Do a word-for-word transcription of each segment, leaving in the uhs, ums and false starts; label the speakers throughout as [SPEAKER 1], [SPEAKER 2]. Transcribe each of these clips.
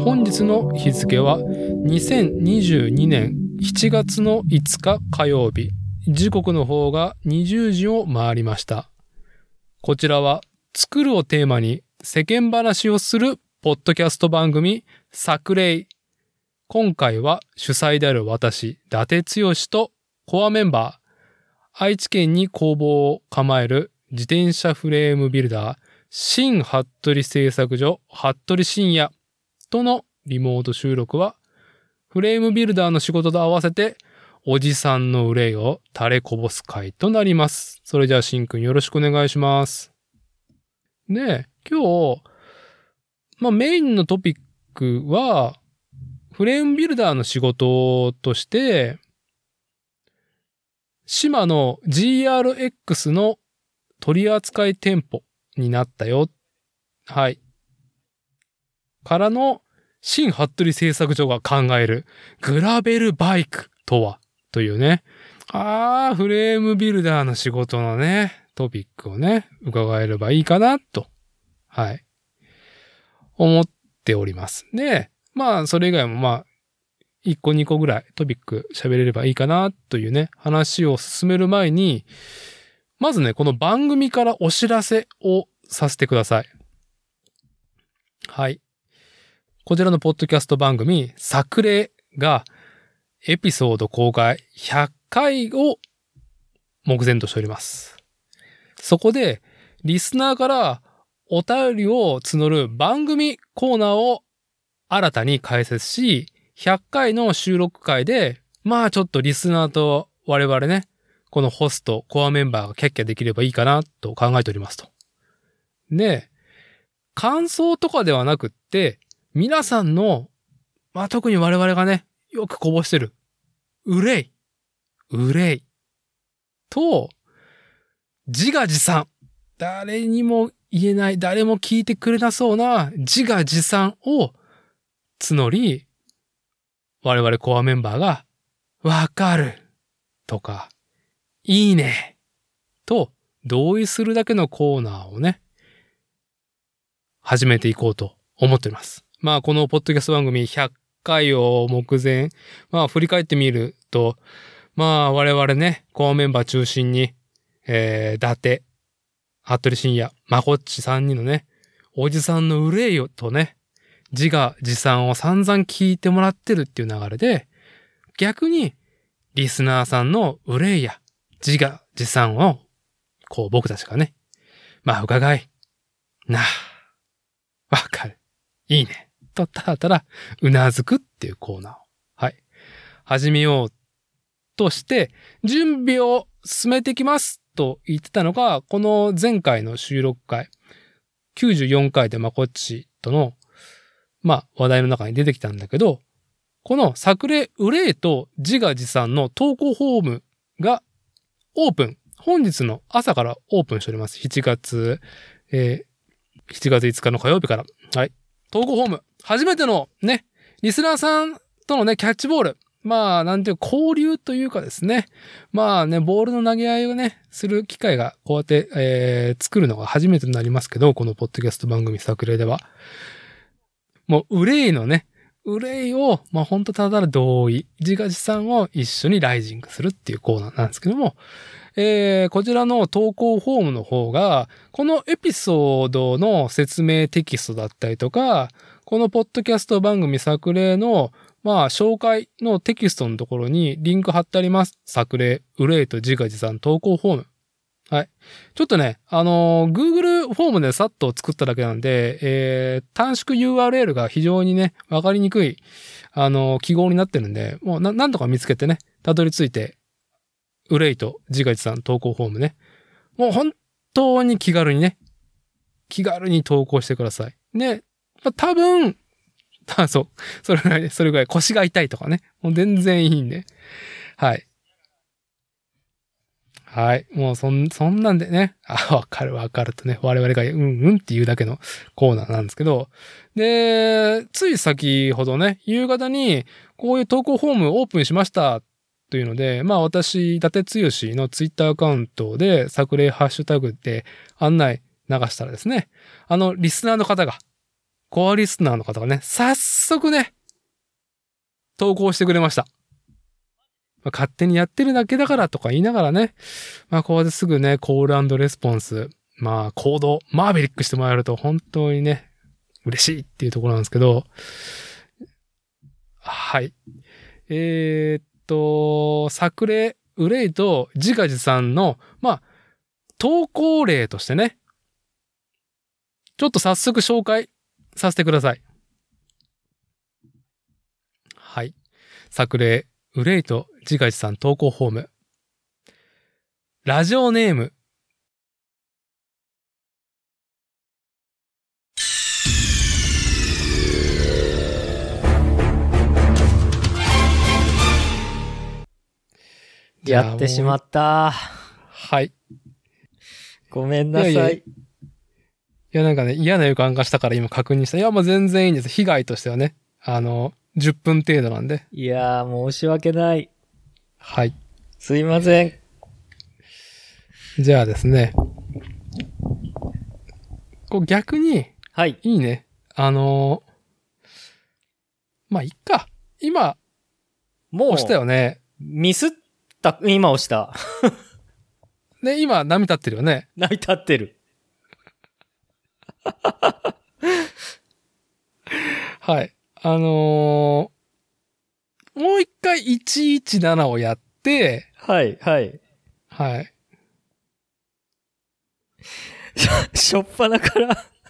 [SPEAKER 1] 本日の日付はにせんにじゅうにねんしちがつのいつか火曜日。時刻の方がにじゅうじを回りました。こちらは作るをテーマに世間話をするポッドキャスト番組作例。今回は主催である私、伊達剛とコアメンバー、愛知県に工房を構える自転車フレームビルダー、新服部製作所、服部深也とのリモート収録は、フレームビルダーの仕事と合わせて、おじさんの憂いを垂れこぼす回となります。それじゃあ、しんくんよろしくお願いします。で、今日、まあメインのトピックは、フレームビルダーの仕事として、シマの ジーアールエックス の取扱店舗になったよ。はい。からの、新服部製作所が考えるグラベルバイクとはというね。あー、フレームビルダーの仕事のね、トピックをね、伺えればいいかなと。はい。思っております。で、まあ、それ以外もまあ、いっこにこぐらいトピック喋れればいいかなというね、話を進める前に、まずね、この番組からお知らせをさせてください。はい。こちらのポッドキャスト番組、作例がエピソード公開ひゃっかいを目前としております。そこで、リスナーからお便りを募る番組コーナーを新たに開設し、ひゃっかいの収録回で、まあちょっとリスナーと我々ね、このホスト、コアメンバーがキャッキャできればいいかなと考えておりますと。で、感想とかではなくって、皆さんの、まあ特に我々がね、よくこぼしてる、憂い、憂い、と、自画自賛、誰にも言えない、誰も聞いてくれなそうな自画自賛を募り、我々コアメンバーが、わかる、とか、いいね、と同意するだけのコーナーをね、始めていこうと思っております。まあこのポッドキャスト番組ひゃっかいを目前、まあ振り返ってみると、まあ我々ね、コアメンバー中心に、えー、伊達、服部深也、まこっちさんにんのね、おじさんの憂いをとね、自画自賛を散々聞いてもらってるっていう流れで、逆にリスナーさんの憂いや自画自賛を、こう僕たちがね、まあ伺い、なあ、わかる、いいね、とたらたらうなずくっていうコーナーを、はい、始めようとして、準備を進めてきますと言ってたのが、この前回の収録回、きゅうじゅうよんかいでまこっちとの、まあ話題の中に出てきたんだけど、この作例憂いと自画自賛の投稿フォームがオープン。本日の朝からオープンしております。しちがつ、えー、しちがついつかの火曜日から。はい。投稿フォーム。初めてのね、リスナーさんとのね、キャッチボール。まあ、なんていう交流というかですね。まあね、ボールの投げ合いをね、する機会がこうやって、えー、作るのが初めてになりますけど、このポッドキャスト番組作例では。もう、憂いのね、憂いを、まあ本当ただ同意、自画自賛を一緒にライジングするっていうコーナーなんですけども、えー、こちらの投稿フォームの方が、このエピソードの説明テキストだったりとか、このポッドキャスト番組作例の、まあ紹介のテキストのところにリンク貼ってあります。作例、憂いと自画自賛投稿フォーム。はい。ちょっとね、あのー、Google フォームでさっと作っただけなんで、えー、短縮 ユーアールエル が非常にね、わかりにくい、あのー、記号になってるんで、もうな、なんとか見つけてね、たどり着いて、憂いと自画自賛投稿フォームね。もう本当に気軽にね、気軽に投稿してください。で、まあ、多分、あ、そう、それぐらい、それぐらい腰が痛いとかね、もう全然いいんで、はい。はい。もうそん、そんなんでね、あ、わかるわかるとね、我々がうんうんっていうだけのコーナーなんですけど、で、つい先ほどね、夕方にこういう投稿フォームオープンしましたというので、まあ私、伊達剛のツイッターアカウントで作例ハッシュタグで案内流したらですね、あの、リスナーの方がコアリスナーの方がね、早速ね、投稿してくれました。まあ、勝手にやってるだけだからとか言いながらね、まあこうですぐね、コール&レスポンス、まあ行動、マーベリックしてもらえると本当にね、嬉しいっていうところなんですけど、はい。えー、っと、作例、憂いと自画自賛の、まあ、投稿例としてね、ちょっと早速紹介させてください。はい。作例、憂いと自画自賛投稿フォーム。ラジオネーム。
[SPEAKER 2] やってしまった。
[SPEAKER 1] はい。
[SPEAKER 2] ごめんなさい。いやいや、い
[SPEAKER 1] やなんかね、嫌な予感がしたから今確認した。いや、もう全然いいんです。被害としてはね。あの、じゅっぷん程度なんで。
[SPEAKER 2] いやー、申し訳ない。
[SPEAKER 1] はい。
[SPEAKER 2] すいません。
[SPEAKER 1] じゃあですね。こう逆に、
[SPEAKER 2] はい。
[SPEAKER 1] いいね。あのー、まあ、いっか。今、もう押したよね。
[SPEAKER 2] ミスった、今押した。
[SPEAKER 1] で、今、波立ってるよね。
[SPEAKER 2] 波立ってる。
[SPEAKER 1] はい。あのー、もう一回いちいちななをやって、
[SPEAKER 2] はい、はい。
[SPEAKER 1] はい。
[SPEAKER 2] しょっぱなから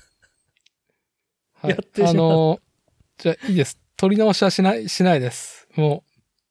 [SPEAKER 2] やってしまった。あの
[SPEAKER 1] ー、じゃあいいです。取り直しはしない、しないです。もう。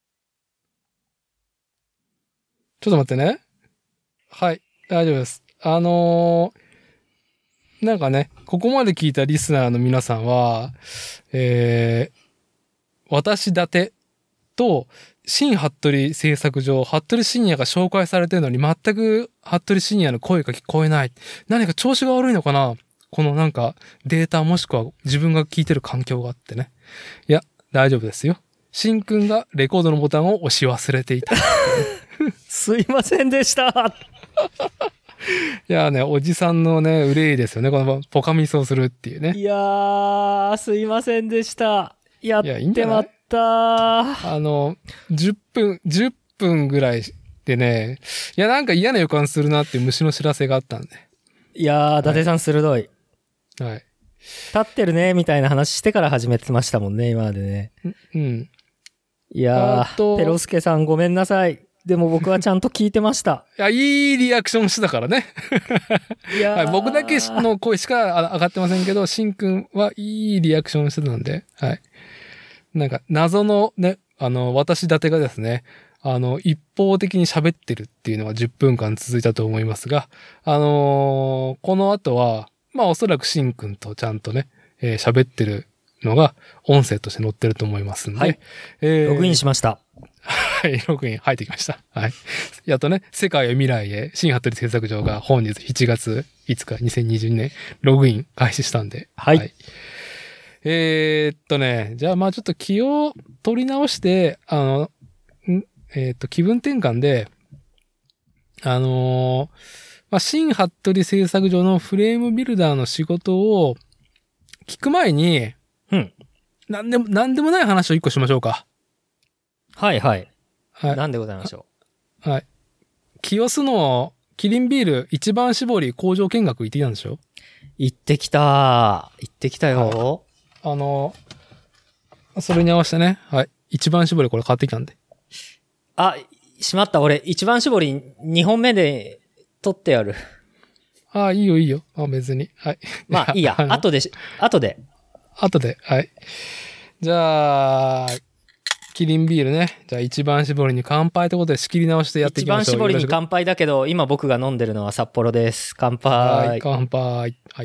[SPEAKER 1] ちょっと待ってね。はい。大丈夫です。あのー、なんかね、ここまで聞いたリスナーの皆さんは、えー、私伊達と、新服部製作所、服部深夜が紹介されてるのに全く服部深夜の声が聞こえない。何か調子が悪いのかな？このなんかデータもしくは自分が聞いてる環境があってね。いや、大丈夫ですよ。しんくんがレコードのボタンを押し忘れていた。
[SPEAKER 2] すいませんでした。
[SPEAKER 1] いやね、おじさんのね、憂いですよね。このポカミスをするっていうね。
[SPEAKER 2] いやー、すいませんでした。やってまった。
[SPEAKER 1] あの、じゅっぷん、じゅっぷんぐらいでね、いやなんか嫌な予感するなっていう虫の知らせがあったんで。
[SPEAKER 2] いやー、伊達さん鋭い。
[SPEAKER 1] はい。
[SPEAKER 2] 立ってるね、みたいな話してから始めてましたもんね、今までね。
[SPEAKER 1] うん。
[SPEAKER 2] いやー、ペロスケさんごめんなさい。でも僕はちゃんと聞いてました。
[SPEAKER 1] いや、いいリアクションしてたからね。
[SPEAKER 2] いやー、
[SPEAKER 1] はい、僕だけの声しか上がってませんけど、しんくんはいいリアクションしてたんで、はい。なんか、謎のね、あの、私立てがですね、あの、一方的に喋ってるっていうのがじゅっぷんかん続いたと思いますが、あのー、この後は、まあおそらくしんくんとちゃんとね、えー、喋ってるのが音声として載ってると思いますんで。
[SPEAKER 2] はい。えー、ログインしました。
[SPEAKER 1] はい、ログイン入ってきました。はい。やっとね、世界を未来へ、新服部製作所が本日しちがついつかにせんにじゅうにねん、ログイン開始したんで。
[SPEAKER 2] はい。はい、
[SPEAKER 1] えー、っとね、じゃあまあちょっと気を取り直して、あの、んえー、っと、気分転換で、あのー、まあ、新服部製作所のフレームビルダーの仕事を聞く前に、
[SPEAKER 2] うん。
[SPEAKER 1] なんでも、なんでもない話を一個しましょうか。
[SPEAKER 2] はいはい。
[SPEAKER 1] はい。
[SPEAKER 2] なんでございましょ
[SPEAKER 1] う。はい。清須のキリンビール一番搾り工場見学行ってきたんでしょ？
[SPEAKER 2] 行ってきた。行ってきたよ。
[SPEAKER 1] あの、それに合わせてね、はい。一番搾りこれ買ってきたんで。
[SPEAKER 2] あ、しまった。俺、一番搾りにほんめで取ってやる。
[SPEAKER 1] ああ、いいよいいよ。あ別に。はい。
[SPEAKER 2] まあいいや。後でし、後で。
[SPEAKER 1] 後で。はい。じゃあ、キリンビールね。じゃあ一番搾りに乾杯ということで仕切り直してやっていきましょう。
[SPEAKER 2] 一番搾りに乾杯だけど、今僕が飲んでるのは札幌です。乾杯。
[SPEAKER 1] はい、乾杯。はい。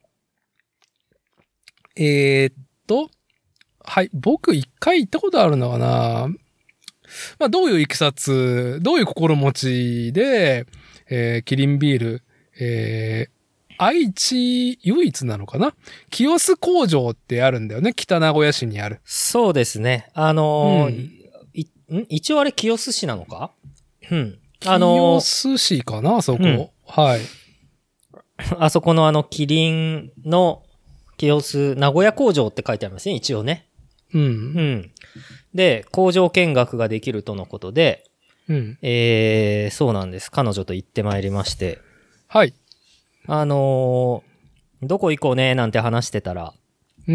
[SPEAKER 1] えー、っと、はい。僕一回行ったことあるのかな。まあ、どういういきさつ、どういう心持ちで、えー、キリンビール、えー、愛知唯一なのかな？清須工場ってあるんだよね。北名古屋市にある。
[SPEAKER 2] そうですね。あのー、うん、いん一応あれ清須市なのか？うん。
[SPEAKER 1] あのー、清須市かなそこ、うん。はい。
[SPEAKER 2] あそこのあの、キリンの、キ清須名古屋工場って書いてありますね、一応ね。
[SPEAKER 1] うん。
[SPEAKER 2] うん。で、工場見学ができるとのことで、
[SPEAKER 1] うん。
[SPEAKER 2] えー、そうなんです。彼女と行ってまいりまして。
[SPEAKER 1] はい。
[SPEAKER 2] あのー、どこ行こうねなんて話してたら、
[SPEAKER 1] うん。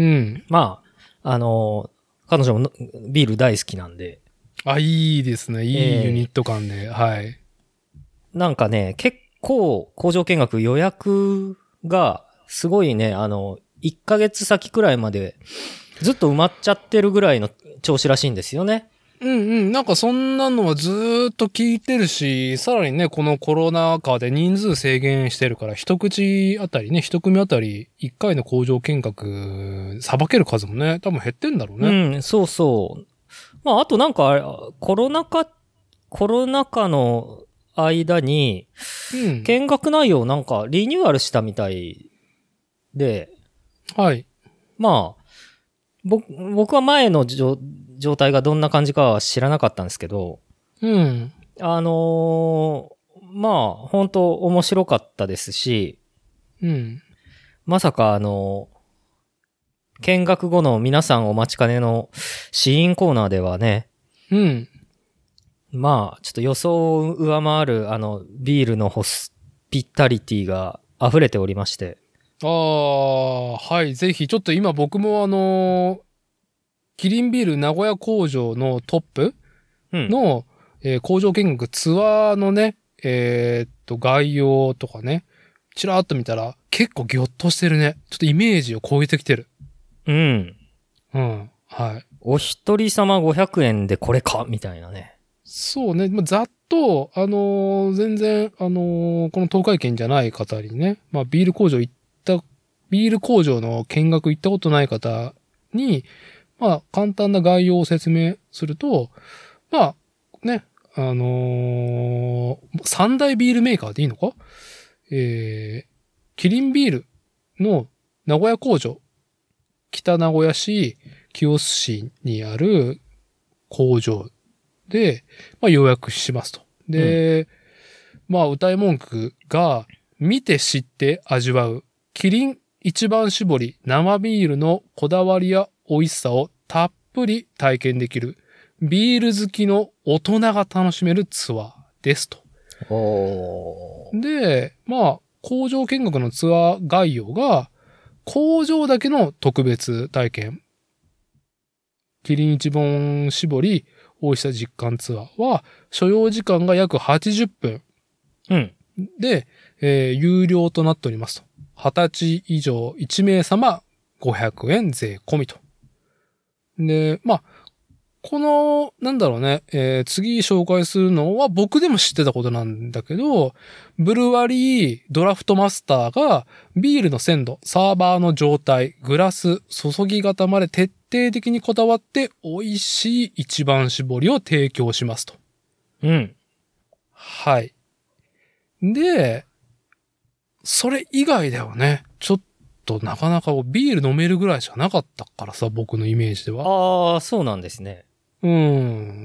[SPEAKER 2] まあ、あのー、彼女もビール大好きなんで。
[SPEAKER 1] あ、いいですね。い
[SPEAKER 2] えー
[SPEAKER 1] いユニット感で。はい。
[SPEAKER 2] なんかね、結構工場見学予約がすごいね、あの、いっかげつ先くらいまでずっと埋まっちゃってるぐらいの調子らしいんですよね。
[SPEAKER 1] うんうん。なんかそんなのはずーっと聞いてるし、さらにね、このコロナ禍で人数制限してるから、一口あたりね、一組あたり、一回の工場見学、さばける数もね、多分減ってんだろうね。
[SPEAKER 2] うん、そうそう。まあ、あとなんかあれ、コロナ禍、コロナ禍の間に、
[SPEAKER 1] うん。
[SPEAKER 2] 見学内容なんかリニューアルしたみたいで、
[SPEAKER 1] はい。
[SPEAKER 2] まあ、僕、僕は前の状状態がどんな感じかは知らなかったんですけど、
[SPEAKER 1] うん。
[SPEAKER 2] あのーまあ、本当面白かったですし、
[SPEAKER 1] うん。
[SPEAKER 2] まさかあのー見学後の皆さんお待ちかねの試飲コーナーではね、
[SPEAKER 1] うん。
[SPEAKER 2] まあ、ちょっと予想を上回るあの、ビールのホスピタリティが溢れておりまして。
[SPEAKER 1] ああ、はい。ぜひ、ちょっと今僕もあのーキリンビール名古屋工場のトップ
[SPEAKER 2] うん。
[SPEAKER 1] の、えー工場見学ツアーのね、えーっと、概要とかね、ちらーっと見たら結構ギョッとしてるね。ちょっとイメージを超えてきてる。
[SPEAKER 2] うん。
[SPEAKER 1] うん。はい。
[SPEAKER 2] お一人様ごひゃくえんでこれかみたいなね。
[SPEAKER 1] そうね。まあ、ざっと、あのー全然、あのーこの東海圏じゃない方にね、まあ、ビール工場行った、ビール工場の見学行ったことない方に、まあ、簡単な概要を説明すると、まあ、ね、あのー三大ビールメーカーでいいのかえー、キリンビールの名古屋工場、北名古屋市、清須市にある工場で、まあ、予約しますと。で、まあ、歌い文句が、見て知って味わう、キリン一番搾り生ビールのこだわりや美味しさをたっぷり体験できる、ビール好きの大人が楽しめるツアーですと。
[SPEAKER 2] おー。
[SPEAKER 1] で、まあ、工場見学のツアー概要が、工場だけの特別体験。キリン一番搾り美味しさ実感ツアーは、所要時間が約はちじゅっぷん
[SPEAKER 2] うん。
[SPEAKER 1] で、えー有料となっておりますと。はたち以上いち名様ごひゃくえん税込みと。で、まあ、この、なんだろうね、えー次紹介するのは僕でも知ってたことなんだけど、ブルワリードラフトマスターがビールの鮮度、サーバーの状態、グラス、注ぎ方まで徹底的にこだわって美味しい一番搾りを提供しますと。
[SPEAKER 2] うん。
[SPEAKER 1] はい。で、それ以外だよね。ちょっとなかなかビール飲めるぐらいしかなかったからさ、僕のイメージでは。
[SPEAKER 2] ああ、そうなんですね。
[SPEAKER 1] うん。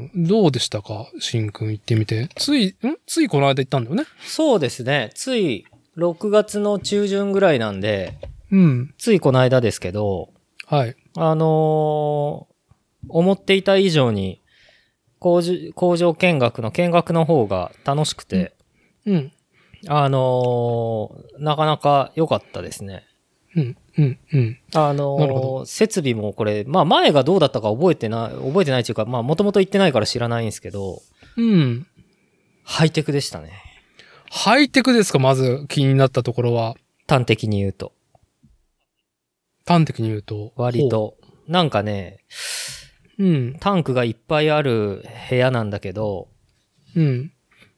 [SPEAKER 1] どうでしたかしんくん行ってみて。つい、んついこの間行ったんだよね。
[SPEAKER 2] そうですね。ついろくがつの中旬ぐらいなんで、
[SPEAKER 1] うん。
[SPEAKER 2] ついこの間ですけど、
[SPEAKER 1] はい。
[SPEAKER 2] あのー思っていた以上に工場、工場見学の見学の方が楽しくて、
[SPEAKER 1] うん。
[SPEAKER 2] あのーなかなか良かったですね。
[SPEAKER 1] うん。うん。うん。
[SPEAKER 2] あのー
[SPEAKER 1] なるほ
[SPEAKER 2] 設備もこれ、まあ前がどうだったか覚えてない、覚えてないというか、まあもともと行ってないから知らないんですけど、
[SPEAKER 1] うん。
[SPEAKER 2] ハイテクでしたね。
[SPEAKER 1] ハイテクですかまず気になったところは。
[SPEAKER 2] 端的に言うと。
[SPEAKER 1] 端的に言うと。
[SPEAKER 2] 割と。なんかね、
[SPEAKER 1] ほう。うん。
[SPEAKER 2] タンクがいっぱいある部屋なんだけど、
[SPEAKER 1] うん。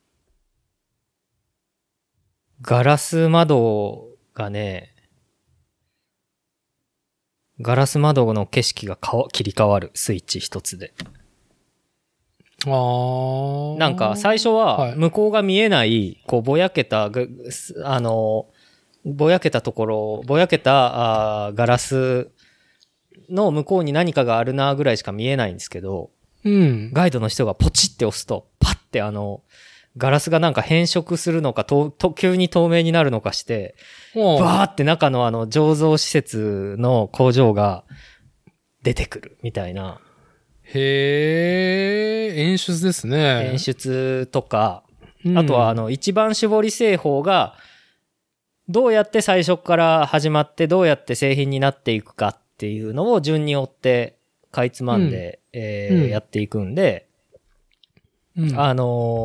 [SPEAKER 2] ガラス窓がね、ガラス窓の景色がかわ切り替わるスイッチ一つで。
[SPEAKER 1] あー。
[SPEAKER 2] なんか最初
[SPEAKER 1] は
[SPEAKER 2] はい向こうが見えない、こうぼやけた、ぐあの、ぼやけたところ、ぼやけたあーガラスの向こうに何かがあるなぐらいしか見えないんですけど、
[SPEAKER 1] うん。
[SPEAKER 2] ガイドの人がポチって押すと、パッてあの、 ガラスがなんか変色するのか、と、と、急に透明になるのかして、バーって中のあの醸造施設の工場が出てくるみたいな。
[SPEAKER 1] へー、演出ですね。
[SPEAKER 2] 演出とか、うん、あとはあの一番搾り製法がどうやって最初から始まってどうやって製品になっていくかっていうのを順に追ってかいつまんで、うんえーうん、やっていくんで、うん、あのー、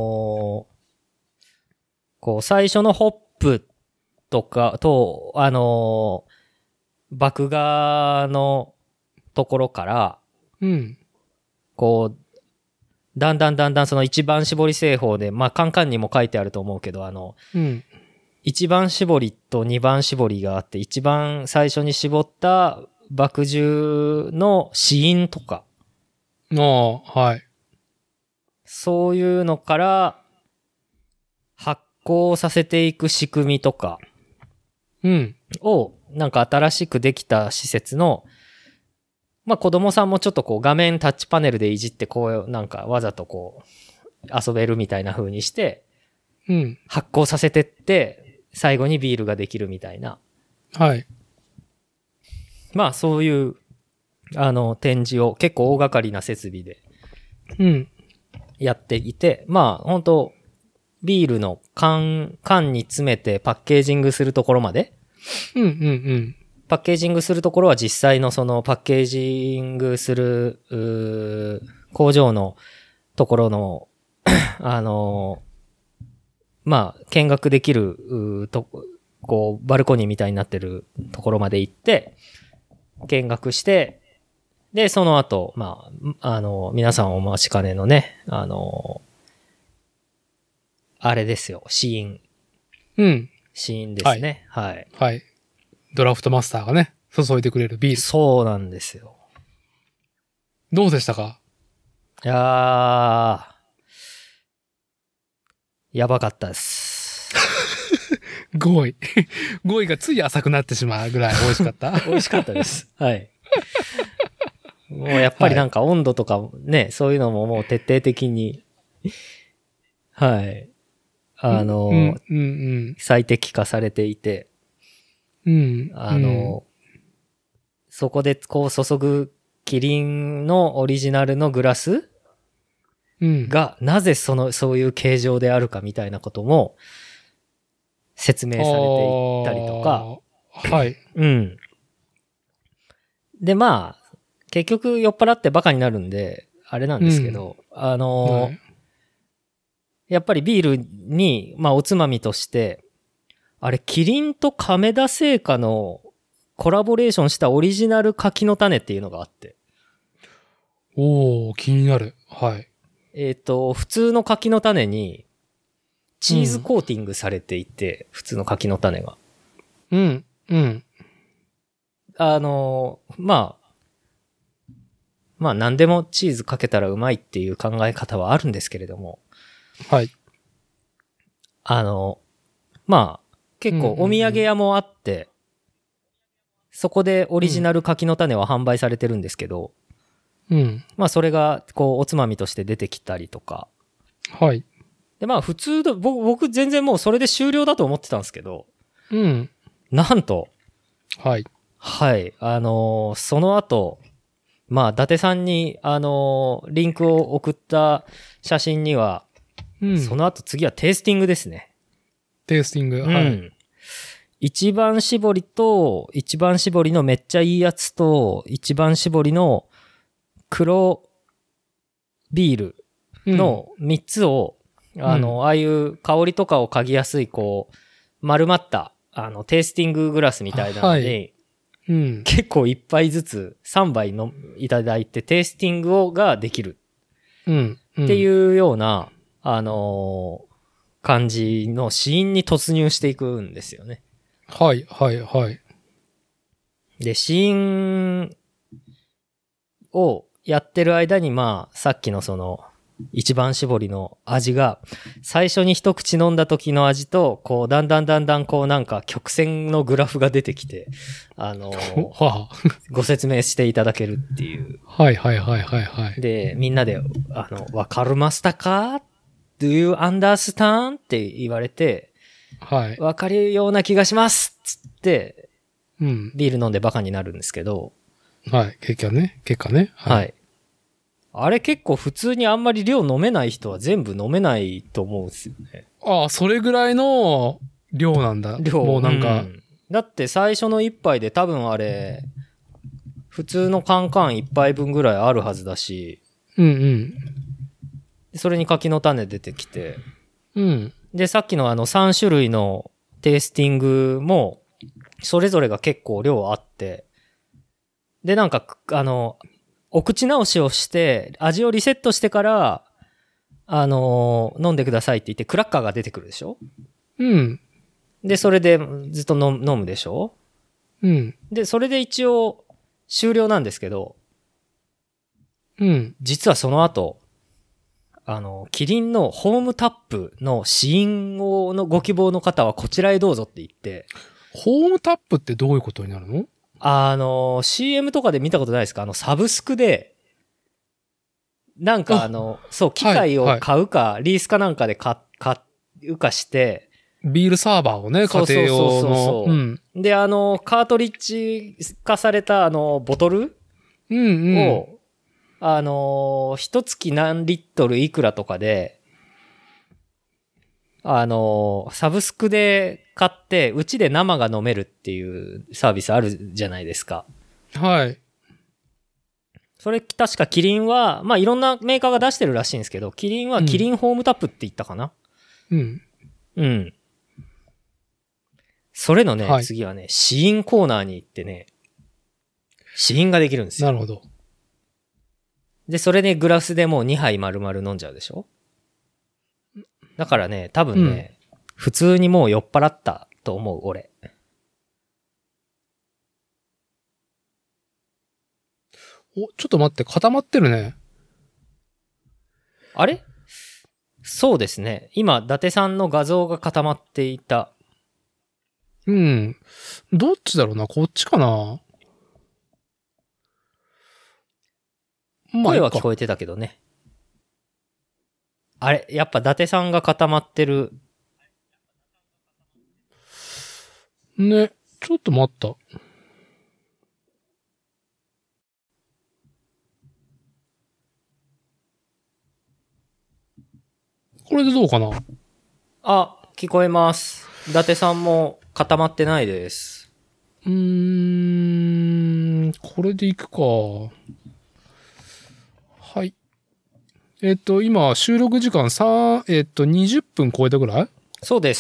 [SPEAKER 2] こう最初のホップとかと、あのー、麦芽のところから、うん、こう、だんだんだんだんその一番搾り製法で、まあカンカンにも書いてあると思うけど、あの、うん、一番搾りと二番搾りがあって、一番最初に搾った麦汁の試飲とか。
[SPEAKER 1] ああ、はい。
[SPEAKER 2] そういうのから発酵させていく仕組みとか。うん。を、なんか新しくできた施設の、まあ子供さんもちょっとこう画面タッチパネルでいじってこうなんかわざとこう遊べるみたいな風にして、うん。発酵させてって最後にビールができるみたいな。はい。まあそういうあの展示を結構大掛かりな設備で、うん。やっていて、まあ本当ビールの缶、缶に詰めてパッケージングするところまで。うんうんうん。パッケージングするところは実際のそのパッケージングする工場のところのあのまあ見学できるとこうバルコニーみたいになってるところまで行って見学してでその後まああの皆さんお待ちかねのねあのあれですよ試飲うん試飲ですねはい、
[SPEAKER 1] はいはいドラフトマスターがね、注いでくれるビール。
[SPEAKER 2] そうなんですよ。
[SPEAKER 1] どうでしたか？
[SPEAKER 2] いやー、やばかったです。
[SPEAKER 1] ごい。ごいがつい浅くなってしまうぐらい美味しかった
[SPEAKER 2] 美味しかったです。はい。もうやっぱりなんか温度とかね、はい、そういうのももう徹底的に、はい。あの、うんうんうん、最適化されていて、うん、あの、うん、そこでこう注ぐキリンのオリジナルのグラスが、なぜその、そういう形状であるかみたいなことも説明されていったりとか。はい。うん。で、まあ、結局酔っ払ってバカになるんで、あれなんですけど、うん、あの、うん、やっぱりビールに、まあおつまみとして、あれ、キリンと亀田製菓のコラボレーションしたオリジナル柿の種っていうのがあって。
[SPEAKER 1] おー、気になる。はい。
[SPEAKER 2] えっと、普通の柿の種にチーズコーティングされていて、うん、普通の柿の種が。うん、うん。あの、まあ、まあ何でもチーズかけたらうまいっていう考え方はあるんですけれども。はい。あの、まあ、結構お土産屋もあって、うんうんうん、そこでオリジナル柿の種は販売されてるんですけど、うん、まあそれがこうおつまみとして出てきたりとか。はい。でまあ普通だ、僕、僕全然もうそれで終了だと思ってたんですけど、うん。なんと、はい。はい。あのー、その後、まあ伊達さんに、あのー、リンクを送った写真には、うん、その後次はテイスティングですね。
[SPEAKER 1] テイスティング、うん、はい。
[SPEAKER 2] 一番搾りと、一番搾りのめっちゃいいやつと、一番搾りの黒ビールの三つを、うん、あの、うん、ああいう香りとかを嗅ぎやすい、こう、丸まった、あの、テイスティンググラスみたいなのに、はいうん、結構一杯ずつさんばいのいただいて、テイスティングをができる。うん。っていうような、あのー、感じのシーンに突入していくんですよね。
[SPEAKER 1] はい、はい、はい。
[SPEAKER 2] で、シーンをやってる間に、まあ、さっきのその、一番搾りの味が、最初に一口飲んだ時の味と、こう、だんだんだんだん、こう、なんか、曲線のグラフが出てきて、あのーはあ、ご説明していただけるっていう。
[SPEAKER 1] はい、はい、はい、はい、はい。
[SPEAKER 2] で、みんなで、あの、わかるましたかっ Do you understand? って言われて、
[SPEAKER 1] はい。
[SPEAKER 2] わかるような気がしますつって、
[SPEAKER 1] うん。
[SPEAKER 2] ビール飲んでバカになるんですけど。
[SPEAKER 1] はい。結果ね。結果ね。
[SPEAKER 2] はい。はい、あれ結構普通にあんまり量飲めない人は全部飲めないと思うんですよね。
[SPEAKER 1] ああ、それぐらいの量なんだ。
[SPEAKER 2] 量。
[SPEAKER 1] もうなんか、
[SPEAKER 2] うん。だって最初の一杯で多分あれ、普通のカンカン一杯分ぐらいあるはずだし。
[SPEAKER 1] うんうん。
[SPEAKER 2] それに柿の種出てきて。
[SPEAKER 1] うん。
[SPEAKER 2] で、さっきのあのさん種類のテイスティングも、それぞれが結構量あって、で、なんか、あの、お口直しをして、味をリセットしてから、あのー、飲んでくださいって言って、クラッカーが出てくるでしょ？
[SPEAKER 1] うん。
[SPEAKER 2] で、それでずっと飲むでしょ？
[SPEAKER 1] うん。
[SPEAKER 2] で、それで一応終了なんですけど、
[SPEAKER 1] うん。
[SPEAKER 2] 実はその後、あの、キリンのホームタップの試飲をのご希望の方はこちらへどうぞって言って、
[SPEAKER 1] ホームタップってどういうことになるの？
[SPEAKER 2] あの、シーエム とかで見たことないですか？あの、サブスクで、なんかあの、そう、機械を買うか、はいはい、リースかなんかで買うかして、
[SPEAKER 1] ビールサーバーをね、家庭用の。そうそうそう、
[SPEAKER 2] うん。で、あの、カートリッジ化されたあの、ボトルを、
[SPEAKER 1] うんうん、
[SPEAKER 2] あの、一月何リットルいくらとかで、あの、サブスクで買って、うちで生が飲めるっていうサービスあるじゃないですか。
[SPEAKER 1] はい。
[SPEAKER 2] それ確かキリンは、まあいろんなメーカーが出してるらしいんですけど、キリンはキリンホームタップって言ったかな？
[SPEAKER 1] うん。
[SPEAKER 2] うん。それのね、
[SPEAKER 1] はい、
[SPEAKER 2] 次はね、試飲コーナーに行ってね、試飲ができるんですよ。
[SPEAKER 1] なるほど。
[SPEAKER 2] で、それでグラスでもうにはい丸々飲んじゃうでしょ？だからね、多分ね、うん、普通にもう酔っ払ったと思う、俺。
[SPEAKER 1] お、ちょっと待って、固まってるね。
[SPEAKER 2] あれ？そうですね。今、伊達さんの画像が固まっていた。
[SPEAKER 1] うん。どっちだろうな、こっちかな。
[SPEAKER 2] まあ、声は聞こえてたけどね。あれ、やっぱ伊達さんが固まってる。
[SPEAKER 1] ね、ちょっと待った。これでどうかな？
[SPEAKER 2] あ、聞こえます。伊達さんも固まってないです。
[SPEAKER 1] うーん、これでいくか。はい。えっと、今、収録時間さん、えっと、にじゅっぷん超えたぐらい？
[SPEAKER 2] そうです。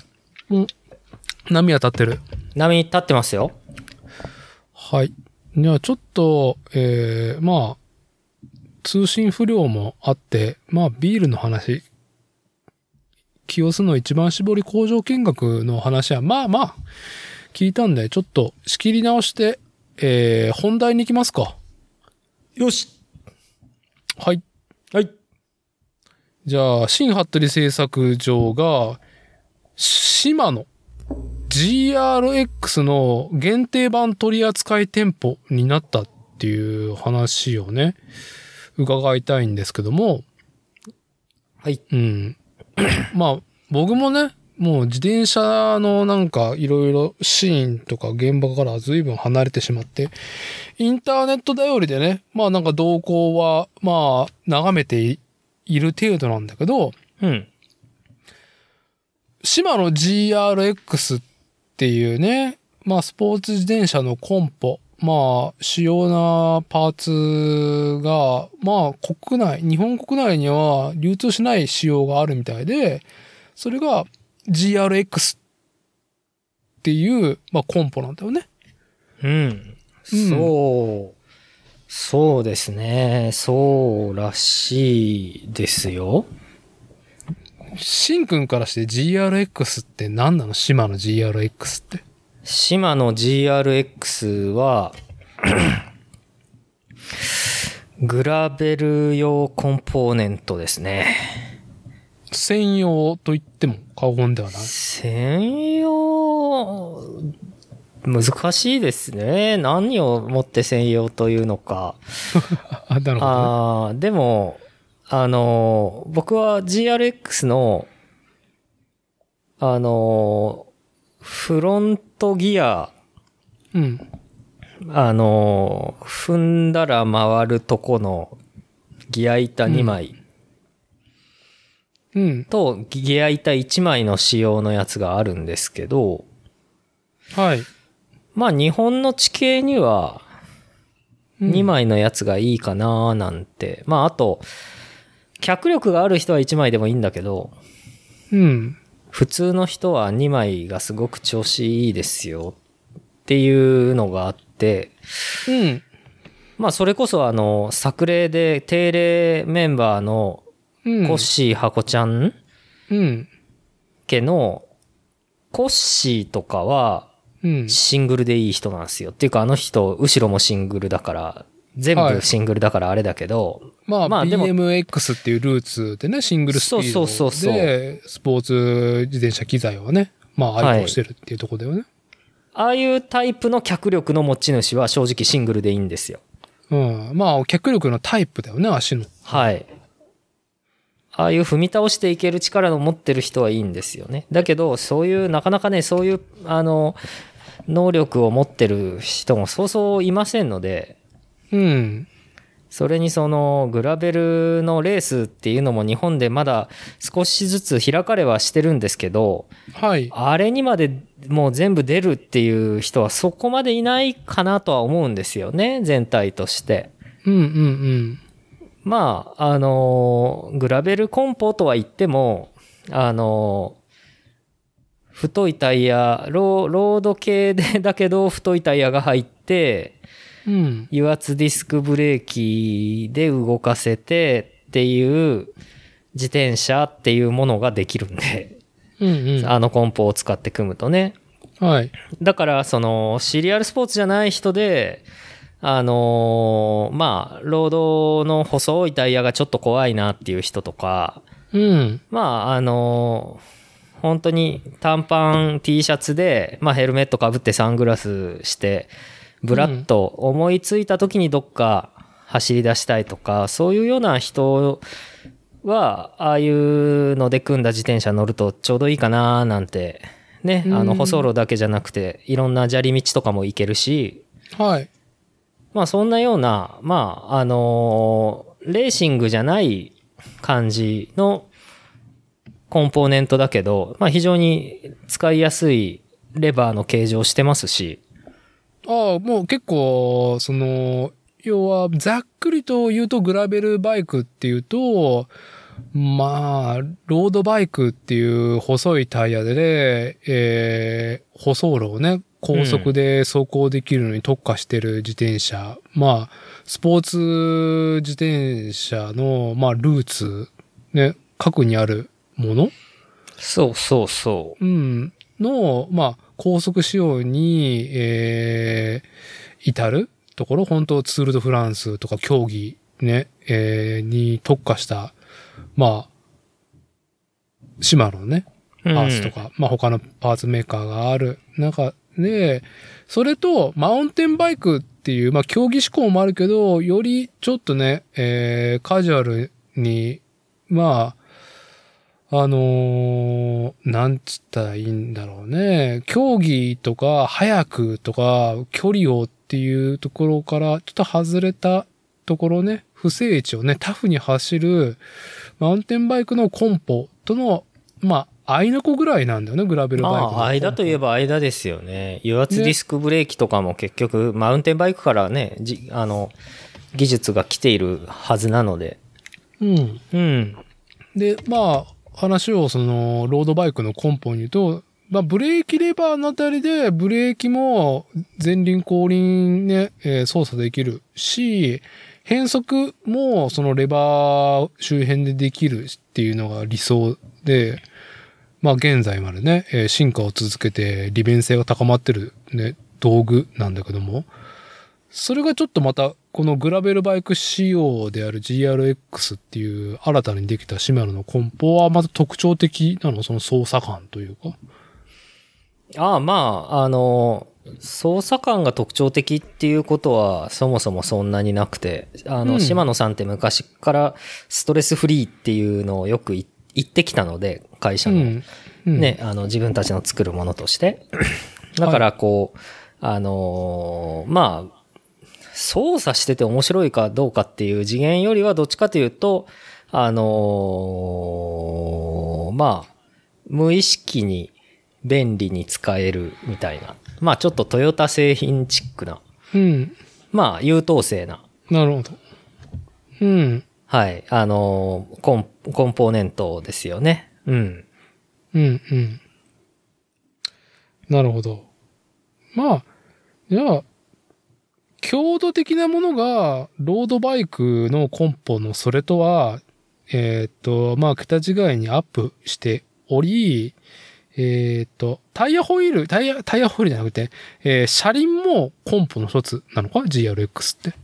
[SPEAKER 1] うん。波当たってる。
[SPEAKER 2] 波立ってますよ。
[SPEAKER 1] はい。じゃあ、ちょっと、えー、まあ、通信不良もあって、まあ、ビールの話、清須の一番搾り工場見学の話は、まあまあ、聞いたんで、ちょっと仕切り直して、えー、本題に行きますか。
[SPEAKER 2] よし。
[SPEAKER 1] はい。
[SPEAKER 2] はい。
[SPEAKER 1] じゃあ、新服部製作所が、シマノ ジーアールエックス の限定版取扱店舗になったっていう話をね、伺いたいんですけども。
[SPEAKER 2] はい。
[SPEAKER 1] うん。まあ、僕もね、もう自転車のなんかいろいろシーンとか現場から随分離れてしまって、インターネット頼りでね、まあなんか動向は、まあ眺めている程度なんだけど、
[SPEAKER 2] うん。
[SPEAKER 1] シマノ ジーアールエックス っていうね、まあスポーツ自転車のコンポ、まあ主要なパーツが、まあ国内、日本国内には流通しない仕様があるみたいで、それが ジーアールエックス っていう、まあコンポなんだよね。
[SPEAKER 2] うん。うん、そう。そうですね。そうらしいですよ。
[SPEAKER 1] シンくんからして ジーアールエックス って何なの？シマノ ジーアールエックス って。
[SPEAKER 2] シマノ ジーアールエックス は、グラベル用コンポーネントですね。
[SPEAKER 1] 専用と言っても過言ではない。
[SPEAKER 2] 専用、難しいですね。何をもって専用というのか。
[SPEAKER 1] あ、なるほどね。
[SPEAKER 2] ああ、でも、 あの、僕は ジーアールエックス の、あの、フロントギア、
[SPEAKER 1] うん。
[SPEAKER 2] あの、踏んだら回るとこのギア板にまい
[SPEAKER 1] うん。
[SPEAKER 2] とギア板いちまいの仕様のやつがあるんですけど、
[SPEAKER 1] はい。
[SPEAKER 2] まあ日本の地形にはにまいのやつがいいかななんて。まああと、脚力がある人はいちまいでもいいんだけど、
[SPEAKER 1] うん。
[SPEAKER 2] 普通の人はにまいがすごく調子いいですよっていうのがあって、
[SPEAKER 1] うん。
[SPEAKER 2] まあそれこそあの、作例で定例メンバーの
[SPEAKER 1] うん。
[SPEAKER 2] コッシーハコちゃん
[SPEAKER 1] うん。
[SPEAKER 2] 家のコッシーとかは
[SPEAKER 1] うん。
[SPEAKER 2] シングルでいい人なんですよ。っていうかあの人後ろもシングルだから、全部シングルだからあれだけど、
[SPEAKER 1] まあ、
[SPEAKER 2] まあでも
[SPEAKER 1] ビーエムエックス っていうルーツでね、シングルスピー
[SPEAKER 2] そうそうそうそう
[SPEAKER 1] ドで、スポーツ自転車機材をね、まあ愛好してるっていうところだよね。
[SPEAKER 2] ああいうタイプの脚力の持ち主は正直シングルでいいんですよ。
[SPEAKER 1] うん。まあ、脚力のタイプだよね、足の。
[SPEAKER 2] はい。ああいう踏み倒していける力の持ってる人はいいんですよね。だけど、そういう、なかなかね、そういう、あの、能力を持ってる人もそうそういませんので、
[SPEAKER 1] うん。
[SPEAKER 2] それにそのグラベルのレースっていうのも日本でまだ少しずつ開かれはしてるんですけど、
[SPEAKER 1] はい。
[SPEAKER 2] あれにまでもう全部出るっていう人はそこまでいないかなとは思うんですよね、全体として。
[SPEAKER 1] うんうんうん。
[SPEAKER 2] まあ、あの、グラベル梱包とは言っても、あの、太いタイヤ、ロー、ロード系でだけど太いタイヤが入って、
[SPEAKER 1] うん。
[SPEAKER 2] 油圧ディスクブレーキで動かせてっていう自転車っていうものができるんで、
[SPEAKER 1] うんうん。
[SPEAKER 2] あの梱包を使って組むとね。
[SPEAKER 1] はい。
[SPEAKER 2] だから、その、シリアルスポーツじゃない人で、あのーまあ、ロードの細いタイヤがちょっと怖いなっていう人とか、
[SPEAKER 1] うん。
[SPEAKER 2] まあ、あのー本当に短パン T シャツで、まあヘルメットかぶってサングラスして、ブラッと思いついた時にどっか走り出したいとか、そういうような人は、ああいうので組んだ自転車乗るとちょうどいいかななんて、ね、あの、舗装路だけじゃなくて、いろんな砂利道とかも行けるし、
[SPEAKER 1] はい。
[SPEAKER 2] まあそんなような、まあ、あのーレーシングじゃない感じのコンポーネントだけど、まあ非常に使いやすいレバーの形状してますし。
[SPEAKER 1] ああ、もう結構、その、要は、ざっくりと言うとグラベルバイクっていうと、まあ、ロードバイクっていう細いタイヤでね、えー、舗装路をね、高速で走行できるのに特化してる自転車。うん、まあ、スポーツ自転車の、まあ、ルーツ、ね、核にあるもの
[SPEAKER 2] そうそうそう。
[SPEAKER 1] うん。の、まあ、高速仕様に、えー、至るところ、本当ツールドフランスとか競技ね、えー、に特化した、まあ、シマノのね、パーツとか、うん、まあ他のパーツメーカーがある中で、それとマウンテンバイクっていう、まあ競技志向もあるけど、よりちょっとね、えー、カジュアルに、まあ、あのー、なんつったらいいんだろうね。競技とか、速くとか、距離をっていうところから、ちょっと外れたところね、不整地をね、タフに走る、マウンテンバイクのコンポとの、まあ、間子ぐらいなんだよね、グラベルバイクの。
[SPEAKER 2] まあ、間といえば間ですよね。油圧ディスクブレーキとかも結局、マウンテンバイクからね、じあの、技術が来ているはずなので。
[SPEAKER 1] うん。
[SPEAKER 2] うん。
[SPEAKER 1] で、まあ、話をその、ロードバイクのコンポに言うと、まあ、ブレーキレバーのあたりで、ブレーキも前輪後輪ね、えー、操作できるし、変速もそのレバー周辺でできるっていうのが理想で、まあ現在までね、えー、進化を続けて利便性が高まってるね、道具なんだけども、それがちょっとまたこのグラベルバイク仕様である ジーアールエックス っていう新たにできたシマノのコンポはまた特徴的なの、その操作感というか。
[SPEAKER 2] ああ、まあ、あの、 操作感が特徴的っていうことはそもそもそんなになくて、あの、
[SPEAKER 1] うん
[SPEAKER 2] 島野さんって昔からストレスフリーっていうのをよくい言ってきたので、会社の、
[SPEAKER 1] うんうん
[SPEAKER 2] ね、あの、自分たちの作るものとして。だからこう、あのーまあ、操作してて面白いかどうかっていう次元よりはどっちかというと、あのーまあ、無意識に便利に使えるみたいな。まあちょっとトヨタ製品チックな。
[SPEAKER 1] うん。
[SPEAKER 2] まあ優等生な。
[SPEAKER 1] なるほど。うん。
[SPEAKER 2] はい。あのーコン、コンポーネントですよね。うん。
[SPEAKER 1] うん、うん。なるほど。まあ、じゃあ、強度的なものが、ロードバイクのコンポのそれとは、えーっと、まあ、桁違いにアップしており、えーっと、タイヤホイール、タイヤ、タイヤホイールじゃなくて、えー車輪もコンポの一つなのか ?ジーアールエックス って。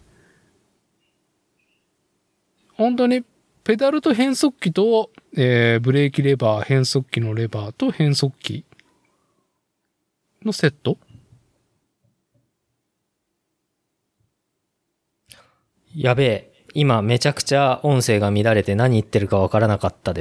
[SPEAKER 1] 本当に、ペダルと変速機と、えーブレーキレバー、変速機のレバーと変速機のセット
[SPEAKER 2] やべえ。今めちゃくちゃ音声が乱れて何言ってるかわからなかったです。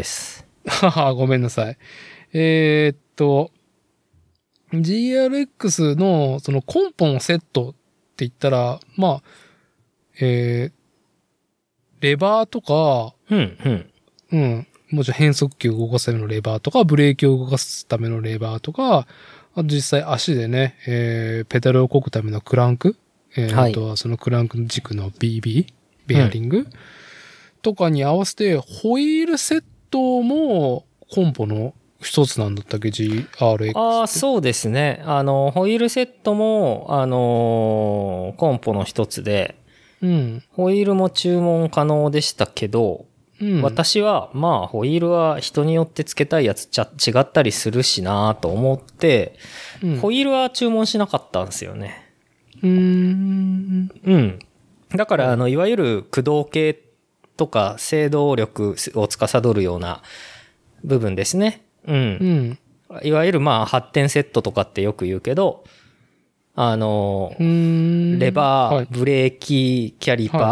[SPEAKER 1] はは、ごめんなさい。えーっと、ジーアールエックス のそのコンポのセットって言ったら、まあ、えー、レバーとか、
[SPEAKER 2] うん、うん。
[SPEAKER 1] うん、もちろん変速機を動かすためのレバーとか、ブレーキを動かすためのレバーとか、あと実際足でね、えー、ペダルを漕ぐためのクランク、えー
[SPEAKER 2] はい
[SPEAKER 1] あとはそのクランクの軸の ビービー、ベアリング、とかに合わせて、ホイールセットもコンポの一つなんだったっけ ?ジーアールエックス。
[SPEAKER 2] ああ、そうですね。あの、ホイールセットも、あのーコンポの一つで、
[SPEAKER 1] うん。
[SPEAKER 2] ホイールも注文可能でしたけど、
[SPEAKER 1] うん。
[SPEAKER 2] 私は、まあ、ホイールは人によって付けたいやつちゃ違ったりするしなと思って、
[SPEAKER 1] うん、
[SPEAKER 2] ホイールは注文しなかったんですよね。
[SPEAKER 1] うーん。
[SPEAKER 2] うん。だから、あの、いわゆる駆動系とか制動力を司るような部分ですね。うん。
[SPEAKER 1] うん。
[SPEAKER 2] いわゆる、まあ、発展セットとかってよく言うけど、あの、
[SPEAKER 1] うーん
[SPEAKER 2] レバー、
[SPEAKER 1] はい
[SPEAKER 2] ブレーキ、キャリパー、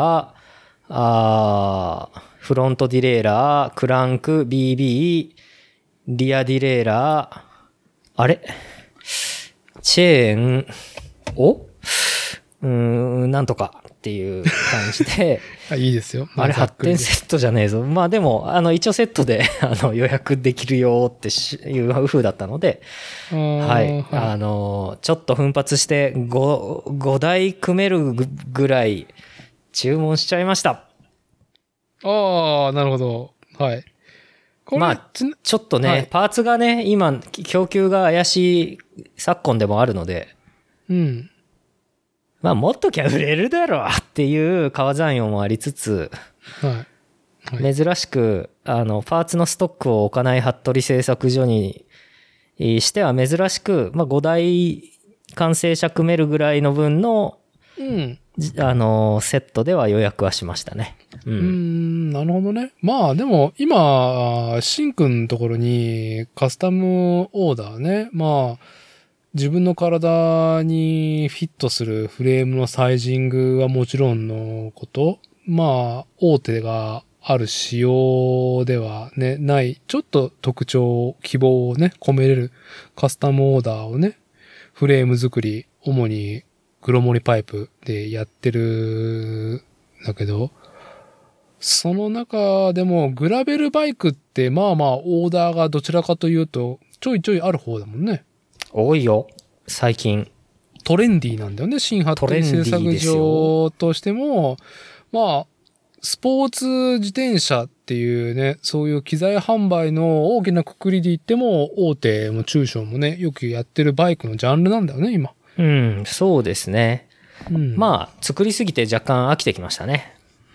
[SPEAKER 2] あーフロントディレイラー、クランク、ビービー、リアディレイラー、あれチェーンをうーん、なんとかっていう感じで、
[SPEAKER 1] あ、いいですよ。
[SPEAKER 2] あれ発展
[SPEAKER 1] ッ
[SPEAKER 2] セットじゃねえぞ。まあでも、あの、一応セットで、あの、予約できるよってしいう風だったので、
[SPEAKER 1] ト。
[SPEAKER 2] は。
[SPEAKER 1] はい
[SPEAKER 2] あの、ちょっと奮発してご、ご台組めるぐらい注文しちゃいました。
[SPEAKER 1] ああ、なるほど。はい。これ、
[SPEAKER 2] まあ
[SPEAKER 1] ちな
[SPEAKER 2] ちょっとね、
[SPEAKER 1] はい
[SPEAKER 2] パーツがね、今、供給が怪しい昨今でもあるので、
[SPEAKER 1] うん。
[SPEAKER 2] まあ、もっときゃ売れるだろうっていう川残用もありつつ、
[SPEAKER 1] はい。はい、
[SPEAKER 2] 珍しく、あの、パーツのストックを置かない服部製作所にしては珍しく、まあ、ご台完成車組めるぐらいの分の、
[SPEAKER 1] うん。
[SPEAKER 2] あの、セットでは予約はしましたね。う。
[SPEAKER 1] うーんん、なるほどね。まあでも今、シンくんのところにカスタムオーダーね。まあ、自分の体にフィットするフレームのサイジングはもちろんのこと、まあ、大手がある仕様ではね、ない、ちょっと特徴、希望をね、込めれるカスタムオーダーをね、フレーム作り、主に黒森パイプでやってるんだけど、その中でもグラベルバイクってまあまあオーダーがどちらかというとちょいちょいある方だもんね。
[SPEAKER 2] 多いよ、最近。
[SPEAKER 1] トレンディーなんだよね。新発展製作所としても、まあ、スポーツ自転車っていうね、そういう機材販売の大きなくくりで言っても、大手も中小もね、よくやってるバイクのジャンルなんだよね、今。
[SPEAKER 2] うん、そうですね。
[SPEAKER 1] うん、
[SPEAKER 2] まあ、作りすぎて若干飽きてきましたね。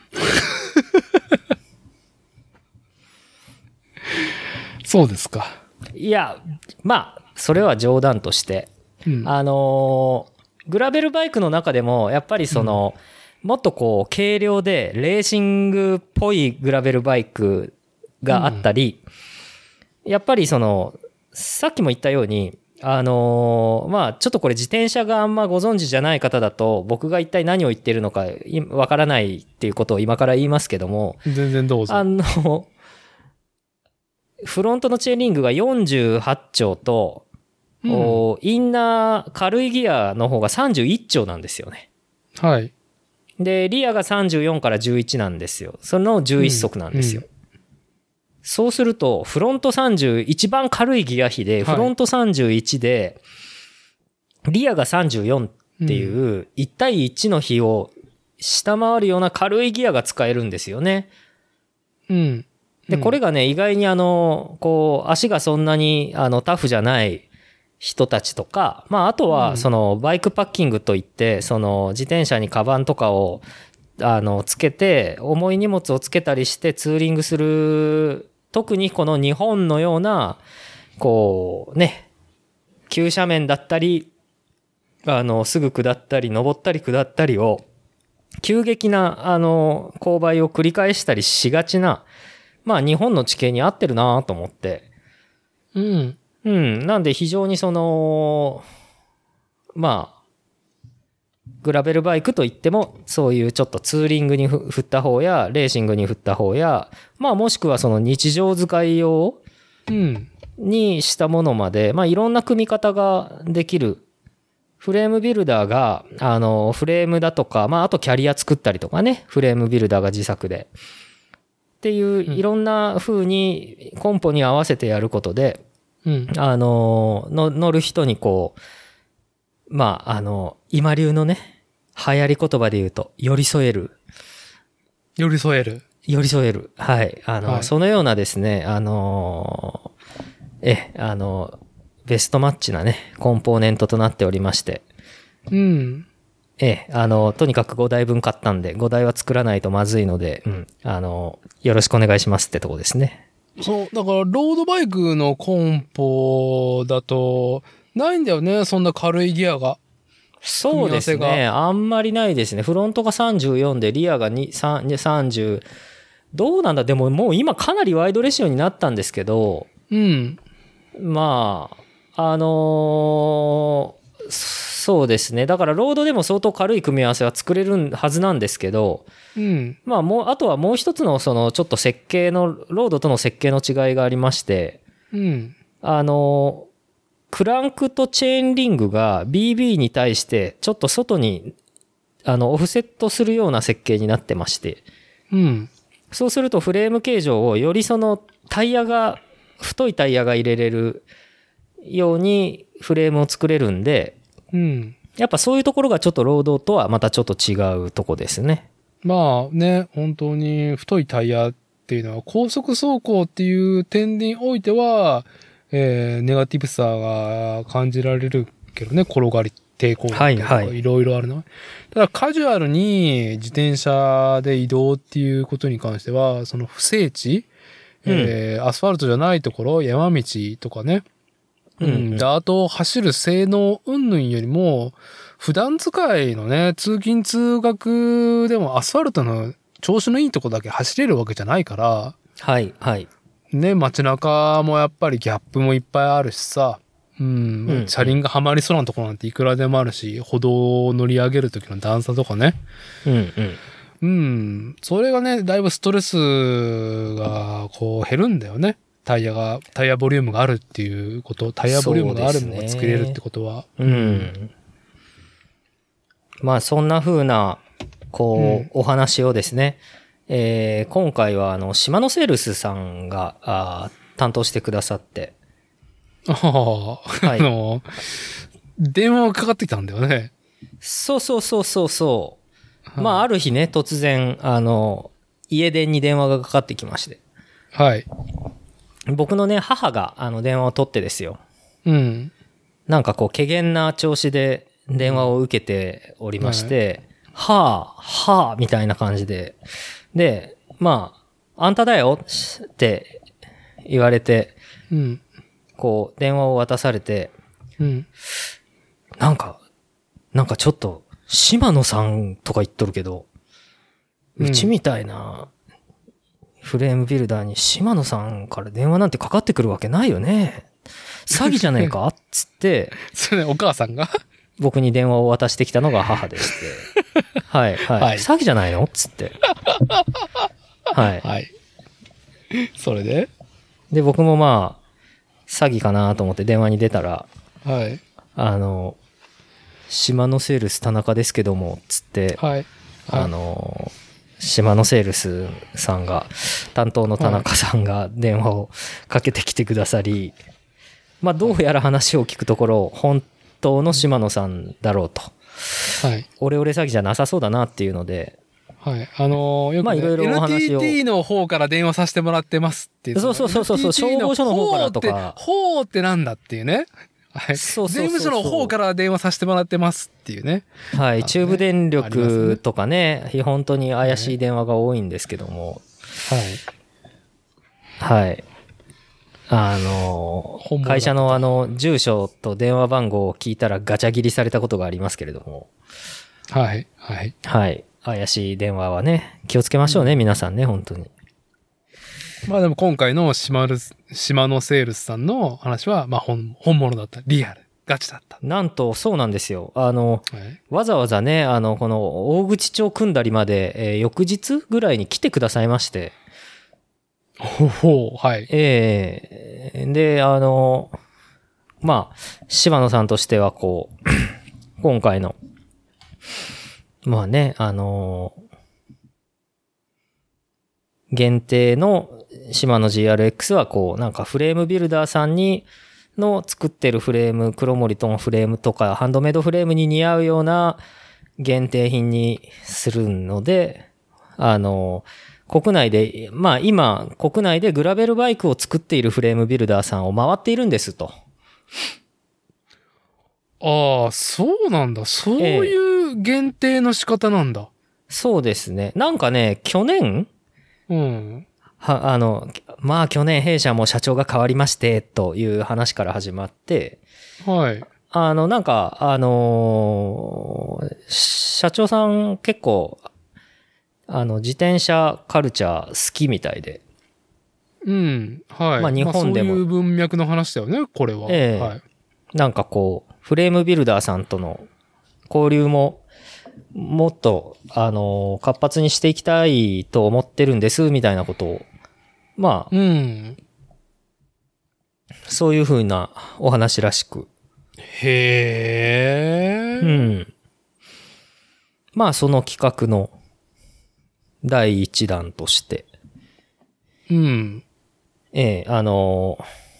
[SPEAKER 1] そうですか。
[SPEAKER 2] いや、まあ、それは冗談として。
[SPEAKER 1] うん、
[SPEAKER 2] あのー、グラベルバイクの中でも、やっぱりその、うん、もっとこう、軽量で、レーシングっぽいグラベルバイクがあったり、うん、やっぱりその、さっきも言ったように、 あのー、まあちょっとこれ自転車があんまご存知じゃない方だと、僕が一体何を言ってるのかわからないっていうことを今から言いますけども、
[SPEAKER 1] 全然どうぞ。
[SPEAKER 2] あの、フロントのチェーンリングがよんじゅうはち丁と、うん、インナー軽いギアの方がさんじゅういち丁なんですよね。
[SPEAKER 1] はい。
[SPEAKER 2] で、リアがさんじゅうよんからじゅういちなんですよ。そのじゅういっ足なんですよ。うんうん、そうすると、フロントさんじゅう、一番軽いギア比で、フロントさんじゅういちで、はい、リアがさんじゅうよんっていう、いち対いちの比を下回るような軽いギアが使えるんですよね。
[SPEAKER 1] うん。
[SPEAKER 2] で、これがね、意外にあの、こう、足がそんなに、あの、タフじゃない人たちとか、まあ、あとは、その、バイクパッキングといって、その、自転車にカバンとかを、あの、つけて、重い荷物をつけたりしてツーリングする、特にこの日本のような、こう、ね、急斜面だったり、あの、すぐ下ったり、登ったり下ったりを、急激な、あの、勾配を繰り返したりしがちな、まあ日本の地形に合ってるなと思って。
[SPEAKER 1] うん。
[SPEAKER 2] うん。なんで非常にその、まあ、グラベルバイクといっても、そういうちょっとツーリングに振った方や、レーシングに振った方や、まあもしくはその日常使い用にしたものまで、まあいろんな組み方ができる。フレームビルダーが、あの、フレームだとか、まああとキャリア作ったりとかね、フレームビルダーが自作で。っていういろんな風にコンポに合わせてやることで、うん、あのの乗る人にこうまああの今流のね流行り言葉で言うと寄り添える
[SPEAKER 1] 寄り添える
[SPEAKER 2] 寄り添えるはいあの、はい、そのようなですねあのえあのベストマッチなねコンポーネントとなっておりまして、
[SPEAKER 1] うん。
[SPEAKER 2] ええ、あの、とにかくごだいぶん買ったんで、ごだいは作らないとまずいので、うん、あの、よろしくお願いしますってとこですね。
[SPEAKER 1] そう、だから、ロードバイクのコンポだと、ないんだよね、そんな軽いギアが。
[SPEAKER 2] そうですね。あんまりないですね。フロントがさんじゅうよんで、リアがさんじゅう、どうなんだでももう今かなりワイドレシオになったんですけど、
[SPEAKER 1] うん。
[SPEAKER 2] まあ、あのー、そうですね。だからロードでも相当軽い組み合わせは作れるはずなんですけど、
[SPEAKER 1] うん、
[SPEAKER 2] まあもうあとはもう一つのそのちょっと設計のロードとの設計の違いがありまして、
[SPEAKER 1] うん、
[SPEAKER 2] あのクランクとチェーンリングが ビービー に対してちょっと外にあのオフセットするような設計になってまして、
[SPEAKER 1] うん、
[SPEAKER 2] そうするとフレーム形状をよりそのタイヤが太いタイヤが入れれるようにフレームを作れるんで。
[SPEAKER 1] うん、
[SPEAKER 2] やっぱそういうところがちょっとロードとはまたちょっと違うとこですね。
[SPEAKER 1] まあね、本当に太いタイヤっていうのは高速走行っていう点においては、えー、ネガティブさが感じられるけどね、転がり抵抗力とかいろいろあるのは。ただカジュアルに自転車で移動っていうことに関しては、その不整地、うんえー、アスファルトじゃないところ、山道とかね、うん。で、あと、走る性能云々よりも、普段使いのね、通勤通学でもアスファルトの調子のいいとこだけ走れるわけじゃないから。
[SPEAKER 2] はい、はい。
[SPEAKER 1] ね、街中もやっぱりギャップもいっぱいあるしさ。うん。うん、車輪がはまりそうなところなんていくらでもあるし、歩道を乗り上げる時の段差とかね。
[SPEAKER 2] うん、うん。
[SPEAKER 1] うん。それがね、だいぶストレスが、こう、減るんだよね。タイヤが、タイヤボリュームがあるっていうこと、タイヤボリュームがあるのが作れるってことは。
[SPEAKER 2] う, ね、うん。まあ、そんな風な、こう、うん、お話をですね、えー、今回は、あの、島野セールスさんが、あ担当してくださって。
[SPEAKER 1] ああ、はい、あの、電話がかかってきたんだよね。
[SPEAKER 2] そうそうそうそうそう。はあ、まあ、ある日ね、突然、あの、家電に電話がかかってきまして。
[SPEAKER 1] はい。
[SPEAKER 2] 僕のね、母があの電話を取ってですよ。
[SPEAKER 1] うん。
[SPEAKER 2] なんかこう、怪げな調子で電話を受けておりまして、うん、はぁ、はぁ、みたいな感じで。で、まあ、あんただよって言われて、
[SPEAKER 1] うん、
[SPEAKER 2] こう、電話を渡されて、
[SPEAKER 1] うん、
[SPEAKER 2] なんか、なんかちょっと、島野さんとか言っとるけど、うちみたいな、フレームビルダーに島野さんから電話なんてかかってくるわけないよね。 詐欺じゃねえかっつって、
[SPEAKER 1] それね、お母さんが
[SPEAKER 2] 僕に電話を渡してきたのが母でして。はい、はい、はい。詐欺じゃないのっつって。はい。
[SPEAKER 1] はい。それで
[SPEAKER 2] で、僕もまあ、詐欺かなと思って電話に出たら、
[SPEAKER 1] はい。
[SPEAKER 2] あの、島のセールス田中ですけども、つって、
[SPEAKER 1] はい。はい、
[SPEAKER 2] あの、島のセールスさんが、担当の田中さんが電話をかけてきてくださり、まあどうやら話を聞くところ、本当の島野さんだろうと。はい。オレオレ詐欺じゃなさそうだなっていうので、
[SPEAKER 1] はい。あのー、よく、ね、まあいろいろお話を。エヌティーティー の方から電話させてもらってますっていう。
[SPEAKER 2] そうそうそうそう、消防署の方からとか。
[SPEAKER 1] 方ってなんだっていうね。はい。そうそうそうそう。税務署の方から電話させてもらってますっていうね。
[SPEAKER 2] はい。中部電力とかね、ね本当に怪しい電話が多いんですけども。はい。はい。あの、会社のあの、住所と電話番号を聞いたらガチャ切りされたことがありますけれども。
[SPEAKER 1] はい。はい。
[SPEAKER 2] はい。怪しい電話はね、気をつけましょうね、うん、皆さんね、本当に。
[SPEAKER 1] まあでも今回の島の、島のセールスさんの話は、まあ本、本物だった。リアル。ガチだった。
[SPEAKER 2] なんと、そうなんですよ。あの、はい、わざわざね、あの、この大口町組んだりまで、えー、翌日ぐらいに来てくださいまして。
[SPEAKER 1] ほほう、はい。
[SPEAKER 2] ええー、で、あの、まあ、柴野さんとしてはこう、今回の、まあね、あのー、限定の島の ジーアールエックス はこう、なんかフレームビルダーさんにの作ってるフレーム、黒森とのフレームとか、ハンドメイドフレームに似合うような限定品にするので、あのー、国内で、まあ今、国内でグラベルバイクを作っているフレームビルダーさんを回っているんですと。
[SPEAKER 1] ああ、そうなんだ。そういう限定の仕方なんだ。ええ、
[SPEAKER 2] そうですね。なんかね、去年
[SPEAKER 1] うん。
[SPEAKER 2] は、あの、まあ去年弊社も社長が変わりまして、という話から始まって、
[SPEAKER 1] はい。
[SPEAKER 2] あの、なんか、あのー、社長さん結構、あの、自転車カルチャー好きみたいで。
[SPEAKER 1] うん。はい。
[SPEAKER 2] まあ日本でも。
[SPEAKER 1] まあ、そういう文脈の話だよね、これは。
[SPEAKER 2] ええ、
[SPEAKER 1] はい。
[SPEAKER 2] なんかこう、フレームビルダーさんとの交流ももっと、あの、活発にしていきたいと思ってるんです、みたいなことを。まあ、
[SPEAKER 1] うん。
[SPEAKER 2] そういうふうなお話らしく。
[SPEAKER 1] へー。
[SPEAKER 2] うん。まあ、その企画の第一弾として。
[SPEAKER 1] うん。
[SPEAKER 2] ええ、あの、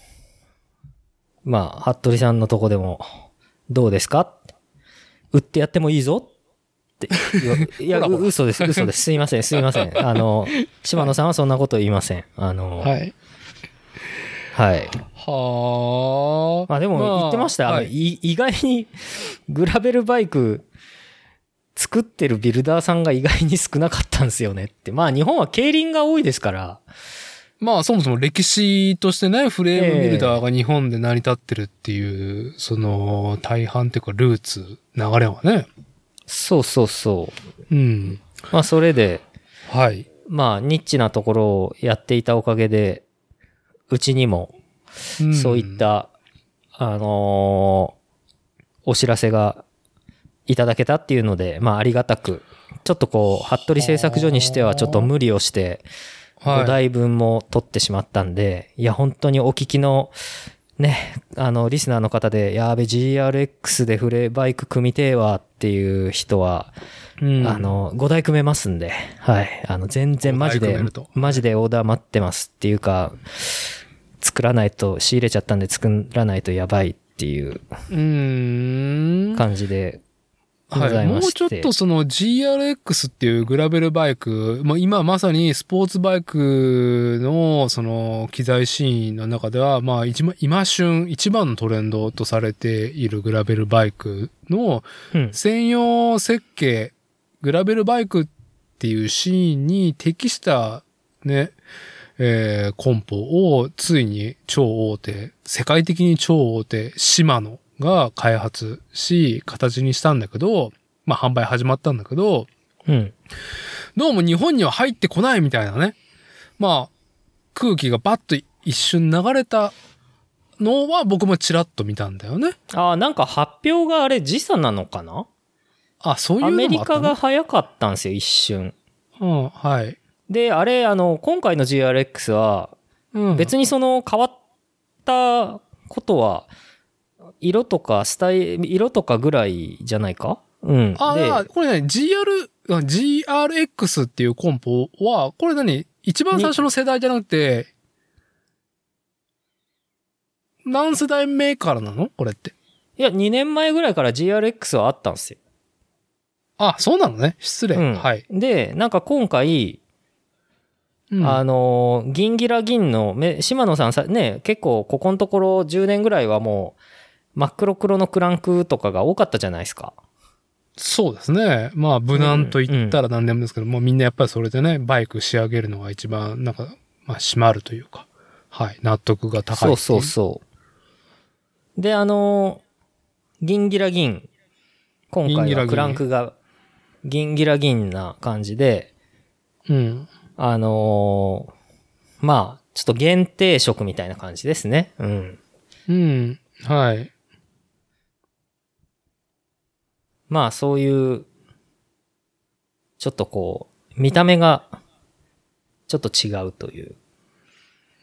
[SPEAKER 2] まあ、服部さんのとこでも、どうですか？売ってやってもいいぞっていや、嘘です、嘘です。すいません、すいません。あの、島野さんはそんなこと言いません。あの、
[SPEAKER 1] はい。
[SPEAKER 2] はい。
[SPEAKER 1] はあ。
[SPEAKER 2] まあでも言ってました。まあ、あの、はい、意外にグラベルバイク作ってるビルダーさんが意外に少なかったんですよねって。まあ日本は競輪が多いですから。
[SPEAKER 1] まあそもそも歴史としてね、フレームビルダーが日本で成り立ってるっていう、えー、その大半っていうかルーツ、流れはね。
[SPEAKER 2] そうそうそ
[SPEAKER 1] う。うん。
[SPEAKER 2] まあそれで、
[SPEAKER 1] はい。
[SPEAKER 2] まあニッチなところをやっていたおかげで、うちにも、そういった、うん、あのー、お知らせがいただけたっていうので、まあありがたく、ちょっとこう、服部製作所にしてはちょっと無理をして、ごだいぶんも取ってしまったんで、はい、いや本当にお聞きの、ね、あの、リスナーの方で、やーべ、ジーアールエックス でフレバイク組みてーわっていう人は、うん、あの、ごだい組めますんで、はい。あの、全然マジで、マジでオーダー待ってますっていうか、作らないと、仕入れちゃったんで作らないとやばいっていう感じでございまして。
[SPEAKER 1] はい、もうちょっとその ジーアールエックス っていうグラベルバイク、もう今まさにスポーツバイクのその機材シーンの中では、まあ一番、今旬一番のトレンドとされているグラベルバイクの専用設計、うん、グラベルバイクっていうシーンに適したね、えー、コンポをついに超大手、世界的に超大手、シマノが開発し、形にしたんだけど、まあ販売始まったんだけど、
[SPEAKER 2] うん。
[SPEAKER 1] どうも日本には入ってこないみたいなね。まあ、空気がバッと一瞬流れたのは僕もちらっと見たんだよね。
[SPEAKER 2] ああ、なんか発表があれ時差なのかな？
[SPEAKER 1] あ、そういうのもあったの？
[SPEAKER 2] アメリカが早かったんですよ、一瞬。
[SPEAKER 1] うん、はい。
[SPEAKER 2] で、あれ、あの、今回の ジーアールエックス は、
[SPEAKER 1] うん、
[SPEAKER 2] 別にその変わったことは、色とかスタイル、色とかぐらいじゃないか？うん。
[SPEAKER 1] あ
[SPEAKER 2] で、
[SPEAKER 1] あ、これね、ジーアール、ジーアールエックス っていうコンポは、これ何？一番最初の世代じゃなくて、何世代目からなの？これって。
[SPEAKER 2] いや、にねんまえぐらいから ジーアールエックス はあったんですよ。
[SPEAKER 1] あ、そうなのね。失礼。
[SPEAKER 2] うん、
[SPEAKER 1] はい。
[SPEAKER 2] で、なんか今回、
[SPEAKER 1] うん、
[SPEAKER 2] あの、銀ギラ銀の、め島野さんさ、ね、結構ここのところじゅうねんぐらいはもう、真っ黒黒のクランクとかが多かったじゃないですか。
[SPEAKER 1] そうですね。まあ、無難と言ったら何でもですけど、うんうん、もうみんなやっぱりそれでね、バイク仕上げるのが一番、なんか、まあ、締まるというか、はい、納得が高い。
[SPEAKER 2] そうそうそう。で、あの、銀ギラ銀。今回はクランクが銀ギラ銀な感じで、
[SPEAKER 1] うん。
[SPEAKER 2] あのー、まあ、ちょっと限定色みたいな感じですね。うん。
[SPEAKER 1] うん。はい。
[SPEAKER 2] まあ、そういう、ちょっとこう、見た目が、ちょっと違うという。
[SPEAKER 1] うん。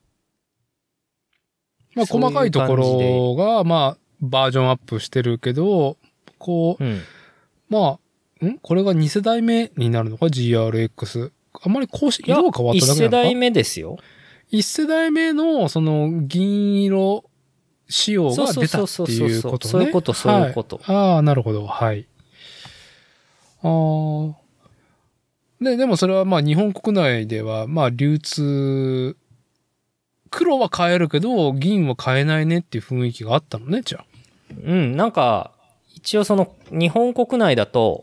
[SPEAKER 1] まあ、細かいところが、まあ、バージョンアップしてるけど、こう、うん、まあ、んこれがに世代目になるのか ジーアールエックス。あんまりこうし、色が変わっただけなのか？いち
[SPEAKER 2] 世代目ですよ。
[SPEAKER 1] いち世代目の、その、銀色仕様が出たっていうことね。
[SPEAKER 2] そういうこと、そういうこと。
[SPEAKER 1] はい、ああ、なるほど。はい。ああ。で、でもそれはまあ日本国内では、まあ流通、黒は買えるけど、銀は買えないねっていう雰囲気があったのね、じゃあ。
[SPEAKER 2] うん、なんか、一応その、日本国内だと、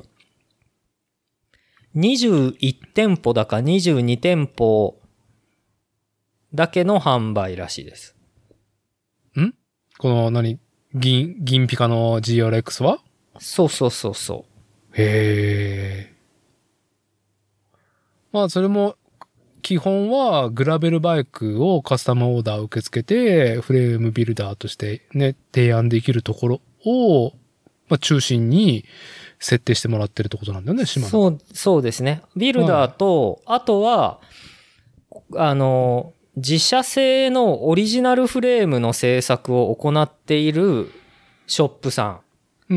[SPEAKER 2] にじゅういち店舗だかにじゅうに店舗だけの販売らしいです。
[SPEAKER 1] んこの何銀、銀ピカの ジーアールエックス は？
[SPEAKER 2] そうそうそうそう。
[SPEAKER 1] へえ。まあそれも、基本はグラベルバイクをカスタムオーダーを受け付けて、フレームビルダーとしてね、提案できるところを、まあ中心に設定してもらってるってことなんだよね、島の。
[SPEAKER 2] そう、そうですね。ビルダーと、はい、あとは、あの、自社製のオリジナルフレームの製作を行っているショップさ
[SPEAKER 1] ん。うん、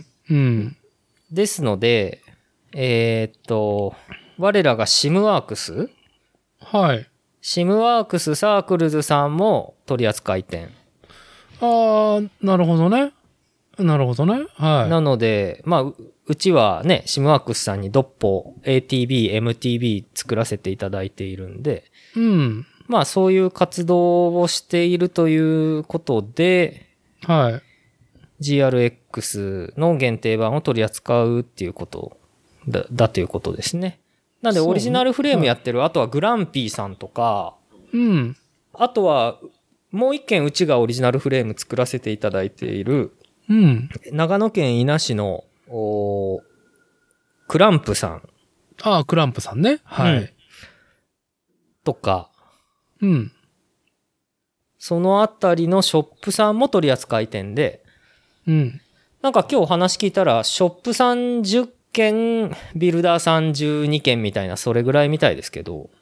[SPEAKER 1] うん。
[SPEAKER 2] ですので、えー、っと、我らがシムワークス？
[SPEAKER 1] はい。
[SPEAKER 2] シムワークスサークルズさんも取り扱い店。
[SPEAKER 1] ああ、なるほどね。なるほどね。はい。
[SPEAKER 2] なので、まあ、う, うちはね、シムワークスさんにドッポ エーティービー、エムティービー 作らせていただいているんで、
[SPEAKER 1] うん。
[SPEAKER 2] まあそういう活動をしているということで、
[SPEAKER 1] はい。
[SPEAKER 2] ジーアールエックス の限定版を取り扱うっていうことだ、だということですね。なんでオリジナルフレームやってる、ね、はい、あとはグランピーさんとか、
[SPEAKER 1] うん。
[SPEAKER 2] あとはもう一件うちがオリジナルフレーム作らせていただいている、
[SPEAKER 1] うん。
[SPEAKER 2] 長野県伊那市のクランプさん。
[SPEAKER 1] ああ、クランプさんね。はい。うん、
[SPEAKER 2] とか、
[SPEAKER 1] うん。
[SPEAKER 2] そのあたりのショップさんも取り扱い店で、
[SPEAKER 1] うん。
[SPEAKER 2] なんか今日話聞いたら、ショップさんじゅっけん、ビルダーさんじゅうにけんみたいな、それぐらいみたいですけど。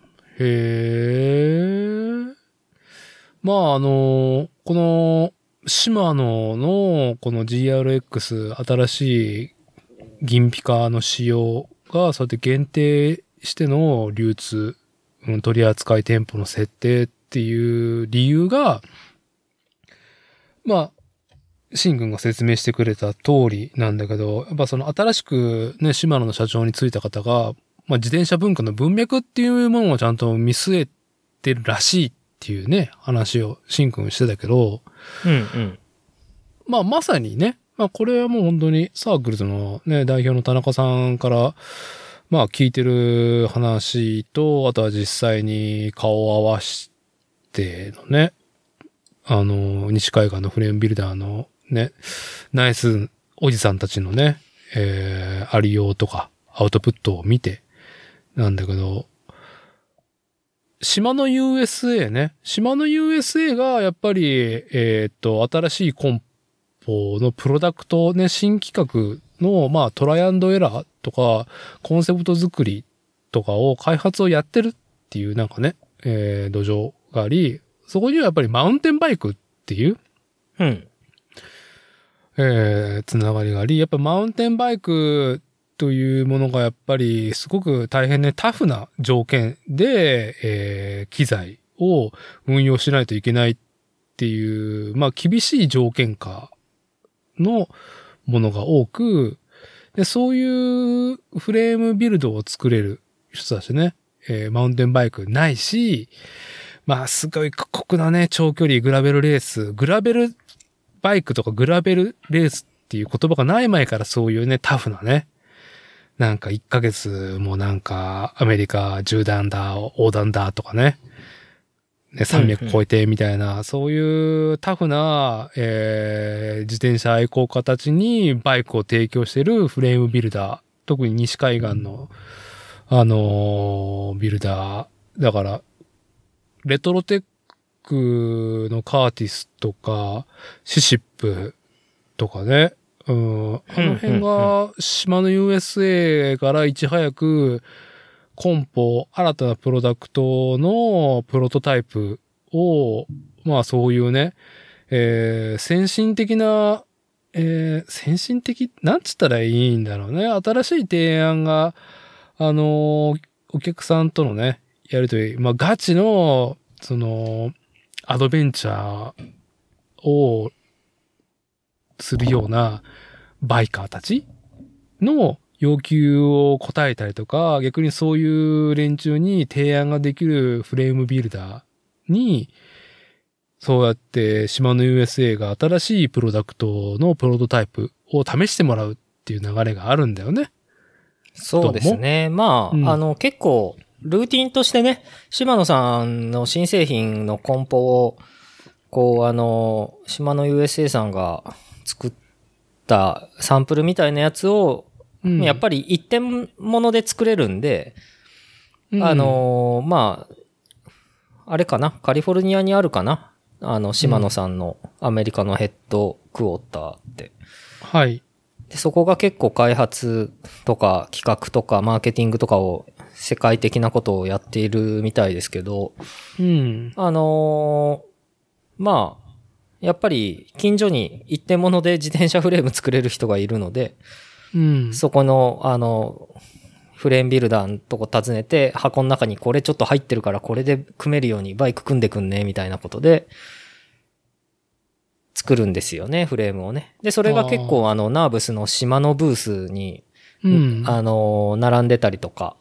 [SPEAKER 1] へー。まあ、あの、この、シマノの、この ジーアールエックス、新しい銀ピカの仕様が、そうやって限定しての流通、うん、取扱店舗の設定っていう理由が、まあ、シン君が説明してくれた通りなんだけど、やっぱその新しくね、シマノの社長に就いた方が、まあ自転車文化の文脈っていうものをちゃんと見据えてるらしいっていうね、話をシン君してたけど、
[SPEAKER 2] うんうん。
[SPEAKER 1] まあまさにね、まあこれはもう本当にサークルズのね、代表の田中さんから、まあ聞いてる話と、あとは実際に顔を合わせてのね、あの、西海岸のフレームビルダーのね、ナイスおじさんたちのね、えー、ありようとか、アウトプットを見て、なんだけど、 島の ユーエスエー ね。島の ユーエスエー がやっぱり、えっと、新しいコンポのプロダクトね、新企画の、まあ、トライアンドエラーとか、コンセプト作りとかを開発をやってるっていうなんかね、えー、土壌があり、そこにはやっぱりマウンテンバイクっていう、
[SPEAKER 2] うん。
[SPEAKER 1] えー、つながりがあり、やっぱマウンテンバイクというものがやっぱりすごく大変ね、タフな条件で、えー、機材を運用しないといけないっていう、まあ厳しい条件下のものが多く、で、そういうフレームビルドを作れる人たちね、えー、マウンテンバイクないし、まあすごい過酷なね、長距離グラベルレース、グラベルバイクとかグラベルレースっていう言葉がない前からそういうね、タフなね、なんかいっかげつもなんかアメリカ縦断だ、横断だとかね、ねさんびゃく超えてみたいな、うんうん、そういうタフな、えー、自転車愛好家たちにバイクを提供しているフレームビルダー、特に西海岸の、あのー、ビルダー、だから、レトロテックのカーティスとか、シシップとかね、うん、あの辺が島の ユーエスエー からいち早くコンポ、新たなプロダクトのプロトタイプを、まあそういうね、えー、先進的な、えー、先進的、なんつったらいいんだろうね。新しい提案が、あのー、お客さんとのね、やりとり、まあガチの、その、アドベンチャーをするようなバイカーたちの要求を答えたりとか、逆にそういう連中に提案ができるフレームビルダーに、そうやって島の ユーエスエー が新しいプロダクトのプロトタイプを試してもらうっていう流れがあるんだよね。
[SPEAKER 2] そうですね。まあ、うん、あの結構ルーティンとしてね、島野さんの新製品のコンポを、こうあの、島の ユーエスエー さんが作ったサンプルみたいなやつを、うん、やっぱり一点物で作れるんで、うん、あの、まあ、あれかな、カリフォルニアにあるかな、あの、島野さんのアメリカのヘッドクォーターって。
[SPEAKER 1] はい。
[SPEAKER 2] で、そこが結構開発とか企画とかマーケティングとかを世界的なことをやっているみたいですけど、
[SPEAKER 1] うん。
[SPEAKER 2] あのー、まあ、やっぱり近所に一点物で自転車フレーム作れる人がいるので、
[SPEAKER 1] うん、
[SPEAKER 2] そこの、あの、フレームビルダーのとこ訪ねて、箱の中にこれちょっと入ってるからこれで組めるようにバイク組んでくんね、みたいなことで、作るんですよね、フレームをね。で、それが結構あの、ナーブスの島のブースに、
[SPEAKER 1] うん、
[SPEAKER 2] あの、並んでたりとか。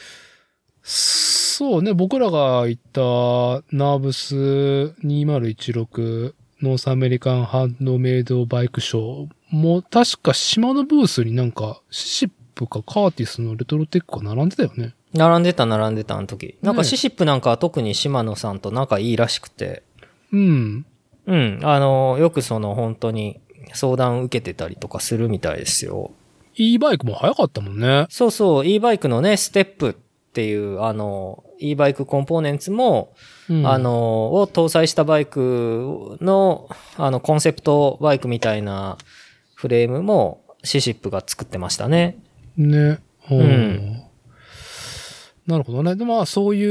[SPEAKER 1] そうね、僕らが行ったナーブスにせいじゅうろくノースアメリカンハンドメイドバイクショーも確か島のブースになんかシシップかカーティスのレトロテックが並んでたよね。
[SPEAKER 2] 並んでた並んでたあの時。なんかシシップなんかは特に島野さんと仲いいらしくて。
[SPEAKER 1] うん。
[SPEAKER 2] うん。あの、よくその本当に相談受けてたりとかするみたいですよ。
[SPEAKER 1] e バイクも早かったもんね。
[SPEAKER 2] そうそう、e バイクのね、ステップっていう、あの、e バイクコンポーネンツも、うん、あの、を搭載したバイクの、あの、コンセプトバイクみたいなフレームもシシップが作ってましたね。
[SPEAKER 1] ね。
[SPEAKER 2] うん。
[SPEAKER 1] なるほどね。でまあそういう、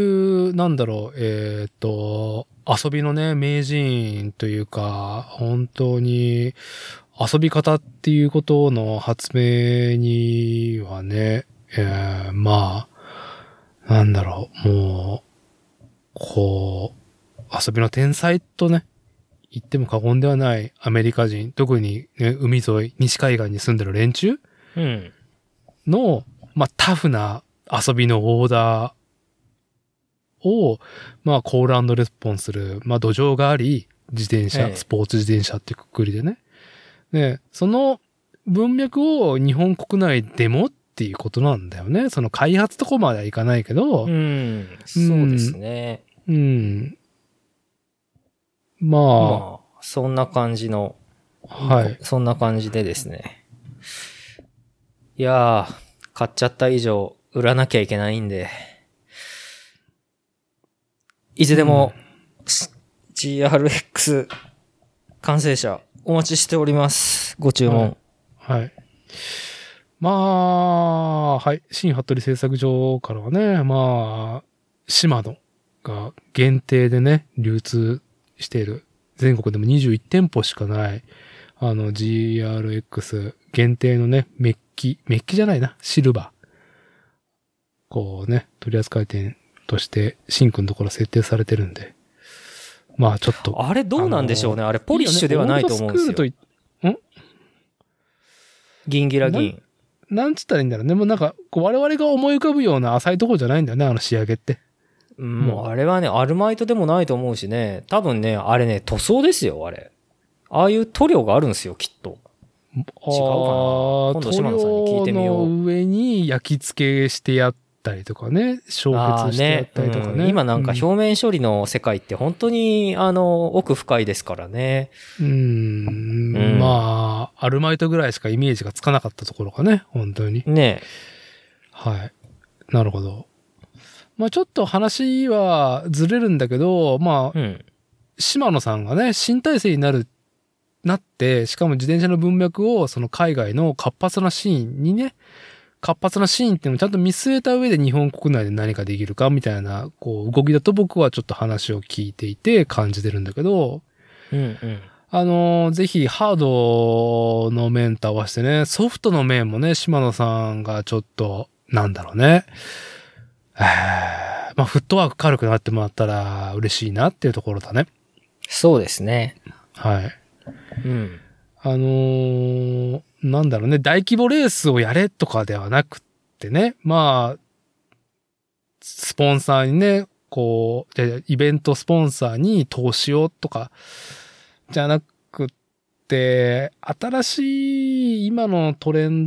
[SPEAKER 1] なんだろう、えー、っと、遊びのね、名人というか、本当に遊び方っていうことの発明にはね、えー、まあ、なんだろう、もう、こう、遊びの天才とね、言っても過言ではないアメリカ人、特にね、海沿い、西海岸に住んでる連中の、
[SPEAKER 2] うん、
[SPEAKER 1] まあタフな遊びのオーダーを、まあコール&レスポンスする、まあ土壌があり、自転車、
[SPEAKER 2] ええ、
[SPEAKER 1] スポーツ自転車っていうくくりでね。で、その文脈を日本国内でもっていうことなんだよね。その開発とこまではいかないけど。
[SPEAKER 2] うん、そうですね。
[SPEAKER 1] うん。うん、まあ、
[SPEAKER 2] まあ、そんな感じの、
[SPEAKER 1] はい。
[SPEAKER 2] そんな感じでですね。いやー、買っちゃった以上、売らなきゃいけないんで。 いつでも、ジーアールエックス 完成車お待ちしております。ご注文。
[SPEAKER 1] はい。はい、まあ、はい。新服部製作所からはね、まあ、シマノが限定でね、流通している。全国でもにじゅういち店舗しかない、あの ジーアールエックス 限定のね、メッキ、メッキじゃないな、シルバー。こうね、取扱店として、シンクのところ設定されてるんで。まあちょっと。
[SPEAKER 2] あれどうなんでしょうね。あれポリッシュではないと思うんですよ。いいよね、ん銀ギラ銀。
[SPEAKER 1] なんつったらいいんだろうね。もうなんか、こう我々が思い浮かぶような浅いところじゃないんだよね、あの仕上げって。
[SPEAKER 2] うん、もうあれはね、アルマイトでもないと思うしね。多分ね、あれね、塗装ですよ、あれ。ああいう塗料があるんですよ、きっと。違うかな。今度島野さんに聞いてみよう。
[SPEAKER 1] 塗料の上に焼き付けしてやったりとかね、焼結してやったりとかね。
[SPEAKER 2] ねうん、今なんか表面処理の世界って本当に、あの、奥深いですからね。
[SPEAKER 1] うーん、うん、まあ、アルマイトぐらいしかイメージがつかなかったところがね、本当に。
[SPEAKER 2] ね
[SPEAKER 1] はい。なるほど。まあちょっと話はずれるんだけど、まあ、うん、島野さんがね、新体制になる、なって、しかも自転車の文脈をその海外の活発なシーンにね、活発なシーンっていうのをちゃんと見据えた上で日本国内で何かできるかみたいな、こう、動きだと僕はちょっと話を聞いていて感じてるんだけど、
[SPEAKER 2] うんうん。
[SPEAKER 1] あの、ぜひハードの面と合わせてね、ソフトの面もね、島野さんがちょっと、なんだろうね、えー、まあ、フットワーク軽くなってもらったら嬉しいなっていうところだね。
[SPEAKER 2] そうですね。
[SPEAKER 1] はい。
[SPEAKER 2] うん。
[SPEAKER 1] あのー、なんだろうね、大規模レースをやれとかではなくってね、まあ、スポンサーにね、こう、イベントスポンサーに投資をとか、じゃなくって、新しい今のトレン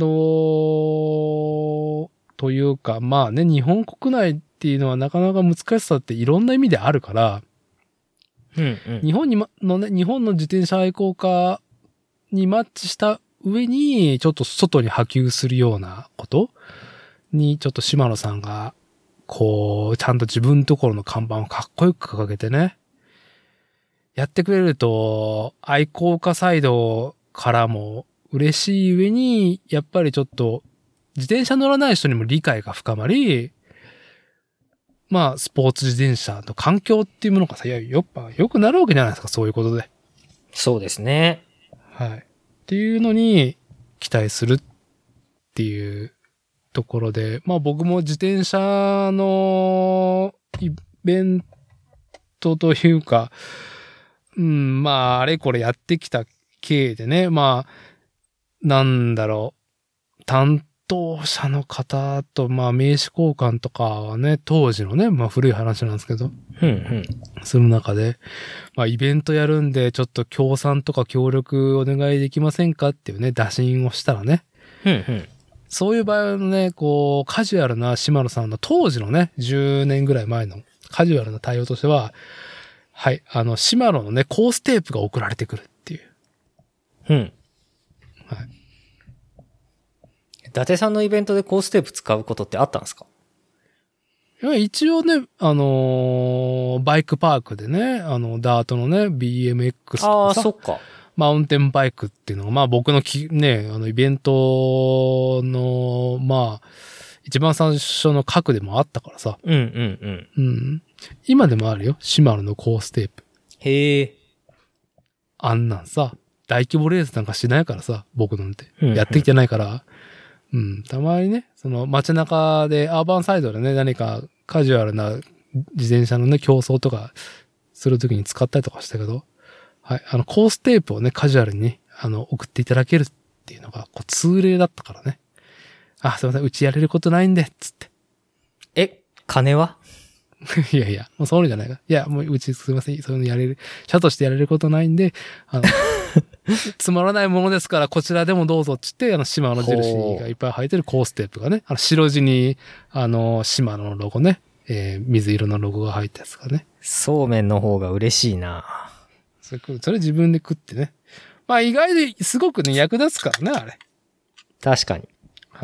[SPEAKER 1] ドというか、まあね、日本国内っていうのはなかなか難しさっていろんな意味であるから、
[SPEAKER 2] うんうん、
[SPEAKER 1] 日本にのね、日本の自転車愛好家にマッチした上に、ちょっと外に波及するようなことに、ちょっと島野さんが、こう、ちゃんと自分のところの看板をかっこよく掲げてね、やってくれると、愛好家サイドからも嬉しい上に、やっぱりちょっと、自転車乗らない人にも理解が深まり、まあ、スポーツ自転車の環境っていうものがさ、いや、よっぱ、良くなるわけじゃないですか、そういうことで。
[SPEAKER 2] そうですね。
[SPEAKER 1] はい。っていうのに、期待するっていうところで、まあ僕も自転車のイベントというか、うん、まあ、あれこれやってきた経緯でね、まあ、なんだろう、担当者の方と、まあ、名刺交換とかはね、当時のね、まあ、古い話なんですけど、
[SPEAKER 2] うんうん、
[SPEAKER 1] その中で、まあ、イベントやるんで、ちょっと協賛とか協力お願いできませんかっていうね、打診をしたらね、
[SPEAKER 2] うんうん、
[SPEAKER 1] そういう場合のね、こう、カジュアルな島野さんの当時のね、じゅうねんぐらい前のカジュアルな対応としては、はい、あの、島野のね、コーステープが送られてくるっていう。
[SPEAKER 2] うん。
[SPEAKER 1] はい。
[SPEAKER 2] 伊達さんのイベントでコーステープ使うことってあったんですか？
[SPEAKER 1] いや、一応ね、あのー、バイクパークでね、あの、ダートのね、ビーエムエックス とかさ。
[SPEAKER 2] ああ、そっか。
[SPEAKER 1] マウンテンバイクっていうのが、まあ僕のき、ね、あの、イベントの、まあ、一番最初の核でもあったからさ。
[SPEAKER 2] うんうんうん。
[SPEAKER 1] うん。今でもあるよ。シマルのコーステープ。
[SPEAKER 2] へえ。
[SPEAKER 1] あんなんさ、大規模レースなんかしないからさ、僕なんて。うんうん、やってきてないから。うん。たまにね、その街中で、アーバンサイドでね、何かカジュアルな自転車のね、競争とかするときに使ったりとかしたけど、はい。あの、コーステープをね、カジュアルにね、あの、送っていただけるっていうのが、こう、通例だったからね。あ、すいません、うちやれることないんで、つって。
[SPEAKER 2] え、金はい
[SPEAKER 1] やいや、もうそうじゃないか。いや、もううちすいません、そういうのやれる、社としてやれることないんで、あの、つまらないものですから、こちらでもどうぞっつって、あの、島の印がいっぱい入ってるコーステープがね、あの、白地に、あの、島のロゴね、えー、水色のロゴが入ったやつがね。
[SPEAKER 2] そうめんの方が嬉しいな。
[SPEAKER 1] それ、それ自分で食ってね。まあ意外ですごくね、役立つからね、あれ。
[SPEAKER 2] 確かに。
[SPEAKER 1] はい。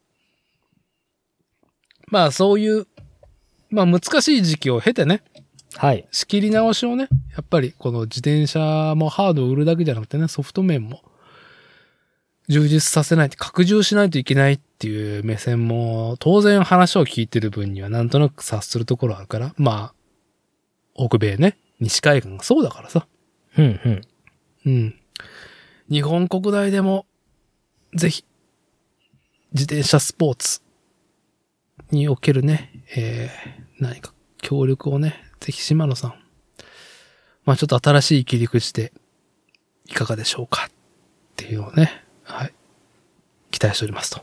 [SPEAKER 1] まあそういう、まあ難しい時期を経てね、
[SPEAKER 2] はい。
[SPEAKER 1] 仕切り直しをね、やっぱりこの自転車もハードを売るだけじゃなくてね、ソフト面も充実させないと、拡充しないといけないっていう目線も、当然話を聞いてる分にはなんとなく察するところあるから、まあ、北米ね、西海岸がそうだからさ。
[SPEAKER 2] うん、うん。
[SPEAKER 1] うん。日本国内でも、ぜひ、自転車スポーツにおけるね、えー、何か協力をね、ぜひ島野さん。まあちょっと新しい切り口で、いかがでしょうかっていうのをね、はい。期待しておりますと。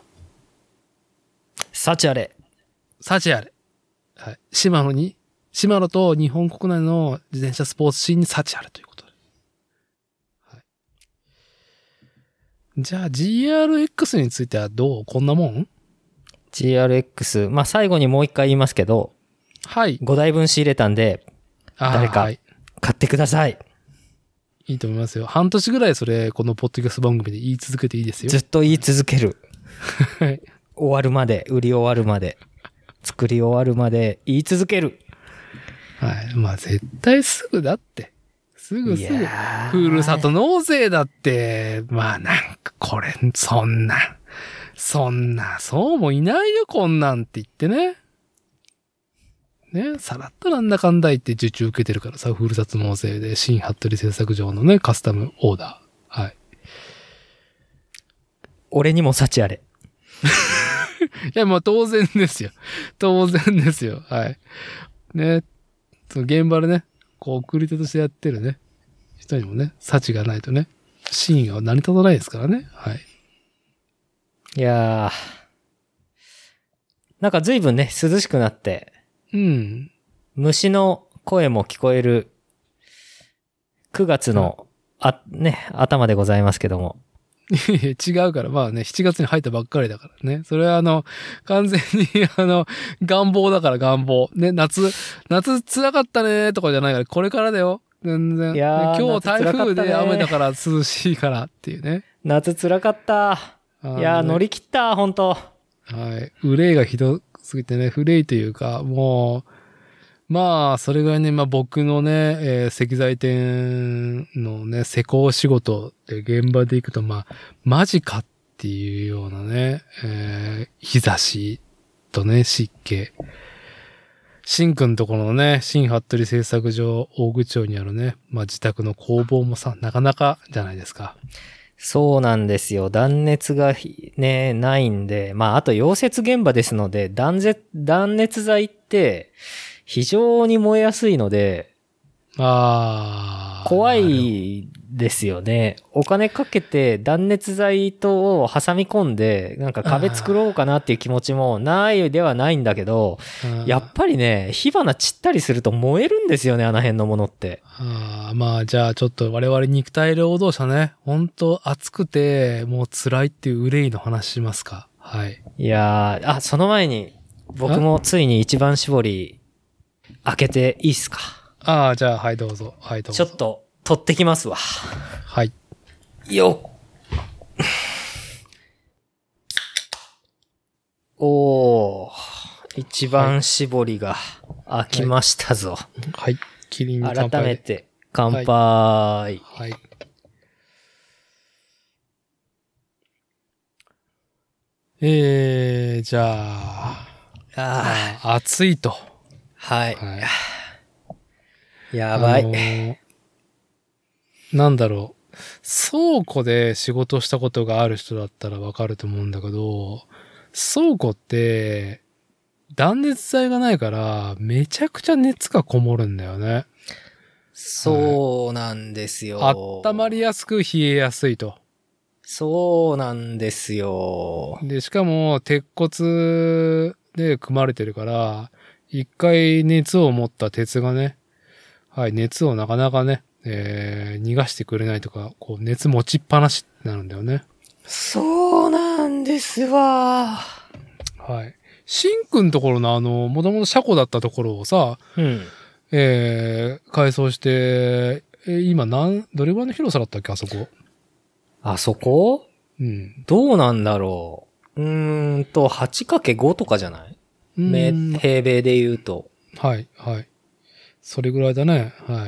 [SPEAKER 2] 幸あれ。
[SPEAKER 1] 幸あれ。はい。島野に、島野と日本国内の自転車スポーツシーンに幸あれということで。はい。じゃあ ジーアールエックス についてはどう？こんなもん？
[SPEAKER 2] ジーアールエックス。まあ、最後にもう一回言いますけど、
[SPEAKER 1] はい。
[SPEAKER 2] ごだいぶん仕入れたんで、誰か買ってください。
[SPEAKER 1] いいと思いますよ。半年ぐらいそれ、このポッドキャスト番組で言い続けていいですよ。
[SPEAKER 2] ずっと言い続ける。
[SPEAKER 1] はい。
[SPEAKER 2] 終わるまで、売り終わるまで、作り終わるまで言い続ける。
[SPEAKER 1] はい。まあ絶対すぐだって。すぐすぐ。ふるさと納税だって、まあなんかこれ、そんな、そんな、そうもいないよこんなんって言ってね。ね、さらっとなんだかんだ言って受注受けてるからさ、ふるさと納税で新服部製作所のね、カスタムオーダー。はい。
[SPEAKER 2] 俺にも幸あれ。
[SPEAKER 1] いや、まあ当然ですよ。当然ですよ。はい。ね、その現場でね、こう送り手としてやってるね、人にもね、幸がないとね、シーンが成り立たないですからね。はい。
[SPEAKER 2] いやー。なんか随分ね、涼しくなって、
[SPEAKER 1] うん。
[SPEAKER 2] 虫の声も聞こえるくがつの、あ、ね、頭でございますけども。
[SPEAKER 1] 違うから、まあね、しちがつに入ったばっかりだからね。それはあの、完全にあの、願望だから願望。ね、夏、夏辛かったねとかじゃないから、これからだよ。全然。
[SPEAKER 2] いやー、
[SPEAKER 1] 今日台風で雨だ
[SPEAKER 2] ら。
[SPEAKER 1] から涼しいからっていうね。
[SPEAKER 2] 夏辛かった。いやー、乗り切った、ほんと。
[SPEAKER 1] はい。憂いがひどすぎてね、憂いというか、もう、まあ、それぐらいね、まあ僕のね、えー石材店のね、施工仕事で現場で行くと、まあ、マジかっていうようなね、えー日差しとね、湿気。シンくんところのね、新服部製作所大口町にあるね、まあ自宅の工房もさ、なかなかじゃないですか。
[SPEAKER 2] そうなんですよ。断熱がね、ないんで、まあ、あと溶接現場ですので、断絶、断熱材って非常に燃えやすいので、
[SPEAKER 1] ああ。
[SPEAKER 2] 怖いですよね。お金かけて断熱材とを挟み込んで、なんか壁作ろうかなっていう気持ちもないではないんだけど、やっぱりね、火花散ったりすると燃えるんですよね、あの辺のものって。
[SPEAKER 1] あまあ、じゃあちょっと我々肉体労働者ね、本当暑くてもう辛いっていう憂いの話しますか。はい。
[SPEAKER 2] いやー、あ、その前に、僕もついに一番搾り開けていいっすか。
[SPEAKER 1] ああ、じゃあはいどうぞ。はいどうぞ。
[SPEAKER 2] ちょっと取ってきますわ。
[SPEAKER 1] はい。
[SPEAKER 2] よっ。おー、一番搾りが開きましたぞ。
[SPEAKER 1] はい。キリン乾杯。
[SPEAKER 2] 改めて乾杯。
[SPEAKER 1] はい。はい、えー、じゃあ、
[SPEAKER 2] あ
[SPEAKER 1] あ暑いと。
[SPEAKER 2] はい。
[SPEAKER 1] はい、
[SPEAKER 2] やばい、
[SPEAKER 1] あのー。なんだろう。倉庫で仕事したことがある人だったらわかると思うんだけど、倉庫って、断熱材がないから、めちゃくちゃ熱がこもるんだよね。
[SPEAKER 2] そうなんですよ。
[SPEAKER 1] はい、温まりやすく冷えやすいと。
[SPEAKER 2] そうなんですよ。
[SPEAKER 1] で、しかも、鉄骨で組まれてるから、一回熱を持った鉄がね、はい、熱をなかなかね、えー、逃がしてくれないとか、こう、熱持ちっぱなしになるんだよね。
[SPEAKER 2] そうなんですわ。
[SPEAKER 1] はい。シンくんところのあの、もともと車庫だったところをさ、
[SPEAKER 2] うん。
[SPEAKER 1] えー、改装して、えー、今なん、どれぐらいの広さだったっけ、あそこ。
[SPEAKER 2] あそこ？
[SPEAKER 1] うん。
[SPEAKER 2] どうなんだろう。うーんと、はちかけご とかじゃない？め平米で言うと。
[SPEAKER 1] はい、はい。 それぐらいだね。はい。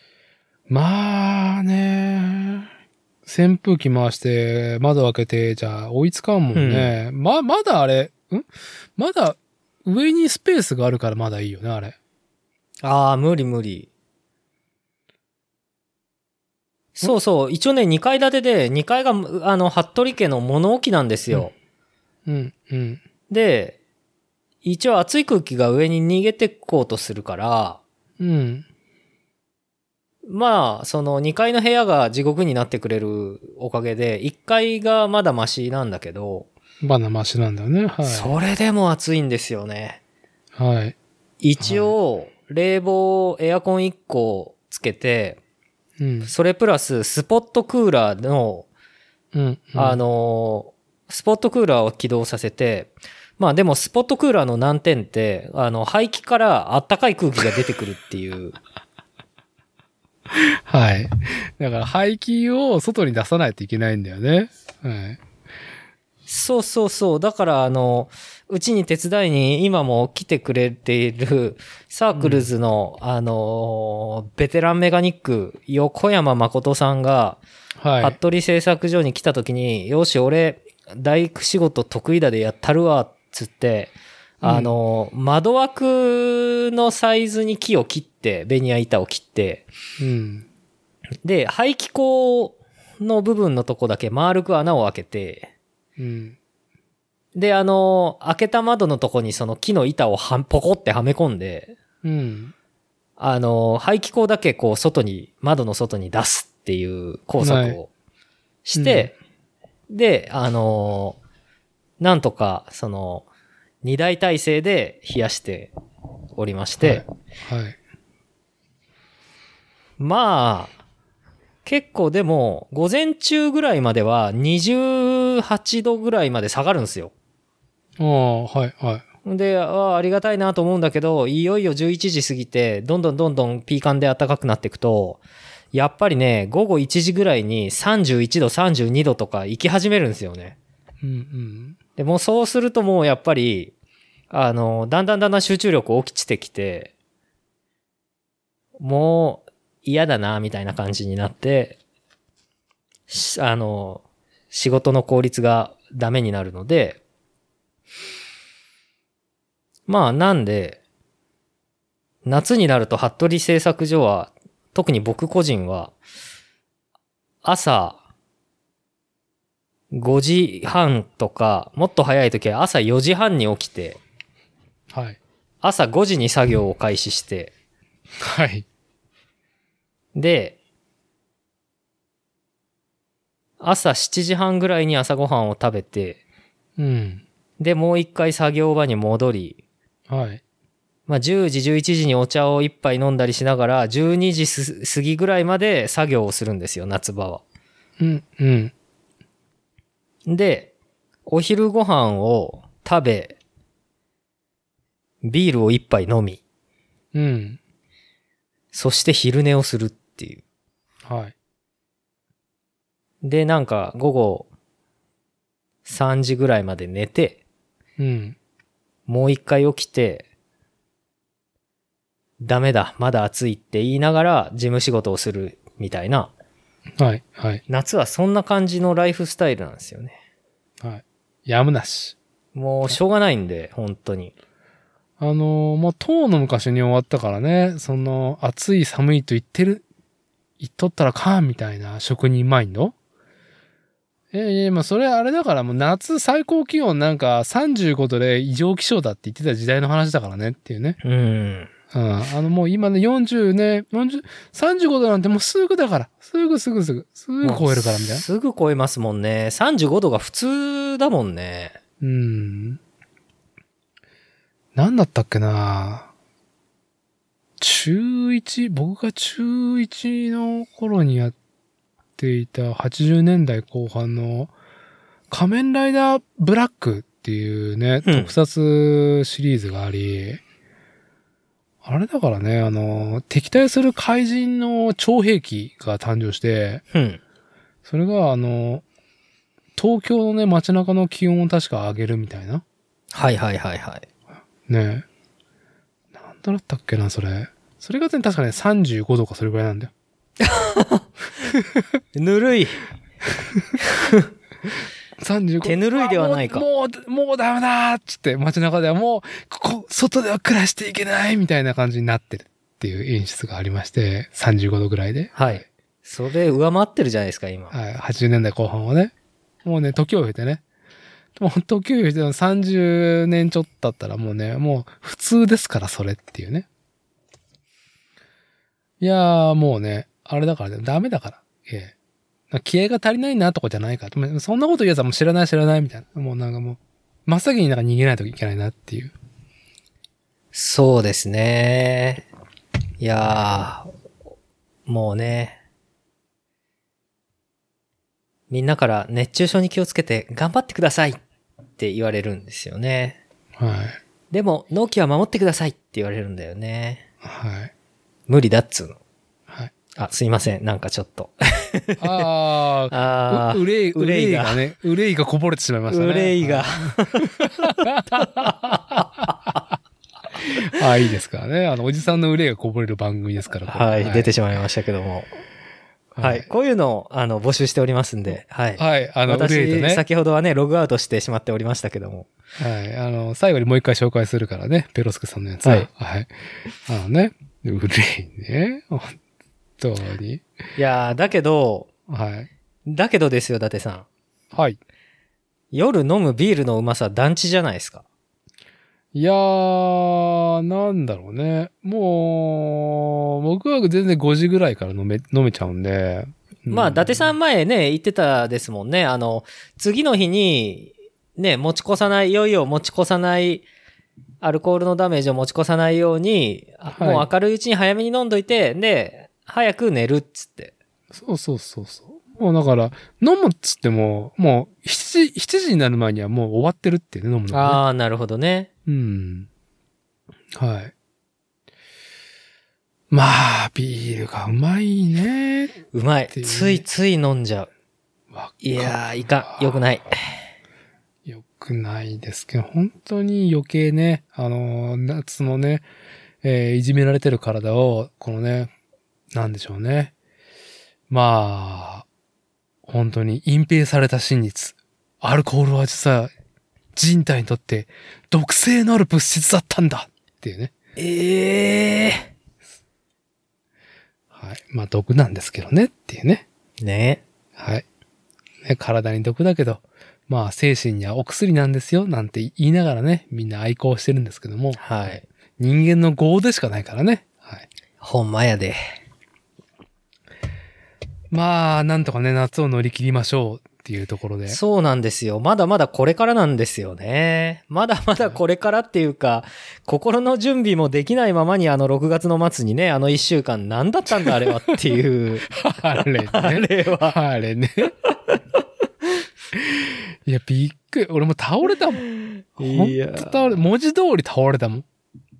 [SPEAKER 1] まあね、扇風機回して窓開けて、じゃあ追いつかんもんね。うん、ま、まだあれ、んまだ上にスペースがあるからまだいいよね、あれ。
[SPEAKER 2] ああ、無理無理。そうそう。一応ね、にかい建てで、にかいが、あの、服部家の物置なんですよ。
[SPEAKER 1] うん、うん、うん。
[SPEAKER 2] で、一応熱い空気が上に逃げてこうとするから、
[SPEAKER 1] うん。
[SPEAKER 2] まあ、そのにかいの部屋が地獄になってくれるおかげで、いっかいがまだマシなんだけど。
[SPEAKER 1] まだマシなんだよね。はい。
[SPEAKER 2] それでも暑いんですよね。
[SPEAKER 1] はい。
[SPEAKER 2] 一応、冷房、エアコンいっこつけて、うん、それプラススポットクーラーの、うんうん、あの、スポットクーラーを起動させて、まあでもスポットクーラーの難点って、あの、排気からあったかい空気が出てくるっていう。
[SPEAKER 1] はい。だから排気を外に出さないといけないんだよね。はい。
[SPEAKER 2] そうそうそう。だからあの、うちに手伝いに今も来てくれているサークルズの、うん、あの、ベテランメカニック、横山誠さんが、はい。服部製作所に来た時に、よし、俺、大工仕事得意だでやったるわ、つって、あの、うん、窓枠のサイズに木を切って、ベニヤ板を切って、うん、で、排気口の部分のとこだけ丸く穴を開けて、うん、で、あの、開けた窓のとこにその木の板をはポコってはめ込んで、うん、あの、排気口だけこう外に、窓の外に出すっていう工作をして、うん、で、あの、なんとか、その、二台体制で冷やしておりまして、はいはい、まあ、結構でも、午前中ぐらいまではにじゅうはちどぐらいまで下がるんですよ。
[SPEAKER 1] ああ、はいはい。
[SPEAKER 2] で、ああ、ありがたいなと思うんだけど、いよいよじゅういちじ過ぎて、どんどんどんどんピーカンで暖かくなっていくと、やっぱりね、午後いちじぐらいにさんじゅういちど、さんじゅうにどとか行き始めるんですよね。
[SPEAKER 1] うんうん。
[SPEAKER 2] でもうそうするともうやっぱり、あの、だんだんだんだん集中力落ちてきて、もう嫌だな、みたいな感じになって、あの、仕事の効率がダメになるので、まあなんで、夏になると服部製作所は、特に僕個人は、朝、ごじはんとか、もっと早い時は朝よじはんに起きて、
[SPEAKER 1] はい。
[SPEAKER 2] 朝ごじに作業を開始して、
[SPEAKER 1] はい。
[SPEAKER 2] で、朝しちじはんぐらいに朝ごはんを食べて、
[SPEAKER 1] うん。
[SPEAKER 2] で、もう一回作業場に戻り、
[SPEAKER 1] はい。
[SPEAKER 2] まあ、じゅうじ、じゅういちじにお茶を一杯飲んだりしながら、じゅうにじ過ぎぐらいまで作業をするんですよ、夏場は。
[SPEAKER 1] うん、うん。
[SPEAKER 2] で、お昼ご飯を食べ、ビールを一杯飲み、
[SPEAKER 1] うん。
[SPEAKER 2] そして昼寝をするっていう。
[SPEAKER 1] はい。
[SPEAKER 2] で、なんか午後さんじぐらいまで寝て、
[SPEAKER 1] うん。
[SPEAKER 2] もう一回起きて、ダメだ、まだ暑いって言いながら事務仕事をするみたいな。
[SPEAKER 1] はい、はい。
[SPEAKER 2] 夏はそんな感じのライフスタイルなんですよね。
[SPEAKER 1] はい。やむなし。
[SPEAKER 2] もうしょうがないんで、本当に。
[SPEAKER 1] あのー、もう、当の昔に終わったからね、その、暑い寒いと言ってる、言っとったらかんみたいな職人マインド。ええ、まあ、それあれだからもう夏最高気温なんかさんじゅうごどで異常気象だって言ってた時代の話だからねっていうね。
[SPEAKER 2] うん。うん。
[SPEAKER 1] あのもう今ねよんじゅうね、よんじゅう、さんじゅうごどなんてもうすぐだから。すぐすぐすぐ。すぐ超えるからみたいな。
[SPEAKER 2] すぐ超えますもんね。さんじゅうごどが普通だもんね。
[SPEAKER 1] うん。なんだったっけな中いち、僕が中いちの頃にやっていたはちじゅうねんだいこう半の仮面ライダーブラックっていうね、
[SPEAKER 2] うん、
[SPEAKER 1] 特撮シリーズがあり、あれだからね、あの、敵対する怪人の超兵器が誕生して、
[SPEAKER 2] うん、
[SPEAKER 1] それがあの、東京のね、街中の気温を確か上げるみたいな。
[SPEAKER 2] はいはいはいはい。
[SPEAKER 1] ねえ。なんだったっけな、それ。 それがね、確かね、さんじゅうごどかそれぐらいなんだよ。
[SPEAKER 2] ぬるい。
[SPEAKER 1] さんじゅうご
[SPEAKER 2] 手ぬるいではないか。
[SPEAKER 1] もう、もう、もうダメだーっつって、街中ではもう、ここ、外では暮らしていけないみたいな感じになってるっていう演出がありまして、さんじゅうごどぐらいで。
[SPEAKER 2] はい。それ上回ってるじゃないですか、今。
[SPEAKER 1] はい。はちじゅうねんだいこう半はね。もうね、時を経てね。もう時を経てさんじゅうねんちょっとだったらもうね、もう普通ですから、それっていうね。いやー、もうね、あれだからね、ダメだから。ええ。気合が足りないなとかじゃないか。そんなこと言うやつはもう知らない知らないみたいな。もうなんかもう、真っ先になんか逃げないといけないなっていう。
[SPEAKER 2] そうですね。いやー、もうね。みんなから熱中症に気をつけて頑張ってくださいって言われるんですよね。
[SPEAKER 1] はい。
[SPEAKER 2] でも、納期は守ってくださいって言われるんだよね。
[SPEAKER 1] はい。
[SPEAKER 2] 無理だっつうの。
[SPEAKER 1] はい。
[SPEAKER 2] あ、すいません。なんかちょっと。
[SPEAKER 1] ああ、う、憂い、憂いがね、憂いがこぼれてしまいましたね。
[SPEAKER 2] 憂いが。
[SPEAKER 1] ああ、いいですからね。あの、おじさんの憂いがこぼれる番組ですから。
[SPEAKER 2] はい、はい、出てしまいましたけども。はい。こういうのを、あの、募集しておりますんで、はい。
[SPEAKER 1] はい。あの、
[SPEAKER 2] 私、ね、先ほどはね、ログアウトしてしまっておりましたけども。
[SPEAKER 1] はい。あの、最後にもう一回紹介するからね、ペロスケさんのやつは。はい。はい。あのね、憂いね。本当に。
[SPEAKER 2] いやー、だけど、
[SPEAKER 1] はい。
[SPEAKER 2] だけどですよ、伊達さん。
[SPEAKER 1] はい。
[SPEAKER 2] 夜飲むビールのうまさ、団地じゃないですか。
[SPEAKER 1] いやー、なんだろうね。もう、僕は全然ごじぐらいから飲め、飲めちゃうんで。
[SPEAKER 2] うん、まあ、伊達さん前ね、言ってたですもんね。あの、次の日に、ね、持ち越さない、いよいよ持ち越さない、アルコールのダメージを持ち越さないように、はい、もう明るいうちに早めに飲んどいて、で、早く寝るっつって。
[SPEAKER 1] そうそうそうそう。もうだから、飲むっつっても、もう、しちじ、しちじになる前にはもう終わってるってね、飲むのね。
[SPEAKER 2] ああ、なるほどね。
[SPEAKER 1] うん。はい。まあ、ビールがうまいね。
[SPEAKER 2] うまい。ついつい飲んじゃう。いやー、いかん。よくない。
[SPEAKER 1] よくないですけど、本当に余計ね、あの、夏のね、えー、いじめられてる体を、このね、なんでしょうね。まあ、本当に隠蔽された真実。アルコールは実は人体にとって毒性のある物質だったんだっていうね。
[SPEAKER 2] ええー。
[SPEAKER 1] はい。まあ毒なんですけどねっていうね。
[SPEAKER 2] ね。
[SPEAKER 1] はい。ね、体に毒だけど、まあ精神にはお薬なんですよなんて言いながらね、みんな愛好してるんですけども。
[SPEAKER 2] はい。
[SPEAKER 1] 人間の業でしかないからね。はい。
[SPEAKER 2] ほんまやで。
[SPEAKER 1] まあ、なんとかね、夏を乗り切りましょうっていうところで。
[SPEAKER 2] そうなんですよ。まだまだこれからなんですよね。まだまだこれからっていうか、心の準備もできないままにあのろくがつの末にね、あのいっしゅうかん何だったんだあれはっていう。
[SPEAKER 1] あれね。
[SPEAKER 2] あれは。
[SPEAKER 1] あれね。いや、びっくり。俺も倒れたもん。いや。ほんと倒れ、文字通り倒れたもん。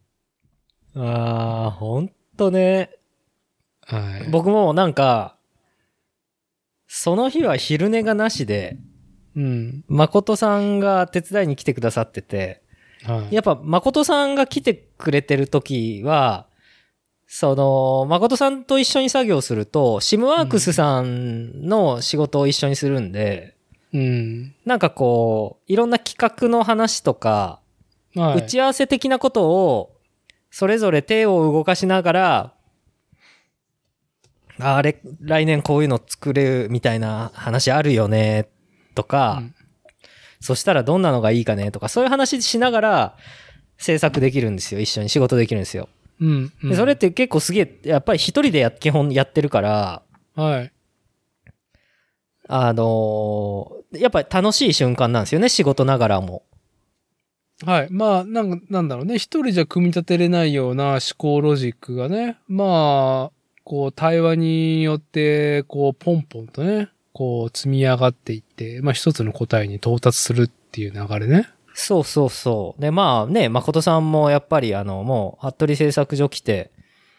[SPEAKER 2] ああ、ほんとね。
[SPEAKER 1] はい。
[SPEAKER 2] 僕もなんか、その日は昼寝がなしで、
[SPEAKER 1] うん。
[SPEAKER 2] 誠さんが手伝いに来てくださってて、はい、やっぱ誠さんが来てくれてる時は、その、誠さんと一緒に作業すると、シムワークスさんの仕事を一緒にするんで、
[SPEAKER 1] うん。
[SPEAKER 2] なんかこう、いろんな企画の話とか、はい、打ち合わせ的なことを、それぞれ手を動かしながら、あれ、来年こういうの作れるみたいな話あるよね、とか、うん、そしたらどんなのがいいかね、とか、そういう話しながら制作できるんですよ。一緒に仕事できるんですよ。
[SPEAKER 1] うんうん、
[SPEAKER 2] でそれって結構すげえ、やっぱり一人でや、基本やってるから、
[SPEAKER 1] はい。
[SPEAKER 2] あのー、やっぱり楽しい瞬間なんですよね、仕事ながらも。
[SPEAKER 1] はい。まあ、なんなんだろうね。一人じゃ組み立てれないような思考ロジックがね、まあ、こう、対話によって、こう、ポンポンとね、こう、積み上がっていって、まあ、一つの答えに到達するっていう流れね。
[SPEAKER 2] そうそうそう。で、まあね、誠さんもやっぱり、あの、もう、服部製作所来て、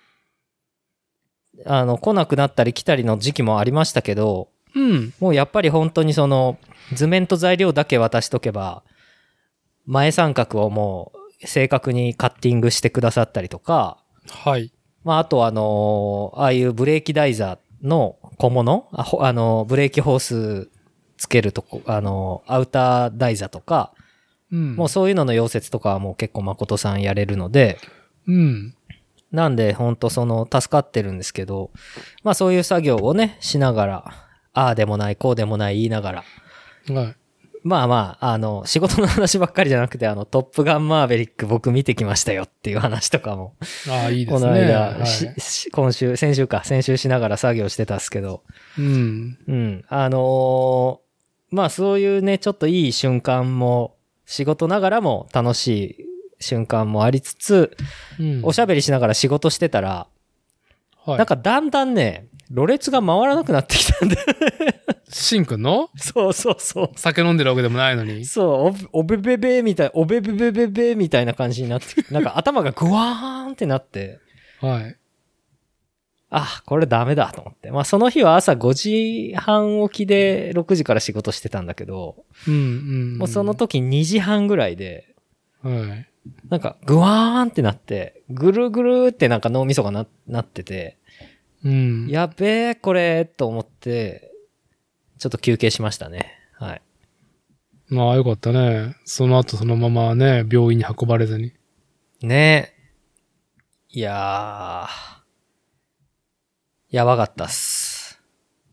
[SPEAKER 2] あの、来なくなったり来たりの時期もありましたけど、
[SPEAKER 1] うん。
[SPEAKER 2] もうやっぱり本当にその、図面と材料だけ渡しとけば、前三角をもう、正確にカッティングしてくださったりとか、
[SPEAKER 1] はい。
[SPEAKER 2] まあ、あとあのーああいうブレーキ台座の小物、あ、ほあのーブレーキホースつけるとこ、あのーアウター台座とか、
[SPEAKER 1] うん。
[SPEAKER 2] もうそういうのの溶接とかはもう結構誠さんやれるので、
[SPEAKER 1] うん。
[SPEAKER 2] なんでほんとその助かってるんですけど、まあそういう作業をね、しながら、ああでもない、こうでもない言いながら、
[SPEAKER 1] はい。
[SPEAKER 2] まあまあ、あの、仕事の話ばっかりじゃなくて、あの、トップガンマーヴェリック僕見てきましたよっていう話とかも、
[SPEAKER 1] ああ、いいで
[SPEAKER 2] こ
[SPEAKER 1] すね。
[SPEAKER 2] の間、
[SPEAKER 1] はい、
[SPEAKER 2] しし今週、先週か、先週しながら作業してたっすけど、
[SPEAKER 1] うん。
[SPEAKER 2] うん。あのーまあそういうね、ちょっといい瞬間も、仕事ながらも楽しい瞬間もありつつ、
[SPEAKER 1] うん。
[SPEAKER 2] おしゃべりしながら仕事してたら、
[SPEAKER 1] はい。
[SPEAKER 2] なんかだんだんね、ろれつが回らなくなってきたんで。
[SPEAKER 1] シンくんの
[SPEAKER 2] そうそうそう。
[SPEAKER 1] 酒飲んでるわけでもないのに。
[SPEAKER 2] そう、お、おべべべみたい、おべべべべべみたいな感じになってきて、なんか頭がグワーンってなって、
[SPEAKER 1] はい。
[SPEAKER 2] あ、これダメだと思って。まあその日は朝ごじはん起きでろくじから仕事してたんだけど、
[SPEAKER 1] うんうん。
[SPEAKER 2] もうその時にじはんぐらいで、
[SPEAKER 1] はい。
[SPEAKER 2] なんかグワーンってなって、ぐるぐるってなんか脳みそがな、なってて、
[SPEAKER 1] うん。
[SPEAKER 2] やべえ、これ、と思って、ちょっと休憩しましたね。はい。
[SPEAKER 1] まあよかったね。その後そのままね、病院に運ばれずに。
[SPEAKER 2] ねえ。いやー。やばかったっす。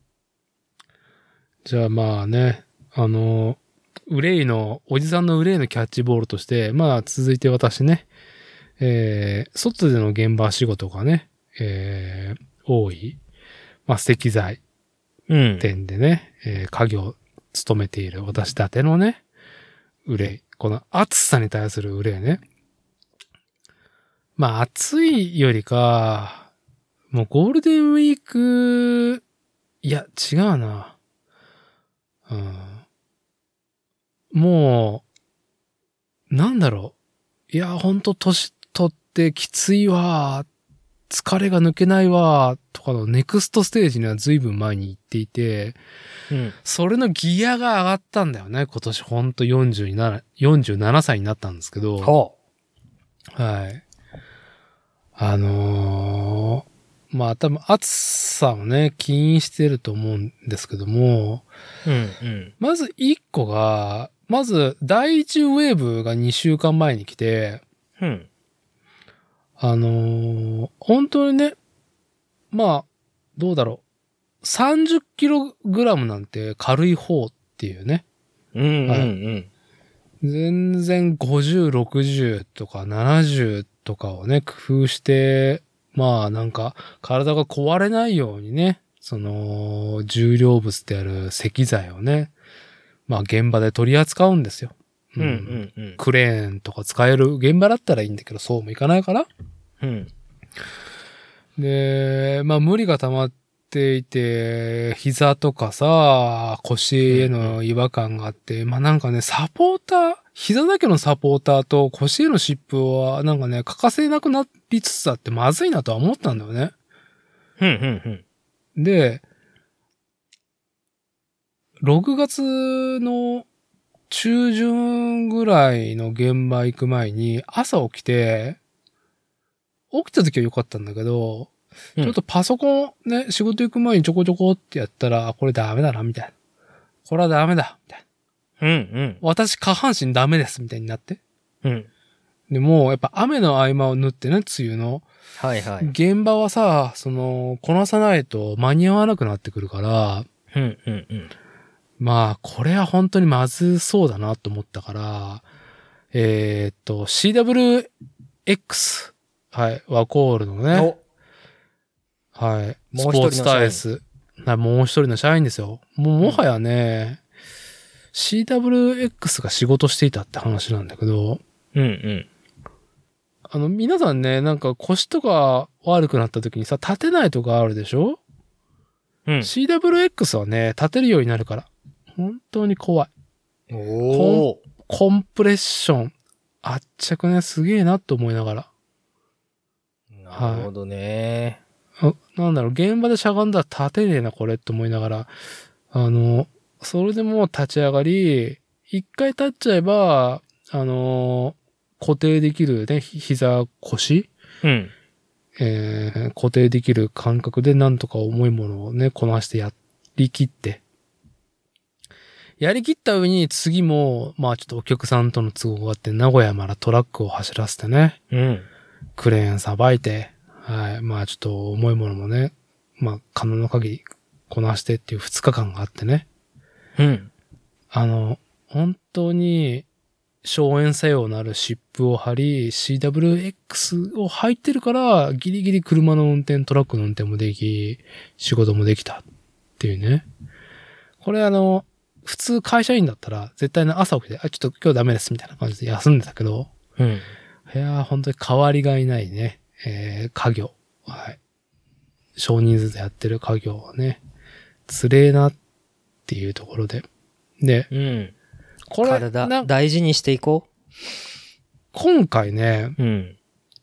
[SPEAKER 1] じゃあまあね、あの、憂いの、おじさんの憂いのキャッチボールとして、まあ続いて私ね、えー、外での現場仕事がね、えー、多い、まあ石材
[SPEAKER 2] うん。
[SPEAKER 1] 店でね、えー、家業を務めている私だてのね、憂い。この暑さに対する憂いね。まあ暑いよりか、もうゴールデンウィーク、いや、違うな。うん、もう、なんだろう。いや、ほんと年取ってきついわ。疲れが抜けないわ。とかのネクストステージには随分前に行っていて、
[SPEAKER 2] うん。
[SPEAKER 1] それのギアが上がったんだよね。今年ほんとよんじゅうなな、よんじゅうななさいになったんですけど。
[SPEAKER 2] ほ
[SPEAKER 1] はい。あのー、まあ多分暑さをね、起因してると思うんですけども、
[SPEAKER 2] う。うん、うん。
[SPEAKER 1] まず一個が、まず第一ウェーブがにしゅうかんまえに来て、
[SPEAKER 2] うん。
[SPEAKER 1] あのー、本当にね、まあ、どうだろう。さんじゅっキログラムなんて軽い方っていうね。
[SPEAKER 2] うん、うん、
[SPEAKER 1] はい
[SPEAKER 2] うん。
[SPEAKER 1] 全然ごじゅう、ろくじゅうとかななじゅうとかをね、工夫して、まあなんか体が壊れないようにね、その重量物である石材をね、まあ現場で取り扱うんですよ。
[SPEAKER 2] うん、うん、うん。
[SPEAKER 1] クレーンとか使える現場だったらいいんだけど、そうもいかないから。
[SPEAKER 2] うん。
[SPEAKER 1] で、まあ無理が溜まっていて、膝とかさ、腰への違和感があって、まあなんかね、サポーター、膝だけのサポーターと腰への湿布はなんかね、欠かせなくなりつつあってまずいなとは思ったんだよね。
[SPEAKER 2] うん、うん、うん。
[SPEAKER 1] で、ろくがつの中旬ぐらいの現場行く前に朝起きて、起きた時は良かったんだけど、
[SPEAKER 2] うん
[SPEAKER 1] ちょっとパソコンね、仕事行く前にちょこちょこってやったら、あこれダメだな、みたいな。これはダメだ、みたいな。
[SPEAKER 2] うん、うん。
[SPEAKER 1] 私下半身ダメです、みたいになって。
[SPEAKER 2] うん。
[SPEAKER 1] でも、やっぱ雨の合間を縫ってね、梅雨の。
[SPEAKER 2] はい、はい。
[SPEAKER 1] 現場はさ、その、こなさないと間に合わなくなってくるから、
[SPEAKER 2] うん、うん、うん。
[SPEAKER 1] まあ、これは本当にまずそうだなと思ったから、えーっと、シーダブリューエックス。はい、ワコールのね。
[SPEAKER 2] お、
[SPEAKER 1] はい。
[SPEAKER 2] もう一人の社員
[SPEAKER 1] スポーツタイス。はいもう一人の社員ですよ。もう、もはやね、シーダブリューエックス が仕事していたって話なんだけど、
[SPEAKER 2] うん、うん。
[SPEAKER 1] あの、皆さんね、なんか腰とか悪くなった時にさ、立てないとかあるでしょ、
[SPEAKER 2] うん。
[SPEAKER 1] シーダブリューエックス はね、立てるようになるから。本当に怖い。
[SPEAKER 2] おー。
[SPEAKER 1] コンプレッション。あっちゃくね、すげえなと思いながら。
[SPEAKER 2] なるほどね。
[SPEAKER 1] あなんだろう、現場でしゃがんだら立てねえな、これって思いながら。あの、それでもう立ち上がり、一回立っちゃえば、あの、固定できるね、ひ膝、腰
[SPEAKER 2] うん。
[SPEAKER 1] えー、固定できる感覚でなんとか重いものをね、こなしてやりきって、やりきった上に次も、まあちょっとお客さんとの都合があって、名古屋までトラックを走らせてね、
[SPEAKER 2] うん。
[SPEAKER 1] クレーンさばいて、はい、まあちょっと重いものもね、まあ可能な限りこなしてっていう二日間があってね、
[SPEAKER 2] うん。
[SPEAKER 1] あの、本当に、消炎作用のある湿布を貼り、シーダブリューエックス を入ってるから、ギリギリ車の運転、トラックの運転もでき、仕事もできたっていうね。これあの、普通会社員だったら、絶対ね、朝起きて、あ、ちょっと今日ダメですみたいな感じで休んでたけど、
[SPEAKER 2] うん。
[SPEAKER 1] いやー、本当に変わりがいないね、えー、家業。はい。少人数でやってる家業はね、つれえなっていうところで。で、
[SPEAKER 2] うん。
[SPEAKER 1] これ、
[SPEAKER 2] 体
[SPEAKER 1] な
[SPEAKER 2] 大事にしていこ
[SPEAKER 1] 今回ね、
[SPEAKER 2] う。うん。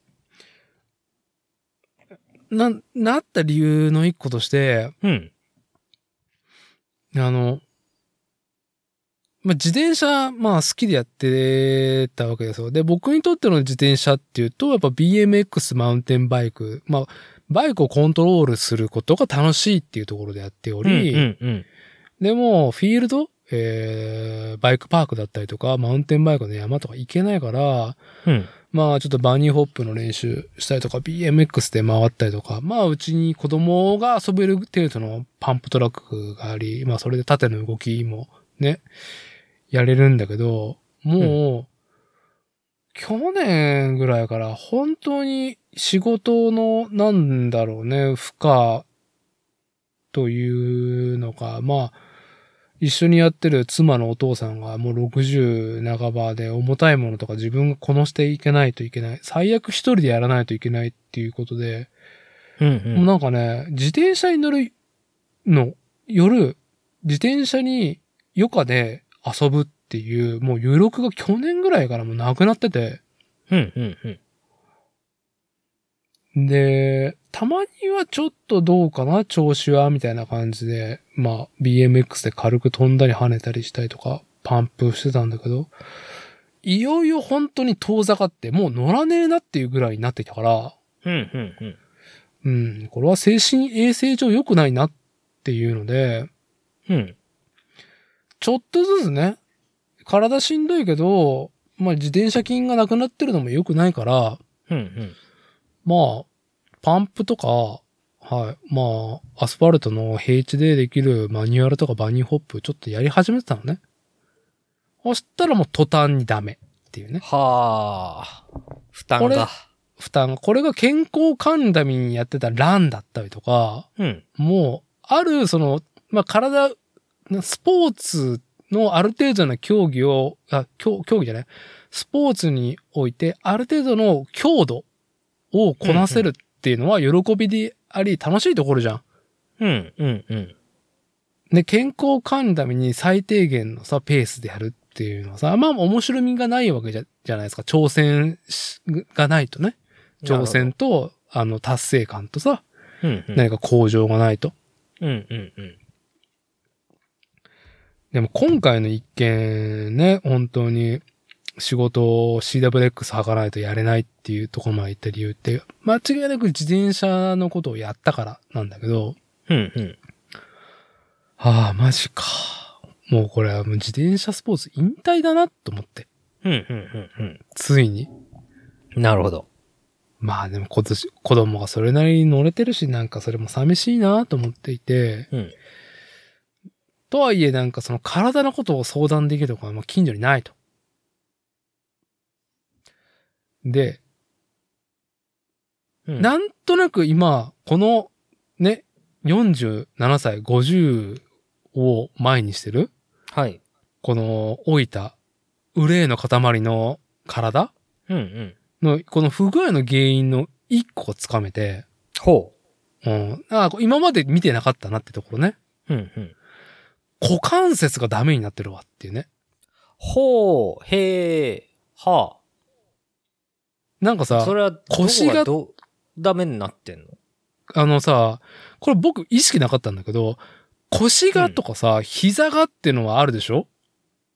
[SPEAKER 1] な、なった理由の一個として、
[SPEAKER 2] うん。
[SPEAKER 1] あの、まあ、自転車、まあ好きでやってたわけですよ。で、僕にとっての自転車っていうと、やっぱ ビーエムエックス マウンテンバイク、まあ、バイクをコントロールすることが楽しいっていうところでやっており、
[SPEAKER 2] うんうんうん。
[SPEAKER 1] でも、フィールド、えー、バイクパークだったりとか、マウンテンバイクの山とか行けないから、
[SPEAKER 2] うん。
[SPEAKER 1] まあちょっとバニーホップの練習したりとか ビーエムエックス で回ったりとか、まあうちに子供が遊べる程度のパンプトラックがあり、まあそれで縦の動きもね、やれるんだけど、もう、去年ぐらいから本当に仕事のなんだろうね、負荷というのか、まあ、一緒にやってる妻のお父さんがもうろくじゅう半ばで重たいものとか自分がこなしていけないといけない。最悪一人でやらないといけないっていうことで、
[SPEAKER 2] うんうん。
[SPEAKER 1] もうなんかね、自転車に乗るの、夜、自転車に余暇で遊ぶっていう、もう余力が去年ぐらいからもうなくなってて、
[SPEAKER 2] うんうんうん。
[SPEAKER 1] で、たまにはちょっとどうかな、調子は、みたいな感じで、まあ、ビーエムエックス で軽く飛んだり跳ねたりしたりとか、パンプしてたんだけど、いよいよ本当に遠ざかって、もう乗らねえなっていうぐらいになってきたから、
[SPEAKER 2] うんうんうん。
[SPEAKER 1] うん、これは精神衛生上良くないなっていうので、
[SPEAKER 2] うん。
[SPEAKER 1] ちょっとずつね、体しんどいけど、まあ自転車筋がなくなってるのも良くないから、
[SPEAKER 2] うんうん。
[SPEAKER 1] まあ、パンプとか、はい。まあ、アスファルトの平地でできるマニュアルとかバニーホップちょっとやり始めてたのね。そしたらもう途端にダメっていうね。
[SPEAKER 2] はあ。負担
[SPEAKER 1] これ
[SPEAKER 2] が。
[SPEAKER 1] 負担。これが健康管理のためにやってたランだったりとか、
[SPEAKER 2] うん。
[SPEAKER 1] もう、ある、その、まあ、体、スポーツのある程度の競技を、あ、競競技じゃないスポーツにおいて、ある程度の強度をこなせるっていうのは喜びであり、楽しいところじゃん。
[SPEAKER 2] うんうんうん。
[SPEAKER 1] で、健康管理のために最低限のさ、ペースでやるっていうのはさ、まあ面白みがないわけじゃ、じゃないですか。挑戦がないとね。挑戦と、あの、達成感とさ、
[SPEAKER 2] うんうん、
[SPEAKER 1] 何か向上がないと。
[SPEAKER 2] うんうんうん。
[SPEAKER 1] でも今回の一件ね、本当に仕事を シーダブリューエックス 履かないとやれないっていうところまで行った理由って、間違いなく自転車のことをやったからなんだけど、
[SPEAKER 2] うんうん。
[SPEAKER 1] ああ、マジか。もうこれはもう自転車スポーツ引退だなと思って。
[SPEAKER 2] うんうんうんうん。
[SPEAKER 1] ついに。
[SPEAKER 2] なるほど。
[SPEAKER 1] まあでも今年、子供がそれなりに乗れてるし、なんかそれも寂しいなと思っていて、
[SPEAKER 2] うん。
[SPEAKER 1] とはいえなんかその体のことを相談できるところは近所にないと。で、
[SPEAKER 2] うん、
[SPEAKER 1] なんとなく今、このね、よんじゅうななさい、ごじゅうを前にしてる
[SPEAKER 2] はい。
[SPEAKER 1] この老いた憂いの塊の体
[SPEAKER 2] うんうん。
[SPEAKER 1] の、この不具合の原因の一個をつかめて、
[SPEAKER 2] ほ
[SPEAKER 1] うん。あ今まで見てなかったなってところね。
[SPEAKER 2] う。うんうん。
[SPEAKER 1] 股関節がダメになってるわっていうね。
[SPEAKER 2] ほう、へえ、はあ。
[SPEAKER 1] なんかさ、
[SPEAKER 2] それは、
[SPEAKER 1] 腰が
[SPEAKER 2] どこがど、ダメになってんの？
[SPEAKER 1] あのさ、これ僕意識なかったんだけど、腰がとかさ、うん、膝がってのはあるでしょ？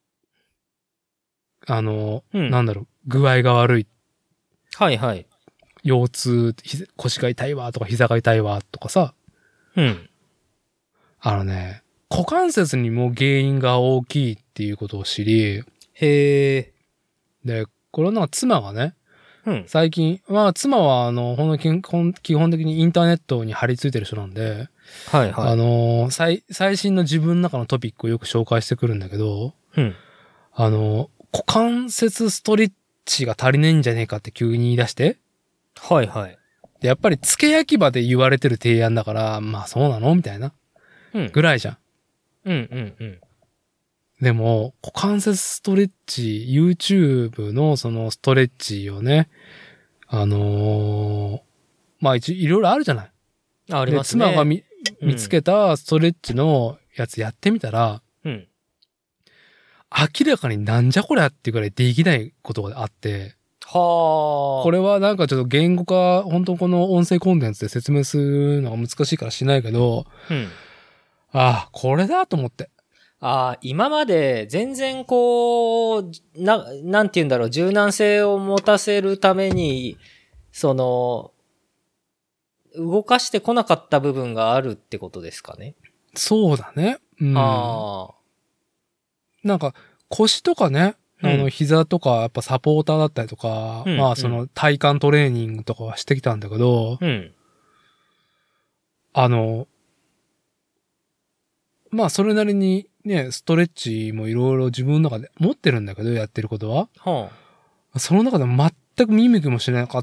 [SPEAKER 1] あの、うん、なんだろう、具合が悪い。
[SPEAKER 2] はいはい。
[SPEAKER 1] 腰痛、腰が痛いわとか膝が痛いわとかさ。
[SPEAKER 2] うん。
[SPEAKER 1] あのね、股関節にも原因が大きいっていうことを知り、
[SPEAKER 2] へえ。
[SPEAKER 1] で、これはなんか妻がね、
[SPEAKER 2] うん。
[SPEAKER 1] 最近、まあ妻はあの、ほんの基本基本的にインターネットに張り付いてる人なんで、
[SPEAKER 2] はいはい。
[SPEAKER 1] あの、最、最新の自分の中のトピックをよく紹介してくるんだけど、
[SPEAKER 2] うん。
[SPEAKER 1] あの、股関節ストレッチが足りないんじゃねえかって急に言い出して、
[SPEAKER 2] はいはい。
[SPEAKER 1] でやっぱり付け焼き場で言われてる提案だから、まあそうなのみたいな。
[SPEAKER 2] うん。
[SPEAKER 1] ぐらいじゃん。
[SPEAKER 2] うんうんうん。
[SPEAKER 1] でも、股関節ストレッチ、YouTube のそのストレッチをね、あのー、まあ一応いろいろあるじゃない。
[SPEAKER 2] あ、ありますね。
[SPEAKER 1] で、妻が見、見つけたストレッチのやつやってみたら、
[SPEAKER 2] うん。
[SPEAKER 1] 明らかになんじゃこりゃっていうくらいできないことがあって、
[SPEAKER 2] はあ。
[SPEAKER 1] これはなんかちょっと言語化、本当この音声コンテンツで説明するのが難しいからしないけど、
[SPEAKER 2] うん。
[SPEAKER 1] ああ、これだと思って。
[SPEAKER 2] ああ、今まで全然こう、な、なんて言うんだろう、柔軟性を持たせるために、その、動かしてこなかった部分があるってことですかね。
[SPEAKER 1] そうだね。うん。
[SPEAKER 2] ああ。
[SPEAKER 1] なんか腰とかね、あの
[SPEAKER 2] うん
[SPEAKER 1] 膝とかやっぱサポーターだったりとか、
[SPEAKER 2] うん
[SPEAKER 1] まあその体幹トレーニングとかはしてきたんだけど、
[SPEAKER 2] うん。
[SPEAKER 1] あの、まあそれなりにね、ストレッチもいろいろ自分の中で持ってるんだけど、やってることは。
[SPEAKER 2] は
[SPEAKER 1] その中で全く見向きもしなかった、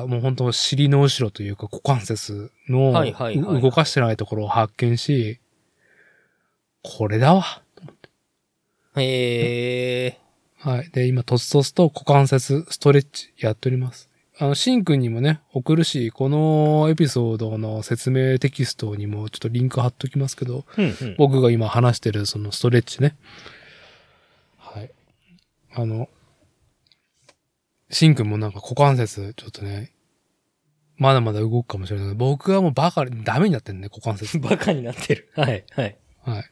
[SPEAKER 1] もう本当尻の後ろというか股関節の
[SPEAKER 2] はいはいはいはい
[SPEAKER 1] 動かしてないところを発見し、これだわ。
[SPEAKER 2] あ。へえ。
[SPEAKER 1] はい。で、今、トツトツと股関節ストレッチやっております。あの、シンくんにもね、送るし、このエピソードの説明テキストにもちょっとリンク貼っときますけど、
[SPEAKER 2] うんうん。
[SPEAKER 1] 僕が今話してるそのストレッチね。はい。あの、シンくんもなんか股関節、ちょっとね、まだまだ動くかもしれないけど、僕はもうバカでダメになってんね、股関節。
[SPEAKER 2] バカになってる。はいはい。
[SPEAKER 1] はい。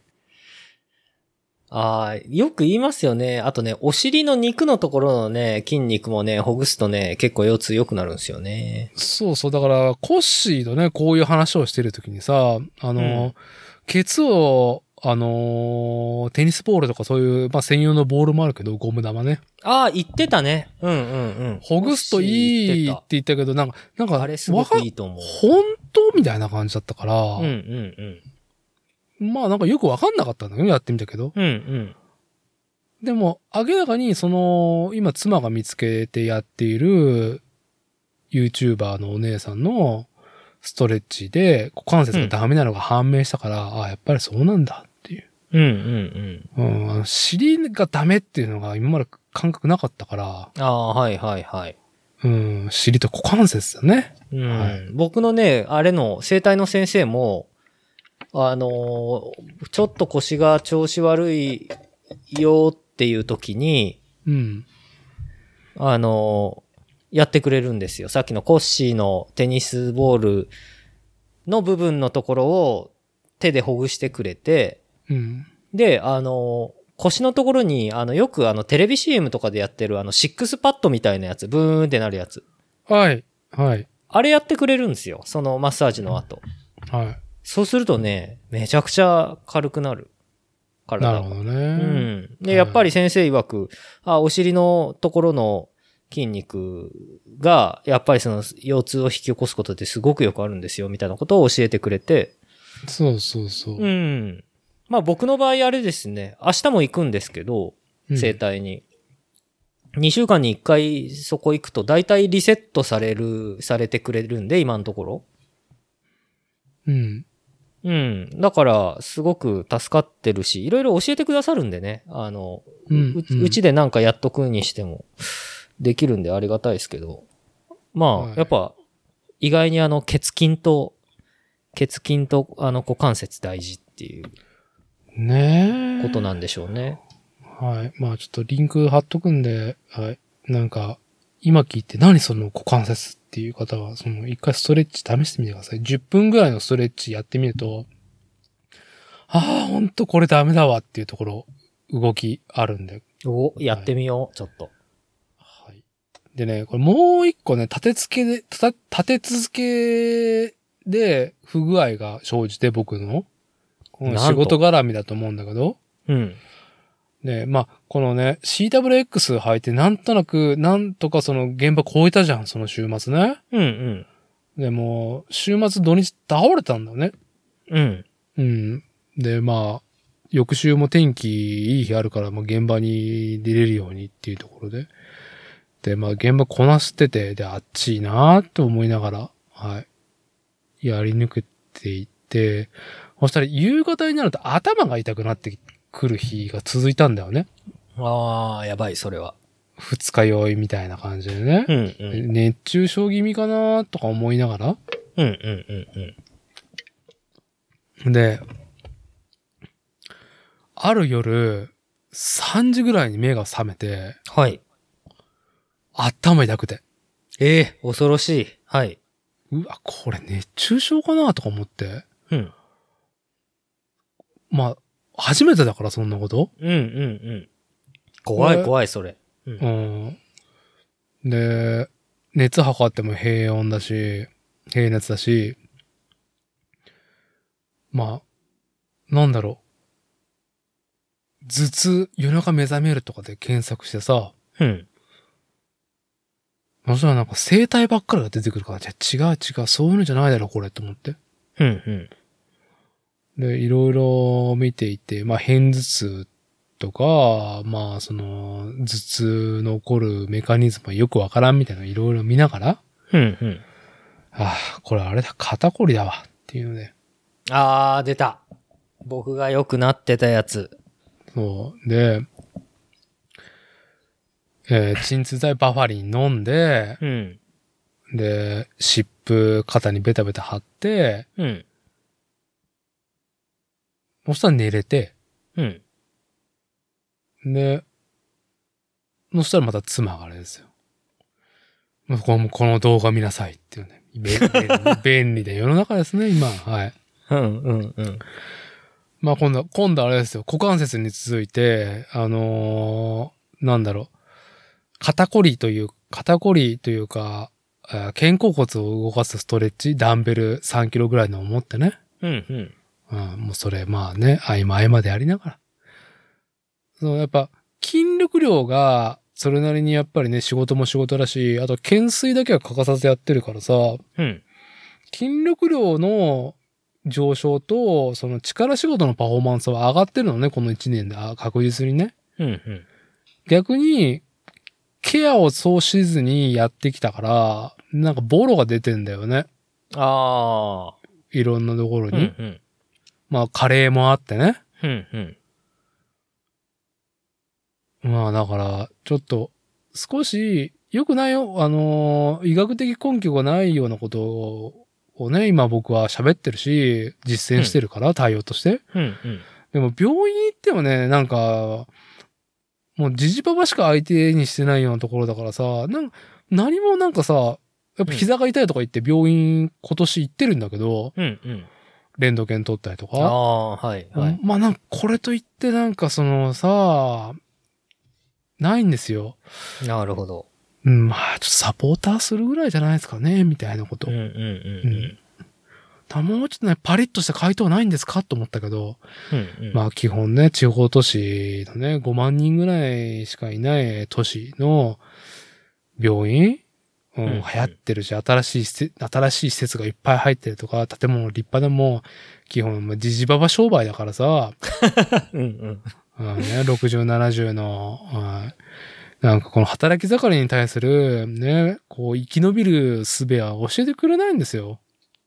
[SPEAKER 2] ああ、よく言いますよね。あとね、お尻の肉のところのね、筋肉もね、ほぐすとね、結構腰痛良くなるんですよね。
[SPEAKER 1] そうそう。だから、コッシーとね、こういう話をしてるときにさ、あの、
[SPEAKER 2] うん、
[SPEAKER 1] ケツを、あのー、テニスボールとかそういう、まあ、専用のボールもあるけど、ゴム玉ね。
[SPEAKER 2] ああ、言ってたね。うんうんうん。
[SPEAKER 1] ほぐすといいって言ったけど、なんか、なんか、
[SPEAKER 2] あれすごくいいと思う。
[SPEAKER 1] 本当みたいな感じだったから、
[SPEAKER 2] うんうん
[SPEAKER 1] うん、まあなんかよくわかんなかったんだけど、やってみたけど。
[SPEAKER 2] うん。うんうん。
[SPEAKER 1] でも、明らかにその、今妻が見つけてやっている YouTuber のお姉さんのストレッチで股関節がダメなのが判明したから、うん、ああ、やっぱりそうなんだっていう。
[SPEAKER 2] うんうん
[SPEAKER 1] うん。あの尻がダメっていうのが今まで感覚なかったから。あ
[SPEAKER 2] あ、はいはいはい。
[SPEAKER 1] うん、尻と股関節だね。
[SPEAKER 2] うん、
[SPEAKER 1] はい、
[SPEAKER 2] 僕のね、あれの整体の先生も、あのー、ちょっと腰が調子悪いよっていう時に、
[SPEAKER 1] うん。
[SPEAKER 2] あのー、やってくれるんですよ。さっきのコッシーのテニスボールの部分のところを手でほぐしてくれて、
[SPEAKER 1] うん、
[SPEAKER 2] で、あのー、腰のところに、あの、よくあの、テレビ シーエム とかでやってるあの、シックスパッドみたいなやつ、ブーンってなるやつ。
[SPEAKER 1] はい。はい。
[SPEAKER 2] あれやってくれるんですよ。そのマッサージの後。
[SPEAKER 1] はい。
[SPEAKER 2] そうするとね、めちゃくちゃ軽くなる。体が。
[SPEAKER 1] なるほどね。
[SPEAKER 2] うん。で、やっぱり先生曰く、あ、お尻のところの筋肉が、やっぱりその腰痛を引き起こすことってすごくよくあるんですよ、みたいなことを教えてくれて。
[SPEAKER 1] そうそうそう。
[SPEAKER 2] うん。まあ僕の場合あれですね、明日も行くんですけど、整体に。うん、にしゅうかんにいっかいそこ行くと、だいたいリセットされる、されてくれるんで、今のところ。
[SPEAKER 1] うん。
[SPEAKER 2] うん。だから、すごく助かってるし、いろいろ教えてくださるんでね。あの、うん、う, うちでなんかやっとくにしても、できるんでありがたいですけど。まあ、はい、やっぱ、意外にあの、血筋と、血筋と、あの、股関節大事っていう。
[SPEAKER 1] ねえ。
[SPEAKER 2] ことなんでしょうね。
[SPEAKER 1] はい。まあちょっとリンク貼っとくんで、はい。なんか、今聞いて何その股関節っていう方は、その一回ストレッチ試してみてください。じゅっぷんぐらいのストレッチやってみると、ああ、ほんとこれダメだわっていうところ、動きあるんで。
[SPEAKER 2] お、やってみよう、はい、ちょっと。
[SPEAKER 1] はい。 でね、これもう一個ね、立て付けで、た立て続けで不具合が生じて僕の、この仕事絡みだと思うんだけど、
[SPEAKER 2] うん。
[SPEAKER 1] で、まあ、このね、シーダブリューエックス 履いてなんとなく、なんとかその現場超えたじゃん、その週末ね。
[SPEAKER 2] うんうん。
[SPEAKER 1] でも、週末土日倒れたんだよね。
[SPEAKER 2] うん。
[SPEAKER 1] うん。で、まあ、翌週も天気いい日あるから、もう現場に出れるようにっていうところで。で、まあ、現場こなしてて、で、あっちいなーと思いながら、はい。やり抜けていって、そしたら夕方になると頭が痛くなってくる日が続いたんだよね。
[SPEAKER 2] ああ、やばい、それは。
[SPEAKER 1] 二日酔いみたいな感じでね。
[SPEAKER 2] うんうん。
[SPEAKER 1] 熱中症気味かなとか思いながら。
[SPEAKER 2] うんうんうん
[SPEAKER 1] うん。で、ある夜、さんじぐらいに目が覚めて、
[SPEAKER 2] はい。
[SPEAKER 1] 頭痛くて。
[SPEAKER 2] ええー、恐ろしい。はい。
[SPEAKER 1] うわ、これ熱中症かなとか思って。
[SPEAKER 2] うん。
[SPEAKER 1] まあ、初めてだからそんなこと。
[SPEAKER 2] うんうんうん。怖い怖い、それ。
[SPEAKER 1] うん。で、熱測っても平温だし、平熱だし、まあ、なんだろう。頭痛、夜中目覚めるとかで検索してさ、
[SPEAKER 2] うん。
[SPEAKER 1] そしたらなんか生体ばっかりが出てくるから、じゃあ違う違う、そういうのじゃないだろ、これ、と思って。
[SPEAKER 2] うんうん。
[SPEAKER 1] で、いろいろ見ていて、まあ、片頭痛とか、まあ、その、頭痛の起こるメカニズムはよくわからんみたいなのいろいろ見ながら、
[SPEAKER 2] うんうん。
[SPEAKER 1] ああ、これあれだ、肩こりだわ、っていうので。
[SPEAKER 2] あー、出た。僕が良くなってたやつ。
[SPEAKER 1] そう。で、えー、鎮痛剤バファリン飲んで、
[SPEAKER 2] うん。
[SPEAKER 1] で、湿布肩にベタベタ貼って、
[SPEAKER 2] うん。
[SPEAKER 1] そしたら寝れて、
[SPEAKER 2] うん。
[SPEAKER 1] で、そしたらまた妻があれですよ。もうこのこの動画見なさいっていうね。便利便利で世の中ですね、今。はい。
[SPEAKER 2] うんうんうん。
[SPEAKER 1] まあ今度、今度あれですよ。股関節に続いて、あのー、なんだろう。肩こりという、肩こりというか、肩甲骨を動かすストレッチ、ダンベルさんキロぐらいのを持ってね。
[SPEAKER 2] うんうん。
[SPEAKER 1] うん、もうそれ、まあね、合間合間でやりながら。そのやっぱ、筋力量が、それなりにやっぱりね、仕事も仕事だし、あと、懸垂だけは欠かさずやってるからさ、
[SPEAKER 2] うん。
[SPEAKER 1] 筋力量の上昇と、その力仕事のパフォーマンスは上がってるのね、このいちねんで、確実にね。
[SPEAKER 2] うんうん。
[SPEAKER 1] 逆に、ケアをそうしずにやってきたから、なんかボロが出てんだよね。
[SPEAKER 2] あー。
[SPEAKER 1] いろんなところに。
[SPEAKER 2] うんうん。
[SPEAKER 1] まあ、カレーもあってね。
[SPEAKER 2] うんうん。
[SPEAKER 1] まあ、だから、ちょっと、少し、良くないよ。あのー、医学的根拠がないようなことをね、今僕は喋ってるし、実践してるから、うん、対応として。
[SPEAKER 2] うんうん。
[SPEAKER 1] でも、病院行ってもね、なんか、もう、じじばばしか相手にしてないようなところだからさ、なんか、何もなんかさ、やっぱ膝が痛いとか言って病院今年行ってるんだけど、
[SPEAKER 2] うんうん。
[SPEAKER 1] レントゲン取ったりとか。
[SPEAKER 2] ああ、はいはい。
[SPEAKER 1] まあ、なんか、これといってなんかそのさ、ないんですよ。
[SPEAKER 2] なるほど。
[SPEAKER 1] うん、まあ、ちょっとサポーターするぐらいじゃないですかね、みたいなこと。
[SPEAKER 2] うんうんうんうん。
[SPEAKER 1] たもうちょっとね、パリッとした回答ないんですかと思ったけど、
[SPEAKER 2] うんうん、
[SPEAKER 1] まあ基本ね、地方都市のね、ごまんにんぐらいしかいない都市の病院、うん、うんうん、流行ってるし、新しい施設、新しい施設がいっぱい入ってるとか、建物立派でも、基本、まあ、じじばば商売だからさ、
[SPEAKER 2] うんうん
[SPEAKER 1] うんね、ろくじゅう、ななじゅうの、うん、なんかこの働き盛りに対する、ね、こう生き延びる術は教えてくれないんですよ。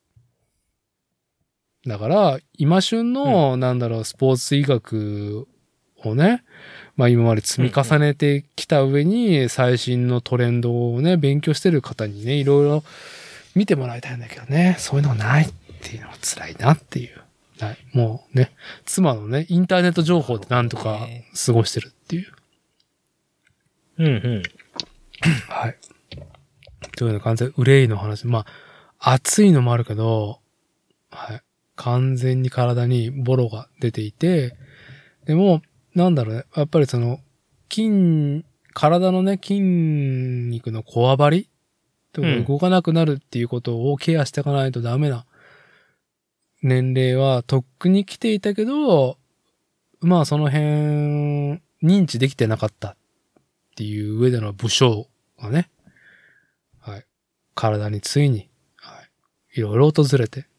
[SPEAKER 1] だから、今旬の、うん、なんだろう、スポーツ医学をね、まあ今まで積み重ねてきた上に、最新のトレンドをね、勉強してる方にね、いろいろ見てもらいたいんだけどね、そういうのがないっていうのは辛いなっていう。はい。もうね、妻のね、インターネット情報でなんとか過ごしてるっていう。
[SPEAKER 2] うんうん。
[SPEAKER 1] はい。というような感じで、憂いの話。まあ、暑いのもあるけど、はい。完全に体にボロが出ていて、でも、なんだろうね。やっぱりその、筋、 体のね、筋肉のこわばりとか動かなくなるっていうことをケアしていかないとダメな年齢はとっくに来ていたけど、まあその辺認知できてなかったっていう上での武将がね、はい。体についに、はい。いろいろ訪れて。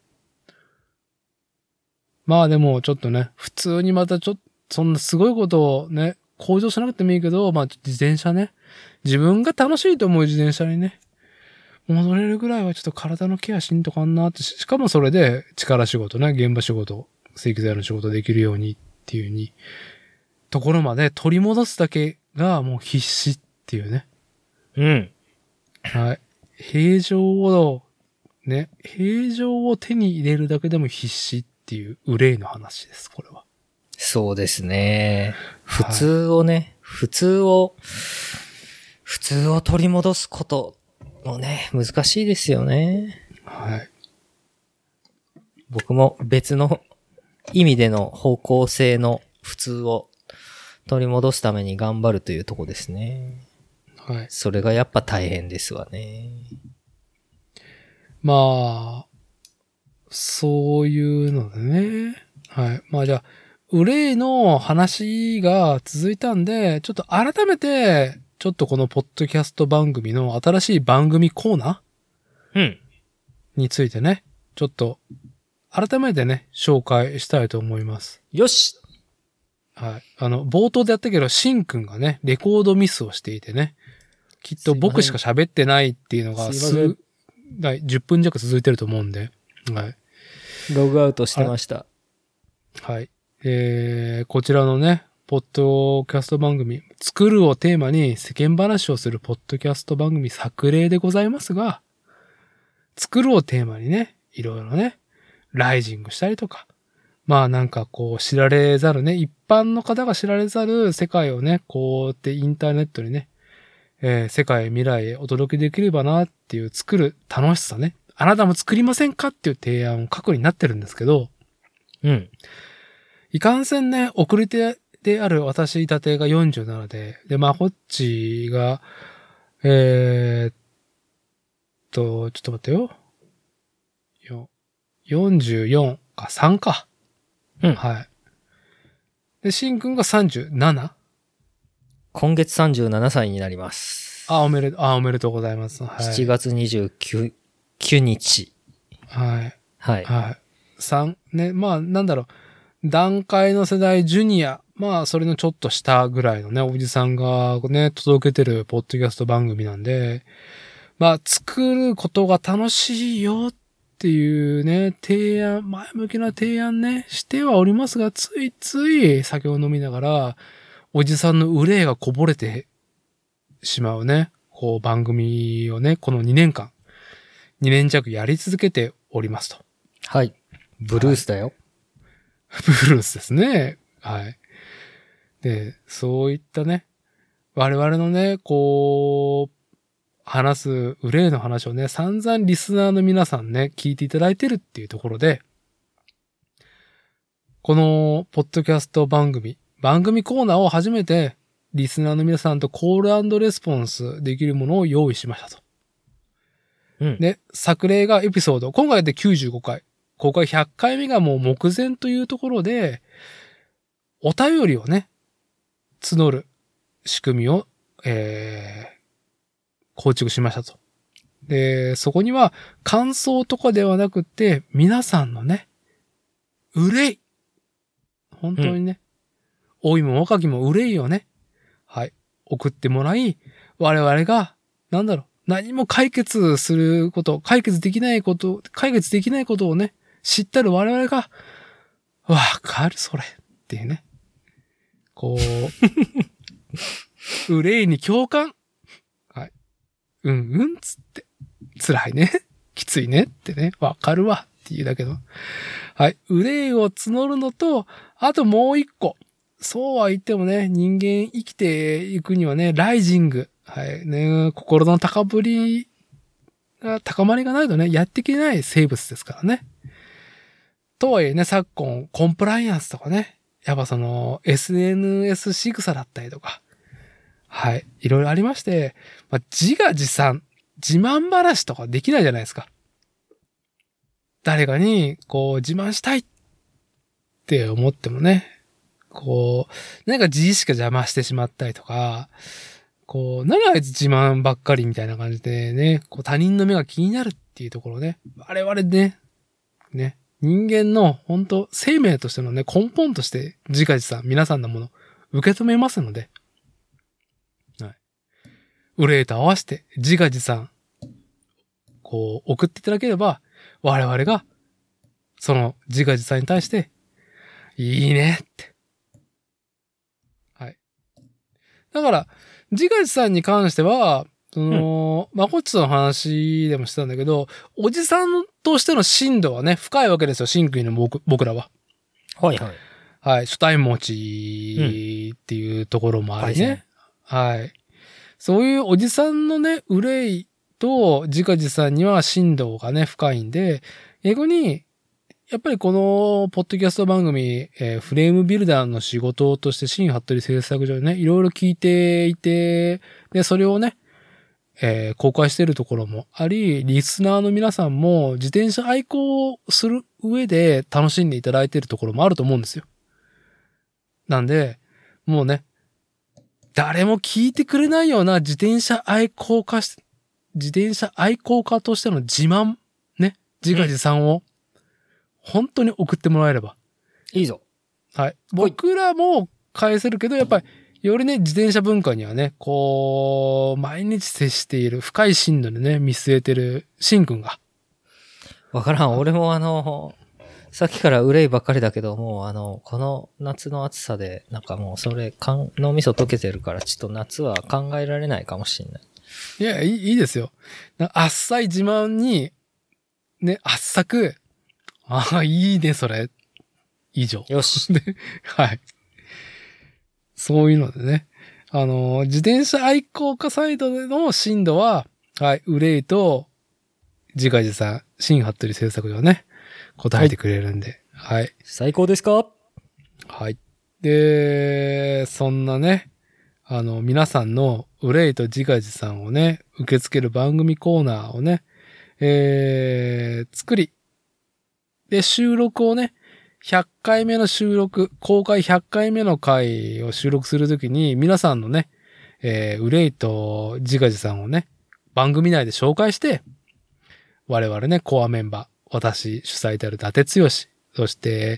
[SPEAKER 1] まあでもちょっとね、普通にまたちょっと、そんなすごいことをね、向上しなくてもいいけど、まあ自転車ね。自分が楽しいと思う自転車にね、戻れるぐらいはちょっと体のケアしんとかんなって、しかもそれで力仕事ね、現場仕事、正規材の仕事できるようにっていうに、ところまで取り戻すだけがもう必死っていうね。
[SPEAKER 2] うん。
[SPEAKER 1] はい。平常を、ね、平常を手に入れるだけでも必死っていう憂いの話です、これは。
[SPEAKER 2] そうですね。普通をね、はい、普通を、普通を取り戻すこともね、難しいですよね。
[SPEAKER 1] はい。
[SPEAKER 2] 僕も別の意味での方向性の普通を取り戻すために頑張るというとこですね。
[SPEAKER 1] はい。
[SPEAKER 2] それがやっぱ大変ですわね。
[SPEAKER 1] まあ、そういうのでね。はい。まあじゃあ、憂いの話が続いたんで、ちょっと改めて、ちょっとこのポッドキャスト番組の新しい番組コーナ
[SPEAKER 2] ーうん。
[SPEAKER 1] についてね、ちょっと改めてね、紹介したいと思います。
[SPEAKER 2] よし！
[SPEAKER 1] はい。あの、冒頭でやったけど、シンくんがね、レコードミスをしていてね、きっと僕しか喋ってないっていうのが数、じゅっぷん弱続いてると思うんで、はい。
[SPEAKER 2] ログアウトしてました。
[SPEAKER 1] はい。えー、こちらのね、ポッドキャスト番組、作るをテーマに世間話をするポッドキャスト番組作例でございますが、作るをテーマにね、いろいろね、ライジングしたりとか、まあなんかこう知られざるね、一般の方が知られざる世界をね、こうやってインターネットにね、えー、世界未来へお届けできればなっていう作る楽しさね。あなたも作りませんかっていう提案を書くになってるんですけど、
[SPEAKER 2] うん。
[SPEAKER 1] いかんせんね、遅れてである私伊達がよんじゅうななで、で、まあ、ホッチが、えー、っと、ちょっと待ってよ。よ、よんじゅうよんか、さんか。
[SPEAKER 2] うん。
[SPEAKER 1] はい。で、シンくんがさんじゅうなな？
[SPEAKER 2] 今月さんじゅうななさいになります。
[SPEAKER 1] あ、おめでとう、あ、おめでとうございます。はい。
[SPEAKER 2] しちがつにじゅうくにち。
[SPEAKER 1] はい。
[SPEAKER 2] はい。
[SPEAKER 1] はい。三、ね、まあ、なんだろう。段階の世代、ジュニア。まあ、それのちょっと下ぐらいのね、おじさんがね、届けてるポッドキャスト番組なんで、まあ、作ることが楽しいよっていうね、提案、前向きな提案ね、してはおりますが、ついつい酒を飲みながら、おじさんの憂いがこぼれてしまうね、こう番組をね、このにねんかん、にねん弱やり続けておりますと。
[SPEAKER 2] はい。ブルースだよ。
[SPEAKER 1] はい、ブルースですね。はい。で、そういったね、我々のね、こう、話す憂いの話をね、散々リスナーの皆さんね、聞いていただいてるっていうところで、このポッドキャスト番組、番組コーナーを初めてリスナーの皆さんとコール&レスポンスできるものを用意しましたと。
[SPEAKER 2] うん。
[SPEAKER 1] で、作例がエピソード、今回できゅうじゅうごかい、公開ひゃっかいめがもう目前というところで、お便りをね、募る仕組みを、えー、構築しましたと。で、そこには感想とかではなくて、皆さんのね、憂い。本当にね、うん、老いも若きも憂いをね、はい、送ってもらい、我々が、なんだろう、何も解決すること、解決できないこと、解決できないことをね、知ったる我々が、わかる、それ。っていうね。こう、憂いに共感。はい。うんうんつって。辛いね。きついねってね。わかるわ。っていうだけど。はい。憂いを募るのと、あともう一個。そうは言ってもね、人間生きていくにはね、ライジング。はい。ね、心の高ぶりが、高まりがないとね、やっていけない生物ですからね。とはいえね、昨今、コンプライアンスとかね、やっぱその、エスエヌエス 仕草だったりとか、 はい。いろいろありまして、まあ、自画自賛、自慢話とかできないじゃないですか。誰かに、こう、自慢したいって思ってもね、こう、何か自意識が邪魔してしまったりとか、こう、何あいつ自慢ばっかりみたいな感じでね、こう他人の目が気になるっていうところね、我々ね、ね、人間の本当生命としてのね、根本として自画自賛、皆さんのもの、受け止めますので、はい。憂いと合わせて自画自賛、こう、送っていただければ、我々が、その自画自賛に対して、いいねって。はい。だから、自画自賛に関しては、その、うん、まこっちとの話でもしてたんだけど、おじさんとしての深度はね、深いわけですよ、シンクイの僕、僕らは。
[SPEAKER 2] はいはい。
[SPEAKER 1] はい、初対持ちっていうところもありね。うん、はい。そういうおじさんのね、憂いと自画自賛には深度がね、深いんで、逆に、やっぱりこの、ポッドキャスト番組、えー、フレームビルダーの仕事として、新服部製作所でね、いろいろ聞いていて、で、それをね、えー、公開しているところもあり、リスナーの皆さんも自転車愛好する上で楽しんでいただいているところもあると思うんですよ。なんで、もうね、誰も聞いてくれないような自転車愛好家、自転車愛好家としての自慢、ね、自画自賛を、本当に送ってもらえれば。
[SPEAKER 2] いいぞ。
[SPEAKER 1] はい。僕らも返せるけど、やっぱり、よりね、自転車文化にはね、こう、毎日接している、深い深度でね、見据えてる、シンくんが。
[SPEAKER 2] わからん。俺もあの、さっきから憂いばっかりだけど、もうあの、この夏の暑さで、なんかもうそれ、脳みそ溶けてるから、ちょっと夏は考えられないかもしれない。
[SPEAKER 1] いや、いい、いいですよ。あっさい自慢に、ね、あっさく、ああ、いいね、それ。以上。
[SPEAKER 2] よし。
[SPEAKER 1] はい。そういうのでね。あの、自転車愛好家サイドでの深度は、はい、憂いと、自画自賛、新服部製作所ね、答えてくれるんで、はい。はい、
[SPEAKER 2] 最高ですか？
[SPEAKER 1] はい。で、そんなね、あの、皆さんの憂いと自画自賛をね、受け付ける番組コーナーをね、えー、作り、で、収録をね、ひゃっかいめの収録、公開ひゃっかいめの回を収録するときに、皆さんのね、えー、憂いと自画自賛をね、番組内で紹介して、我々ね、コアメンバー、私主催である伊達剛、そして、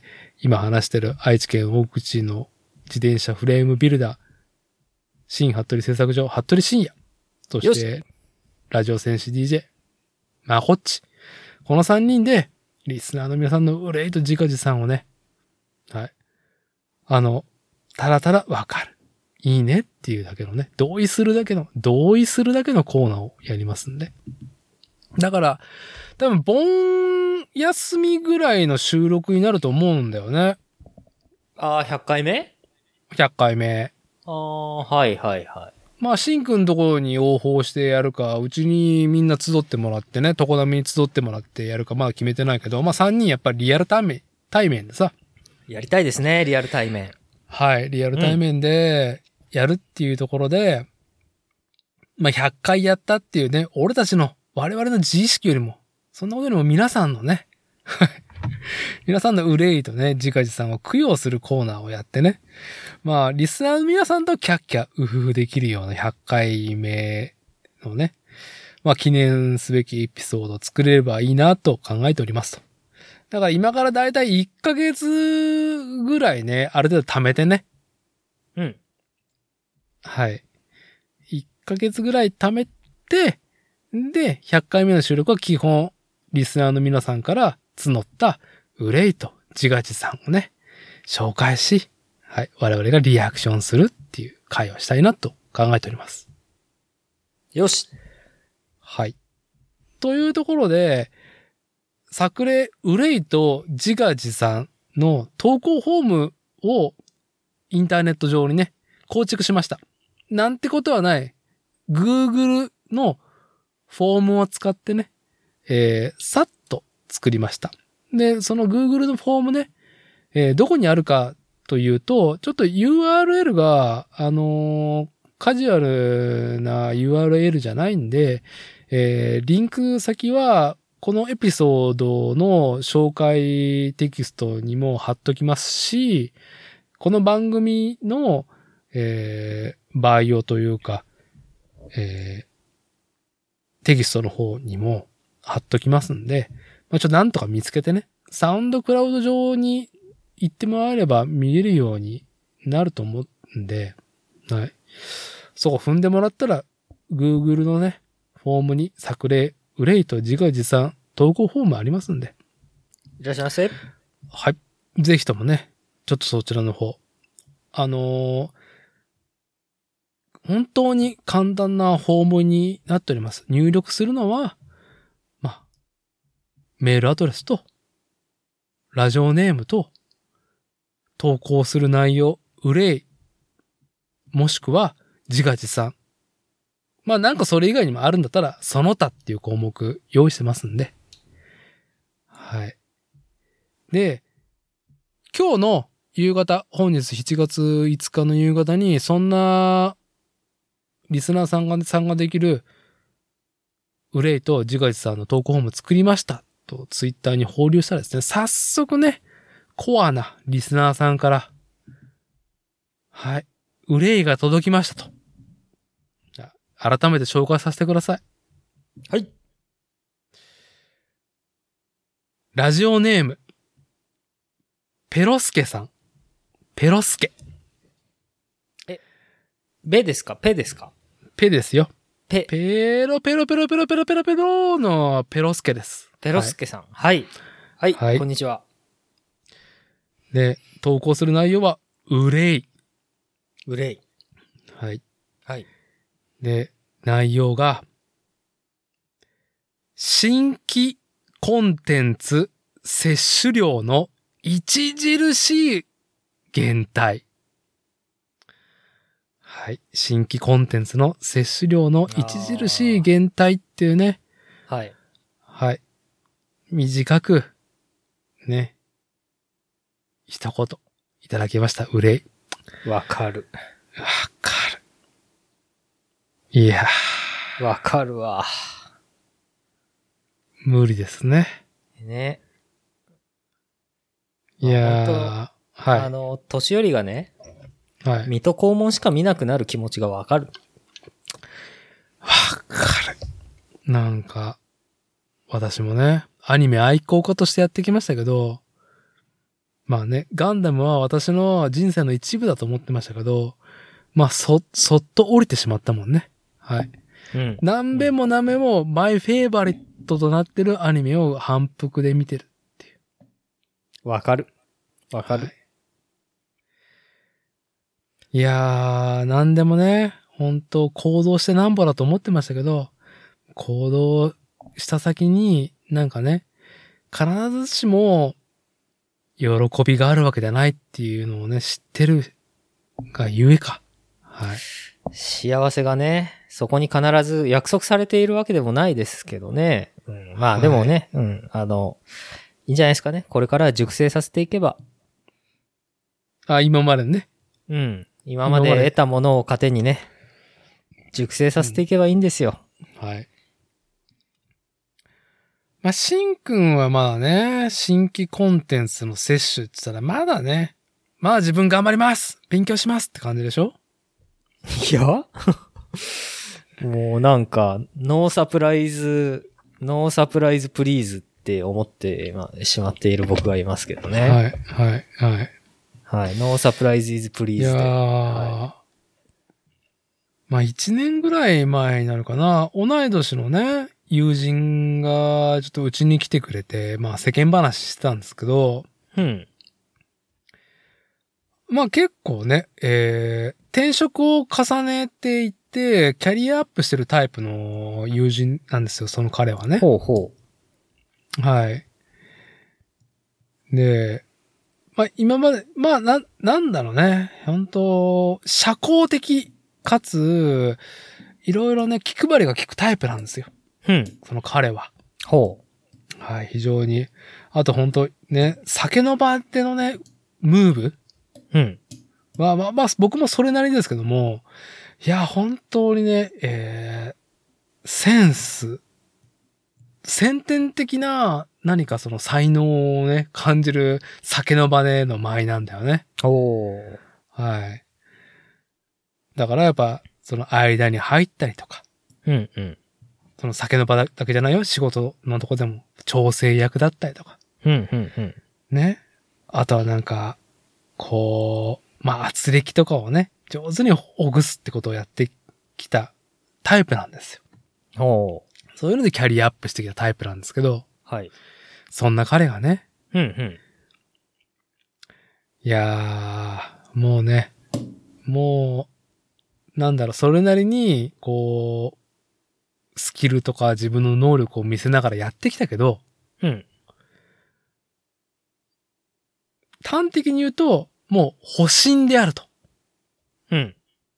[SPEAKER 1] 今話してる愛知県大口の自転車フレームビルダー、新服部製作所、服部深也、そして、ラジオ戦士 ディージェー、まこっち。このさんにんで、リスナーの皆さんの憂いと自画自賛をね、はい。あの、ただただわかる。いいねっていうだけのね、同意するだけの、同意するだけのコーナーをやりますんで。だから、多分、盆休みぐらいの収録になると思うんだよね。
[SPEAKER 2] ああ、ひゃっかいめ ?
[SPEAKER 1] ひゃっかいめ。
[SPEAKER 2] ああ、はいはいはい。
[SPEAKER 1] まあ、シンくんのところに応報してやるか、うちにみんな集ってもらってね、常滑に集ってもらってやるか、まだ決めてないけど、まあさんにんやっぱりリアル対面、対面でさ。
[SPEAKER 2] やりたいですね、リアル対面。
[SPEAKER 1] はい、リアル対面でやるっていうところで、うん、まあひゃっかいやったっていうね、俺たちの、我々の自意識よりも、そんなことよりも皆さんのね、皆さんの憂いとね、自画自賛を供養するコーナーをやってね。まあ、リスナーの皆さんとキャッキャウフフできるようなひゃっかいめのね、まあ記念すべきエピソードを作れればいいなと考えておりますと。だから今からだいたいいっかげつぐらいね、ある程度貯めてね。
[SPEAKER 2] うん。
[SPEAKER 1] はい。いっかげつぐらい貯めて、で、ひゃっかいめの収録は基本、リスナーの皆さんから募った憂いと自画自賛をね、紹介し、はい、我々がリアクションするっていう会をしたいなと考えております。
[SPEAKER 2] よし。
[SPEAKER 1] はい。というところで、作例憂いと自画自賛の投稿フォームをインターネット上にね、構築しました。なんてことはない。Google のフォームを使ってね、えー、さっと作りました。で、その Google のフォームね、えー、どこにあるかというと、ちょっと ユーアールエル が、あのー、 カジュアルな ユーアールエル じゃないんで、えー、リンク先は、このエピソードの紹介テキストにも貼っときますし、この番組の、えー、バイオというか、えー、テキストの方にも貼っときますんで、まあ、ちょっとなんとか見つけてね、サウンドクラウド上に行ってもらえれば見れるようになると思うんで、はい。そこ踏んでもらったら、Google のね、フォームに作例、憂いと自画自賛、投稿フォームありますんで。
[SPEAKER 2] いらっしゃいませ。
[SPEAKER 1] はい。ぜひともね、ちょっとそちらの方。あのー、本当に簡単なフォームになっております。入力するのは、まあ、メールアドレスと、ラジオネームと、投稿する内容、憂い、もしくは自画自賛。まあなんかそれ以外にもあるんだったら、その他っていう項目用意してますんで。はい。で、今日の夕方、本日しちがついつかの夕方に、そんなリスナーさんが参加できる、憂いと自画自賛の投稿フォーム作りましたとツイッターに放流したらですね、早速ね、コアなリスナーさんから、はい、憂いが届きましたと。改めて紹介させてください。
[SPEAKER 2] はい。
[SPEAKER 1] ラジオネーム、ペロスケさん。ペロスケ。
[SPEAKER 2] え、ベですかペですか
[SPEAKER 1] ペですよ。
[SPEAKER 2] ペ。
[SPEAKER 1] ペロペロペロペロペロペロペロのペロスケです。
[SPEAKER 2] ペロスケさん。はい。はい。はい、こんにちは。
[SPEAKER 1] で、投稿する内容は、憂い。
[SPEAKER 2] 憂い。
[SPEAKER 1] はい。
[SPEAKER 2] はい。
[SPEAKER 1] で、内容が、新規コンテンツ摂取量の著しい減退。はい。新規コンテンツの摂取量の著しい減退っていうね。
[SPEAKER 2] はい。
[SPEAKER 1] はい。短く、ね。一言いただきました。憂
[SPEAKER 2] い。わかる。
[SPEAKER 1] わかる。いや
[SPEAKER 2] ー。わかるわ。
[SPEAKER 1] 無理ですね。
[SPEAKER 2] ね。
[SPEAKER 1] いやー。はい。
[SPEAKER 2] あの、年寄りがね。
[SPEAKER 1] はい。
[SPEAKER 2] 水戸黄門しか見なくなる気持ちがわかる。
[SPEAKER 1] わかる。なんか、私もね、アニメ愛好家としてやってきましたけど、まあね、ガンダムは私の人生の一部だと思ってましたけど、まあ、そ、そっと降りてしまったもんね。はい。うん。何べも何べもマイフェイバリットとなってるアニメを反復で見てるっていう。
[SPEAKER 2] わかる。わかる。はい、
[SPEAKER 1] いやー、なんでもね、本当行動してなんぼだと思ってましたけど、行動した先になんかね、必ずしも喜びがあるわけじゃないっていうのをね、知ってるがゆえか。はい。
[SPEAKER 2] 幸せがね、そこに必ず約束されているわけでもないですけどね。うん、まあでもね、はい、うん、あの、いいんじゃないですかね。これから熟成させていけば。
[SPEAKER 1] あ、今までね。
[SPEAKER 2] うん。今まで得たものを糧にね、熟成させていけばいいんですよ。
[SPEAKER 1] うん、はい。まあ、しんくんはまだね、新規コンテンツの摂取って言ったらまだね、まあ自分頑張ります勉強しますって感じでしょ？
[SPEAKER 2] いやもうなんか、ノーサプライズ、ノーサプライズプリーズって思ってしまっている僕がいますけどね。
[SPEAKER 1] はい、はい、はい。
[SPEAKER 2] はい、ノーサプライズイズプリーズで。
[SPEAKER 1] いやー、
[SPEAKER 2] はい、
[SPEAKER 1] まあ一年ぐらい前になるかな、同い年のね、友人がちょっとうちに来てくれて、まあ世間話してたんですけど、
[SPEAKER 2] うん。
[SPEAKER 1] まあ結構ね、えー、転職を重ねていって、キャリアアップしてるタイプの友人なんですよ、その彼はね。
[SPEAKER 2] ほうほ
[SPEAKER 1] う。はい。で、まあ今まで、まあな、なんだろうね。本当社交的かつ、いろいろね、気配りが利くタイプなんですよ。
[SPEAKER 2] うん。
[SPEAKER 1] その彼は。
[SPEAKER 2] ほ
[SPEAKER 1] う。はい、非常に。あと本当ね、酒の場でのね、ムーブ
[SPEAKER 2] うん。
[SPEAKER 1] まあまあまあ、僕もそれなりですけども、 いや、本当にね、えー、センス、先天的な何かその才能をね、感じる酒の場での舞なんだよね。
[SPEAKER 2] おー。
[SPEAKER 1] はい。だからやっぱ、その間に入ったりとか、
[SPEAKER 2] うんうん。
[SPEAKER 1] その酒の場だけじゃないよ、仕事のとこでも調整役だったりとか、
[SPEAKER 2] うんうんうん。
[SPEAKER 1] ね。あとはなんか、こう、まあ、圧力とかをね、上手にほぐすってことをやってきたタイプなんですよ。
[SPEAKER 2] おー。
[SPEAKER 1] そういうのでキャリアアップしてきたタイプなんですけど、
[SPEAKER 2] はい。
[SPEAKER 1] そんな彼がね、
[SPEAKER 2] うんうん。
[SPEAKER 1] いやー、もうね、もう、なんだろう、それなりに、こう、スキルとか自分の能力を見せながらやってきたけど、
[SPEAKER 2] うん。
[SPEAKER 1] 端的に言うと、もう保身であると。
[SPEAKER 2] うん。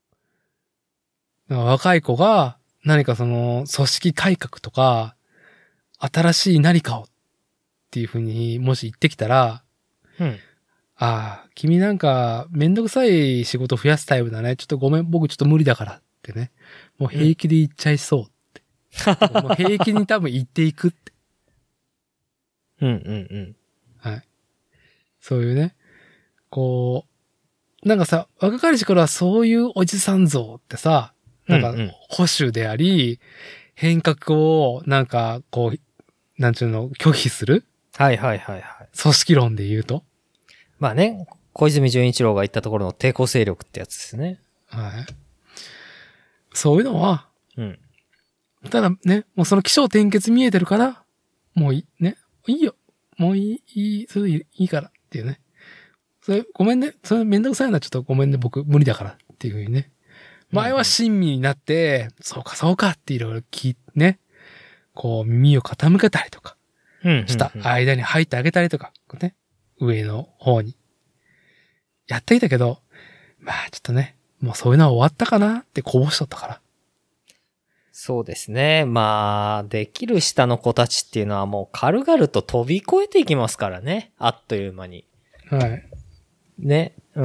[SPEAKER 1] 若い子が何かその組織改革とか、新しい何かをっていうふうにもし言ってきたら、
[SPEAKER 2] うん。
[SPEAKER 1] ああ、君なんかめんどくさい仕事増やすタイプだね。ちょっとごめん、僕ちょっと無理だからってね。もう平気で言っちゃいそうって。もう平気に多分言っていくって。
[SPEAKER 2] うんうん
[SPEAKER 1] はい。そういうね。こう、なんかさ、若かりし頃はそういうおじさん像ってさ、なんか
[SPEAKER 2] うんうん
[SPEAKER 1] 保守であり、変革をなんかこう、なんちゅうの、拒否する
[SPEAKER 2] はいはいはいはい。
[SPEAKER 1] 組織論で言うと。
[SPEAKER 2] まあね、小泉純一郎が言ったところの抵抗勢力ってやつですね。
[SPEAKER 1] はい。そういうのは、
[SPEAKER 2] うん。
[SPEAKER 1] ただね、もうその起承転結見えてるから、もういい、ね、いいよ。もういい、いい、それでいいからっていうね。それ、ごめんね。それめんどくさいのはちょっとごめんね。僕無理だからっていうふうにね。前は親身になって、そうかそうかっていろいろ聞いてね。こう耳を傾けたりとか、
[SPEAKER 2] うんうんうん。
[SPEAKER 1] した間に入ってあげたりとか、ね。上の方に。やってきたけど、まあちょっとね、もうそういうのは終わったかなってこぼしとったから。
[SPEAKER 2] そうですね。まあ、できる下の子たちっていうのはもう軽々と飛び越えていきますからね。あっという間に。
[SPEAKER 1] はい。
[SPEAKER 2] ね。うん。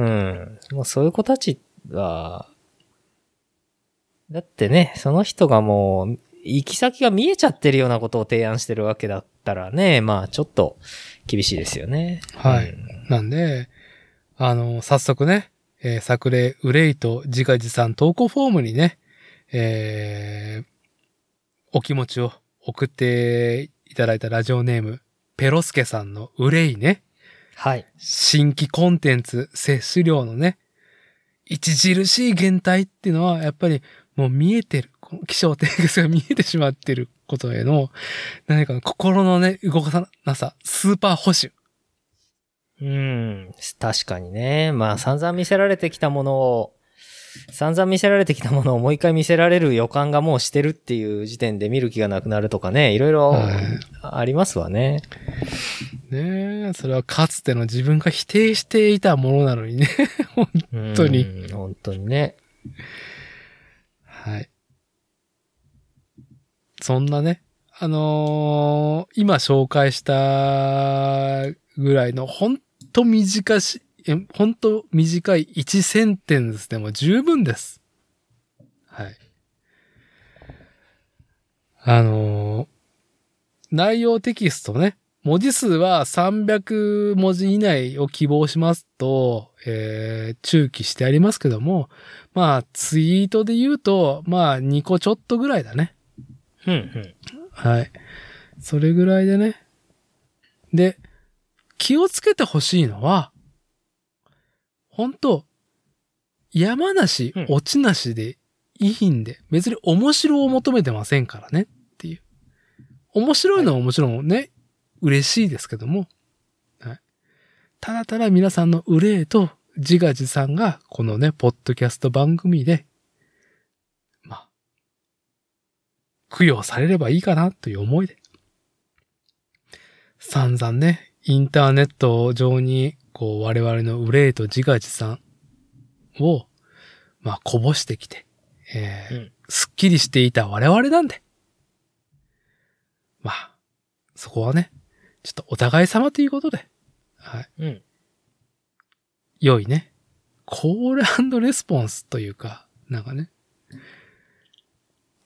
[SPEAKER 2] もうそういう子たちは、だってね、その人がもう、行き先が見えちゃってるようなことを提案してるわけだったらね、まあちょっと厳しいですよね。
[SPEAKER 1] はい。
[SPEAKER 2] うん
[SPEAKER 1] なんで、あの、早速ね、えー、作例、憂いと自画自賛投稿フォームにね、えー、お気持ちを送っていただいたラジオネーム、ペロスケさんの憂いね、
[SPEAKER 2] はい。
[SPEAKER 1] 新規コンテンツ摂取量のね、著しい減退っていうのは、やっぱりもう見えてる。この気象転結が見えてしまってることへの、何かの心のね、動かさなさ、スーパー保守。
[SPEAKER 2] うん。確かにね。まあ散々見せられてきたものを、散々見せられてきたものをもう一回見せられる予感がもうしてるっていう時点で見る気がなくなるとかね、いろいろありますわね。
[SPEAKER 1] ねえ、それはかつての自分が否定していたものなのにね。本当に。
[SPEAKER 2] うん本当にね。
[SPEAKER 1] はい。そんなね、あのー今紹介したぐらいのほんと短し、えほんと短い一センテンスでも十分です。はい。あのー内容テキストね、文字数はさんびゃくもじ以内を希望しますと、えー、注記してありますけども、まあ、ツイートで言うと、まあ、にこちょっとぐらいだね。
[SPEAKER 2] うんうん。
[SPEAKER 1] はい。それぐらいでね。で、気をつけてほしいのは、本当山なし
[SPEAKER 2] うん、
[SPEAKER 1] 落ちなしでいいんで、別に面白を求めてませんからねっていう。面白いのはもちろんね、嬉しいですけども、はい、ただただ皆さんの憂いと自画自賛がこのね、ポッドキャスト番組で、まあ、供養されればいいかなという思いで、散々ね、インターネット上に、こう、我々の憂いと自画自賛を、まあ、こぼしてきて、えー
[SPEAKER 2] うん
[SPEAKER 1] すっきりしていた我々なんで、まあ、そこはね、ちょっとお互い様ということで、はい。
[SPEAKER 2] うん。
[SPEAKER 1] 良いね、コール&レスポンスというか、なんかね、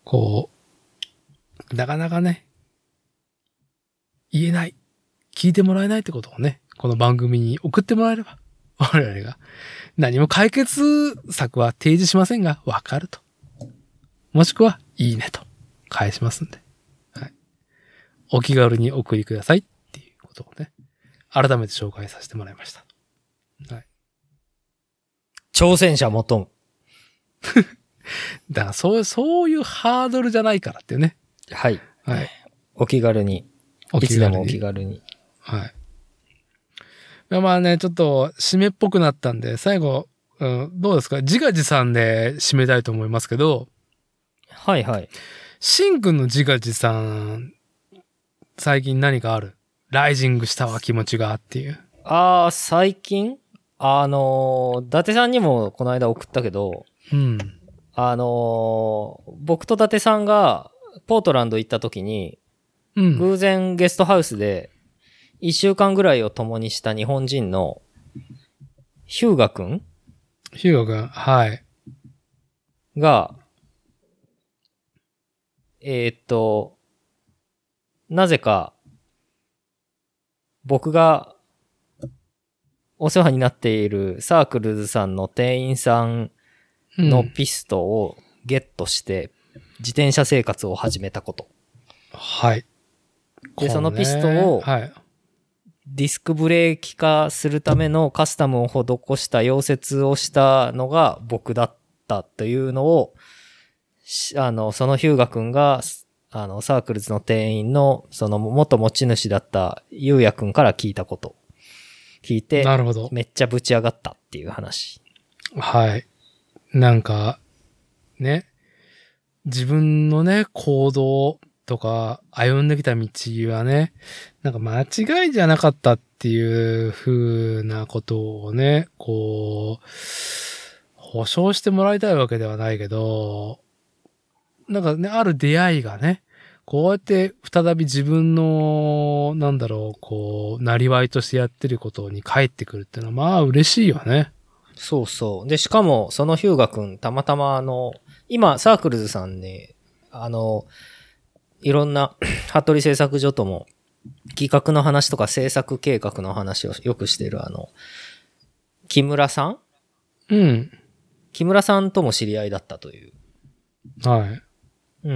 [SPEAKER 1] こう、なかなかね、言えない、聞いてもらえないってことをね、この番組に送ってもらえれば、我々が何も解決策は提示しませんが、わかると。もしくは、いいねと返しますんで。はい。お気軽にお送りくださいっていうことをね、改めて紹介させてもらいました。はい。
[SPEAKER 2] 挑戦者求む。
[SPEAKER 1] だからそう、そういうハードルじゃないからっていうね。
[SPEAKER 2] はい。
[SPEAKER 1] はい。
[SPEAKER 2] お気軽に。いつでもお気軽に。
[SPEAKER 1] はい。まあね、ちょっと締めっぽくなったんで、最後、うん、どうですか？自画自賛で締めたいと思いますけど。
[SPEAKER 2] はいはい。
[SPEAKER 1] シンくんの自画自賛、最近何かある？ライジングしたわ、気持ちがっていう。
[SPEAKER 2] ああ、最近あのー、伊達さんにもこの間送ったけど、
[SPEAKER 1] うん。
[SPEAKER 2] あのー、僕と伊達さんがポートランド行った時に、
[SPEAKER 1] うん、
[SPEAKER 2] 偶然ゲストハウスで一週間ぐらいを共にした日本人のヒューガくん
[SPEAKER 1] ヒューガくん、はい。
[SPEAKER 2] が、えー、っと、なぜか僕がお世話になっているサークルズさんの店員さんのピストをゲットして自転車生活を始めたこと。
[SPEAKER 1] うん、はい。
[SPEAKER 2] で、そのピストをディスクブレーキ化するためのカスタムを施した溶接をしたのが僕だったというのを、あの、そのヒューガくんが、あの、サークルズの店員のその元持ち主だったユウヤくんから聞いたこと。聞いて、
[SPEAKER 1] なるほど。
[SPEAKER 2] めっちゃぶち上がったっていう話。
[SPEAKER 1] はい。なんか、ね、自分のね、行動とか歩んできた道はね、なんか間違いじゃなかったっていう風なことをね、こう、保証してもらいたいわけではないけど、なんかね、ある出会いがね、こうやって再び自分の、なんだろう、こう、なりわいとしてやってることに帰ってくるっていうのは、まあ嬉しいよね。
[SPEAKER 2] そうそう。で、しかも、そのヒューガくん、たまたまあの、今、サークルズさんね、あの、いろんな、服部製作所とも、企画の話とか制作計画の話をよくしているあの、木村さん？
[SPEAKER 1] うん。
[SPEAKER 2] 木村さんとも知り合いだったという。
[SPEAKER 1] はい。
[SPEAKER 2] うん。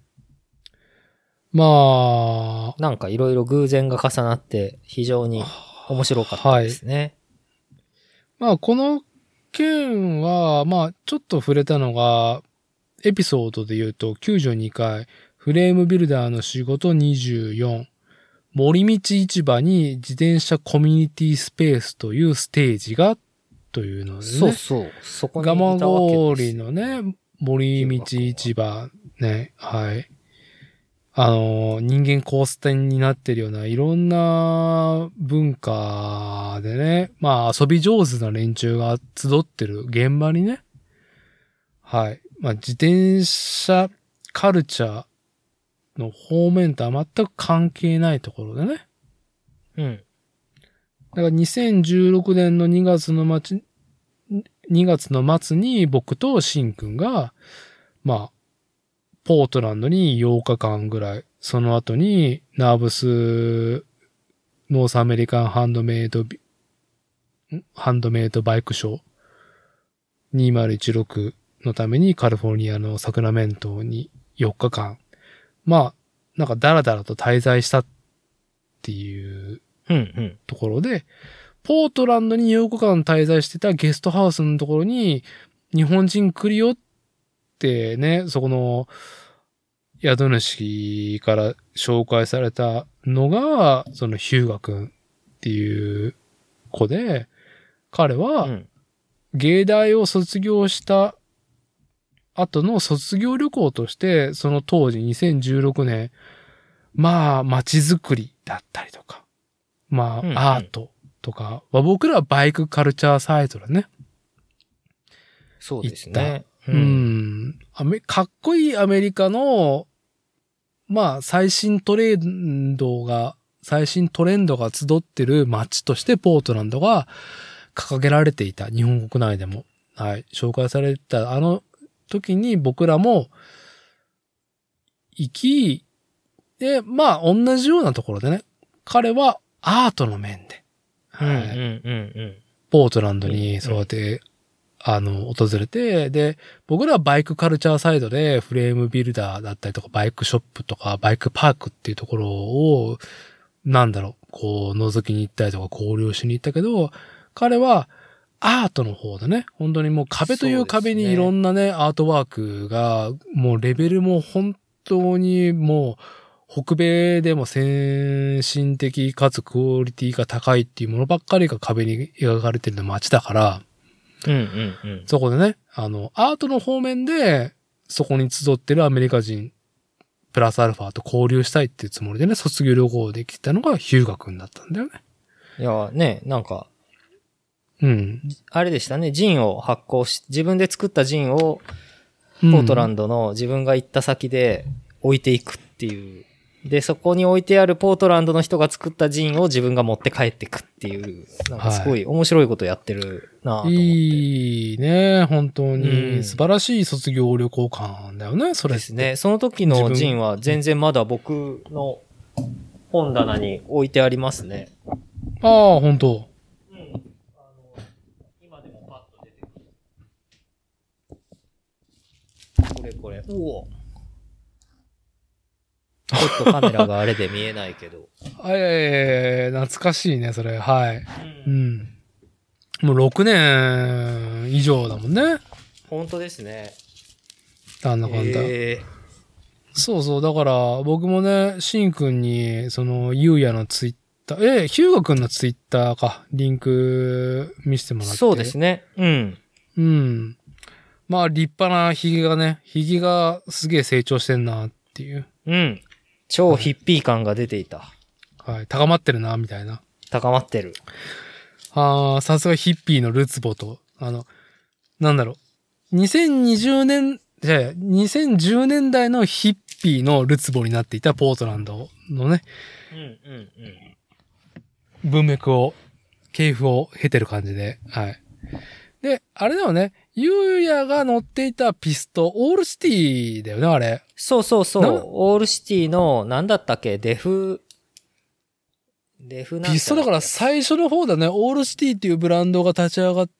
[SPEAKER 1] まあ。
[SPEAKER 2] なんかいろいろ偶然が重なって非常に面白かったですね。はい、
[SPEAKER 1] まあこの件は、まあちょっと触れたのが、エピソードで言うときゅうじゅうにかい、フレームビルダーの仕事にじゅうよん、森道市場に自転車コミュニティスペースというステージが、というのでね。
[SPEAKER 2] そうそう。そこにいたわけです。
[SPEAKER 1] 蒲郡のね、森道市場ね、はい。あの、人間交差点になってるようないろんな文化でね、まあ遊び上手な連中が集ってる現場にね、はい。まあ自転車カルチャーの方面とは全く関係ないところでね。
[SPEAKER 2] うん。
[SPEAKER 1] だからにせんじゅうろくねんのにがつの末、にがつの末に僕とシンくんが、まあ、ポートランドにようかかんぐらい、その後にナーブスノースアメリカンハンドメイドハンドメイドバイクショーにせんじゅうろくのためにカリフォルニアのサクラメントによっかかん、まあなんかダラダラと滞在したっていうところで、うんうん、ポートランドにようかかん滞在してたゲストハウスのところに日本人来るよってね、そこの宿主から紹介されたのが、そのヒューガくんっていう子で、彼は芸大を卒業した後の卒業旅行として、その当時にせんじゅうろくねん、まあ街づくりだったりとか、まあアートとか、うんうん、僕らはバイクカルチャーサイトだね。
[SPEAKER 2] そうですね。
[SPEAKER 1] うん、うん。かっこいいアメリカの、まあ、最新トレンドが、最新トレンドが集ってる街としてポートランドが掲げられていた。日本国内でも。はい。紹介されたあの時に僕らも、 いき、で、まあ、同じようなところでね、彼はアートの面で、
[SPEAKER 2] うん、うん、
[SPEAKER 1] はい、
[SPEAKER 2] うん、うん。
[SPEAKER 1] ポートランドにそうやって、あの、訪れて、で、僕らはバイクカルチャーサイドでフレームビルダーだったりとか、バイクショップとか、バイクパークっていうところを、なんだろう、こう、覗きに行ったりとか、交流しに行ったけど、彼はアートの方でね、本当にもう壁という壁にいろんなね、アートワークが、もうレベルも本当にもう、北米でも先進的かつクオリティが高いっていうものばっかりが壁に描かれてる街だから、
[SPEAKER 2] うんうんうん。
[SPEAKER 1] そこでね、あの、アートの方面で、そこに集ってるアメリカ人、プラスアルファと交流したいっていうつもりでね、卒業旅行できたのがヒューガ君だったんだよね。
[SPEAKER 2] いや、ね、なんか、
[SPEAKER 1] うん。
[SPEAKER 2] あれでしたね、ジンを発行し、自分で作ったジンを、ポートランドの自分が行った先で置いていくっていう。で、そこに置いてあるポートランドの人が作ったジンを自分が持って帰ってくっていう、なんかすごい面白いことやってるなぁと思って。
[SPEAKER 1] いいね、本当
[SPEAKER 2] う
[SPEAKER 1] に。
[SPEAKER 2] ん
[SPEAKER 1] 素晴らしい卒業旅行感だよね、それって。
[SPEAKER 2] ですね。その時のジンは全然まだ僕の本棚に置いてありますね。
[SPEAKER 1] ああ、本当。
[SPEAKER 2] うん。あの、今でもパッと出てくる。これこれ。うお。ちょっとカメラがあれで見えないけど。
[SPEAKER 1] あ、いやいやいや、懐かしいね、それ。はい。
[SPEAKER 2] う。
[SPEAKER 1] うんん。もうろくねん以上だもんね。
[SPEAKER 2] 本当ですね。
[SPEAKER 1] なんだかんだ。
[SPEAKER 2] え
[SPEAKER 1] そうそう。だから、僕もね、シンくんに、その、ゆうやのツイッター、え、ヒューガくんのツイッターか、リンク見せてもらって。
[SPEAKER 2] そうですね。うん。
[SPEAKER 1] うん。まあ、立派なヒゲがね、ヒゲがすげえ成長してんなっていう。
[SPEAKER 2] うん。超ヒッピー感が出ていた。
[SPEAKER 1] はい。高まってるな、みたいな。
[SPEAKER 2] 高まってる。
[SPEAKER 1] ああ、さすがヒッピーのルツボと、あの、なんだろう。にせんにじゅうねん、じゃあ、にせんじゅうねんだいのヒッピーのルツボになっていたポートランドのね、
[SPEAKER 2] うんうんうん。
[SPEAKER 1] 文脈を、系譜を経てる感じで、はい。で、あれだよね、ゆうやが乗っていたピスト、オールシティだよね、あれ。
[SPEAKER 2] そうそうそ
[SPEAKER 1] な
[SPEAKER 2] う。オールシティの、なんだったっけデフ、デフなんちゃら
[SPEAKER 1] ピストだから最初の方だね、オールシティっていうブランドが立ち上がって、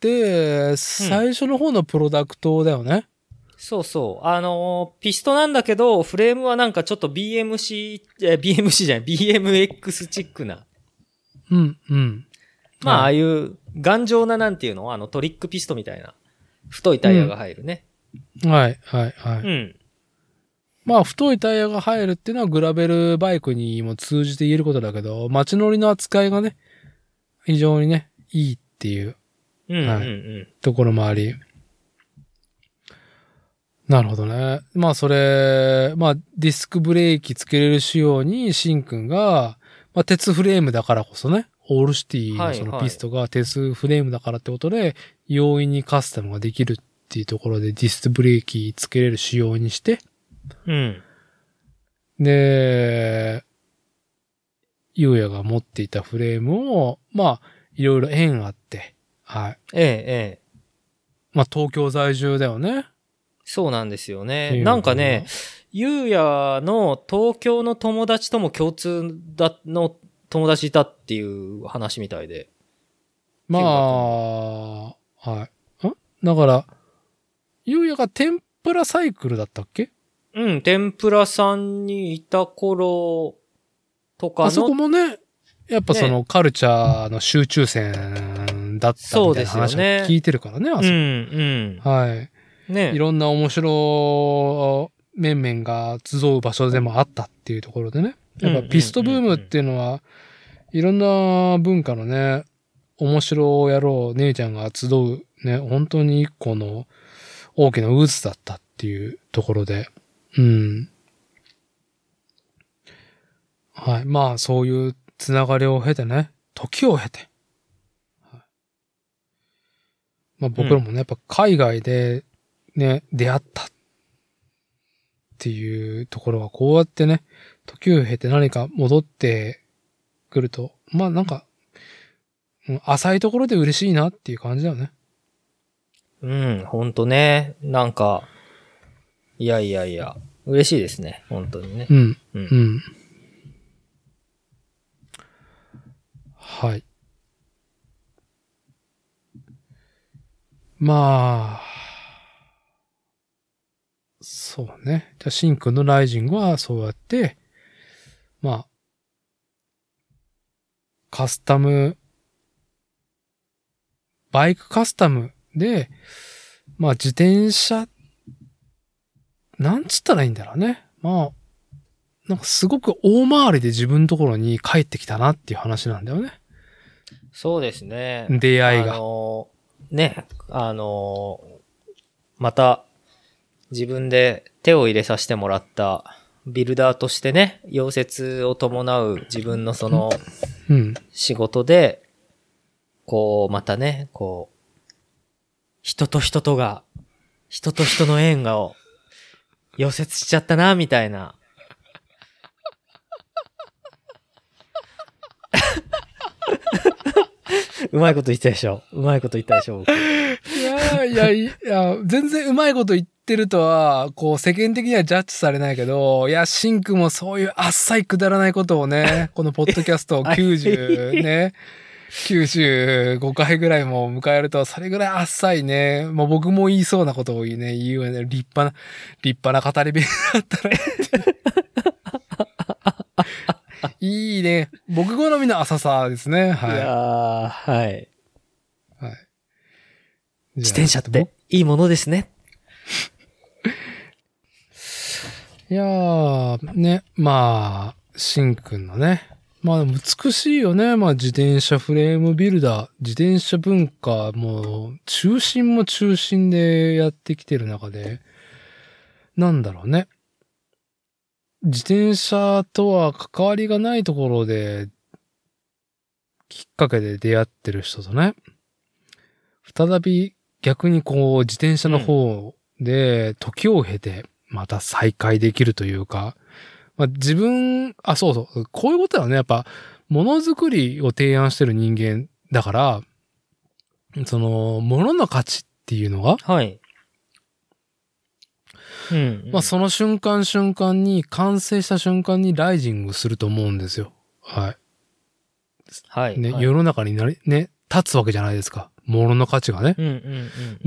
[SPEAKER 1] 最初の方のプロダクトだよね。
[SPEAKER 2] そうそう。あのーピストなんだけど、フレームはなんかちょっと ビーエムシー、え、ビーエムシー じゃない、ビーエムエックス チックな。
[SPEAKER 1] うん、うん。
[SPEAKER 2] まあ、ああ
[SPEAKER 1] はい
[SPEAKER 2] いう頑丈ななんていうのあのトリックピストみたいな。太いタイヤが入るね。
[SPEAKER 1] はい、はい、はい。
[SPEAKER 2] うん。
[SPEAKER 1] まあ、太いタイヤが入るっていうのはグラベルバイクにも通じて言えることだけど、街乗りの扱いがね、非常にね、いいっていう
[SPEAKER 2] うん、うん、
[SPEAKER 1] は
[SPEAKER 2] うん。
[SPEAKER 1] ところもあり。なるほどね。まあ、それ、まあ、ディスクブレーキつけれる仕様に、シンくんが、まあ、鉄フレームだからこそね、オールシティのそのピストが鉄フレームだからってことで、容易にカスタムができるっていうところでディスクブレーキつけれる仕様にして、
[SPEAKER 2] うん。
[SPEAKER 1] で、ゆうやが持っていたフレームを、まあ、いろいろ縁あって、はい。
[SPEAKER 2] ええ、ええ。
[SPEAKER 1] まあ、東京在住だよね。
[SPEAKER 2] そうなんですよ
[SPEAKER 1] い
[SPEAKER 2] ね。
[SPEAKER 1] う
[SPEAKER 2] なんかね、ゆうやの東京の友達とも共通だ、の友達いたっていう話みたいで。
[SPEAKER 1] まあ、はい。んだから、ゆうやが天ぷらサイクルだったっけ？
[SPEAKER 2] うん、天ぷらさんにいた頃とかの。
[SPEAKER 1] あそこもね、やっぱそのカルチャーの集中線だったみたいな話を聞いてるからね、あそこ。
[SPEAKER 2] うん、うん。
[SPEAKER 1] はい。
[SPEAKER 2] ね。
[SPEAKER 1] いろんな面白面々が集う場所でもあったっていうところでね。やっぱピストブームっていうのは、いろんな文化のね、面白野郎姉ちゃんが集うね、本当に一個の大きな渦だったっていうところで。うん。はい。まあ、そういうつながりを経てね、時を経て。はい、まあ僕らもね、やっぱ海外でね、出会ったっていうところはこうやってね、時を経て何か戻ってくると、まあなんか、浅いところで嬉しいなっていう感じだよね。
[SPEAKER 2] うん、ほんとね。なんか、いやいやいや。 嬉しいですね。本当にね。
[SPEAKER 1] うん。
[SPEAKER 2] う。
[SPEAKER 1] うんん。はい。まあ、そうね。じゃあ、シンくんのライジングはそうやって、まあ、カスタム、バイクカスタムで、まあ自転車、なんつったらいいんだろうね。まあ、なんかすごく大回りで自分のところに帰ってきたなっていう話なんだよね。
[SPEAKER 2] そうですね。
[SPEAKER 1] 出会いが。
[SPEAKER 2] あのー、ね、あのー、また、自分で手を入れさせてもらったビルダーとしてね、溶接を伴う自分のその
[SPEAKER 1] うん。
[SPEAKER 2] 仕事で、こう、またね、こう、人と人とが、人と人の縁がを溶接しちゃったな、みたいな。うまいこと言ったでしょ。うまいこと言ったでしょ。僕
[SPEAKER 1] いやいやいや、全然うまいこと言ってるとは、こう世間的にはジャッジされないけど、いや、シンクもそういうあっさいくだらないことをね、このポッドキャストきゅうじゅうね、きゅうじゅうごかいぐらいも迎えると、それぐらいあっさいね、もう僕も言いそうなことを言うね、言うよね、立派な、立派な語り部だったら。いいね。僕好みの浅さですね。はい。
[SPEAKER 2] いやー、はい。
[SPEAKER 1] はい。
[SPEAKER 2] 自転車っていいものですね。
[SPEAKER 1] いやー、ね、まあ、しんくんのね。まあ美しいよね。まあ自転車フレームビルダー、自転車文化、もう中心も中心でやってきてる中で、なんだろうね。自転車とは関わりがないところで、きっかけで出会ってる人とね、再び逆にこう自転車の方で時を経てまた再会できるというか、まあ、自分、あ、そうそう、こういうことだよね。やっぱ、ものづくりを提案してる人間だから、その、ものの価値っていうのが、
[SPEAKER 2] はい。うん、うん。
[SPEAKER 1] まあその瞬間瞬間に、完成した瞬間にライジングすると思うんですよ。はい。
[SPEAKER 2] はい。
[SPEAKER 1] ね、
[SPEAKER 2] はい、
[SPEAKER 1] 世の中になり、ね、立つわけじゃないですか。ものの価値がね。
[SPEAKER 2] うん、うん、うん。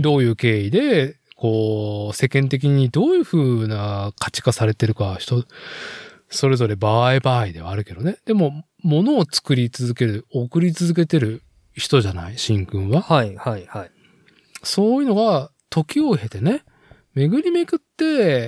[SPEAKER 1] どういう経緯で、こう、世間的にどういう風な価値化されてるか、人、それぞれ場合場合ではあるけどね。でも、物を作り続ける、送り続けてる人じゃない、しんくんは。
[SPEAKER 2] はい、はい、はい。
[SPEAKER 1] そういうのが、時を経てね、巡りめくって、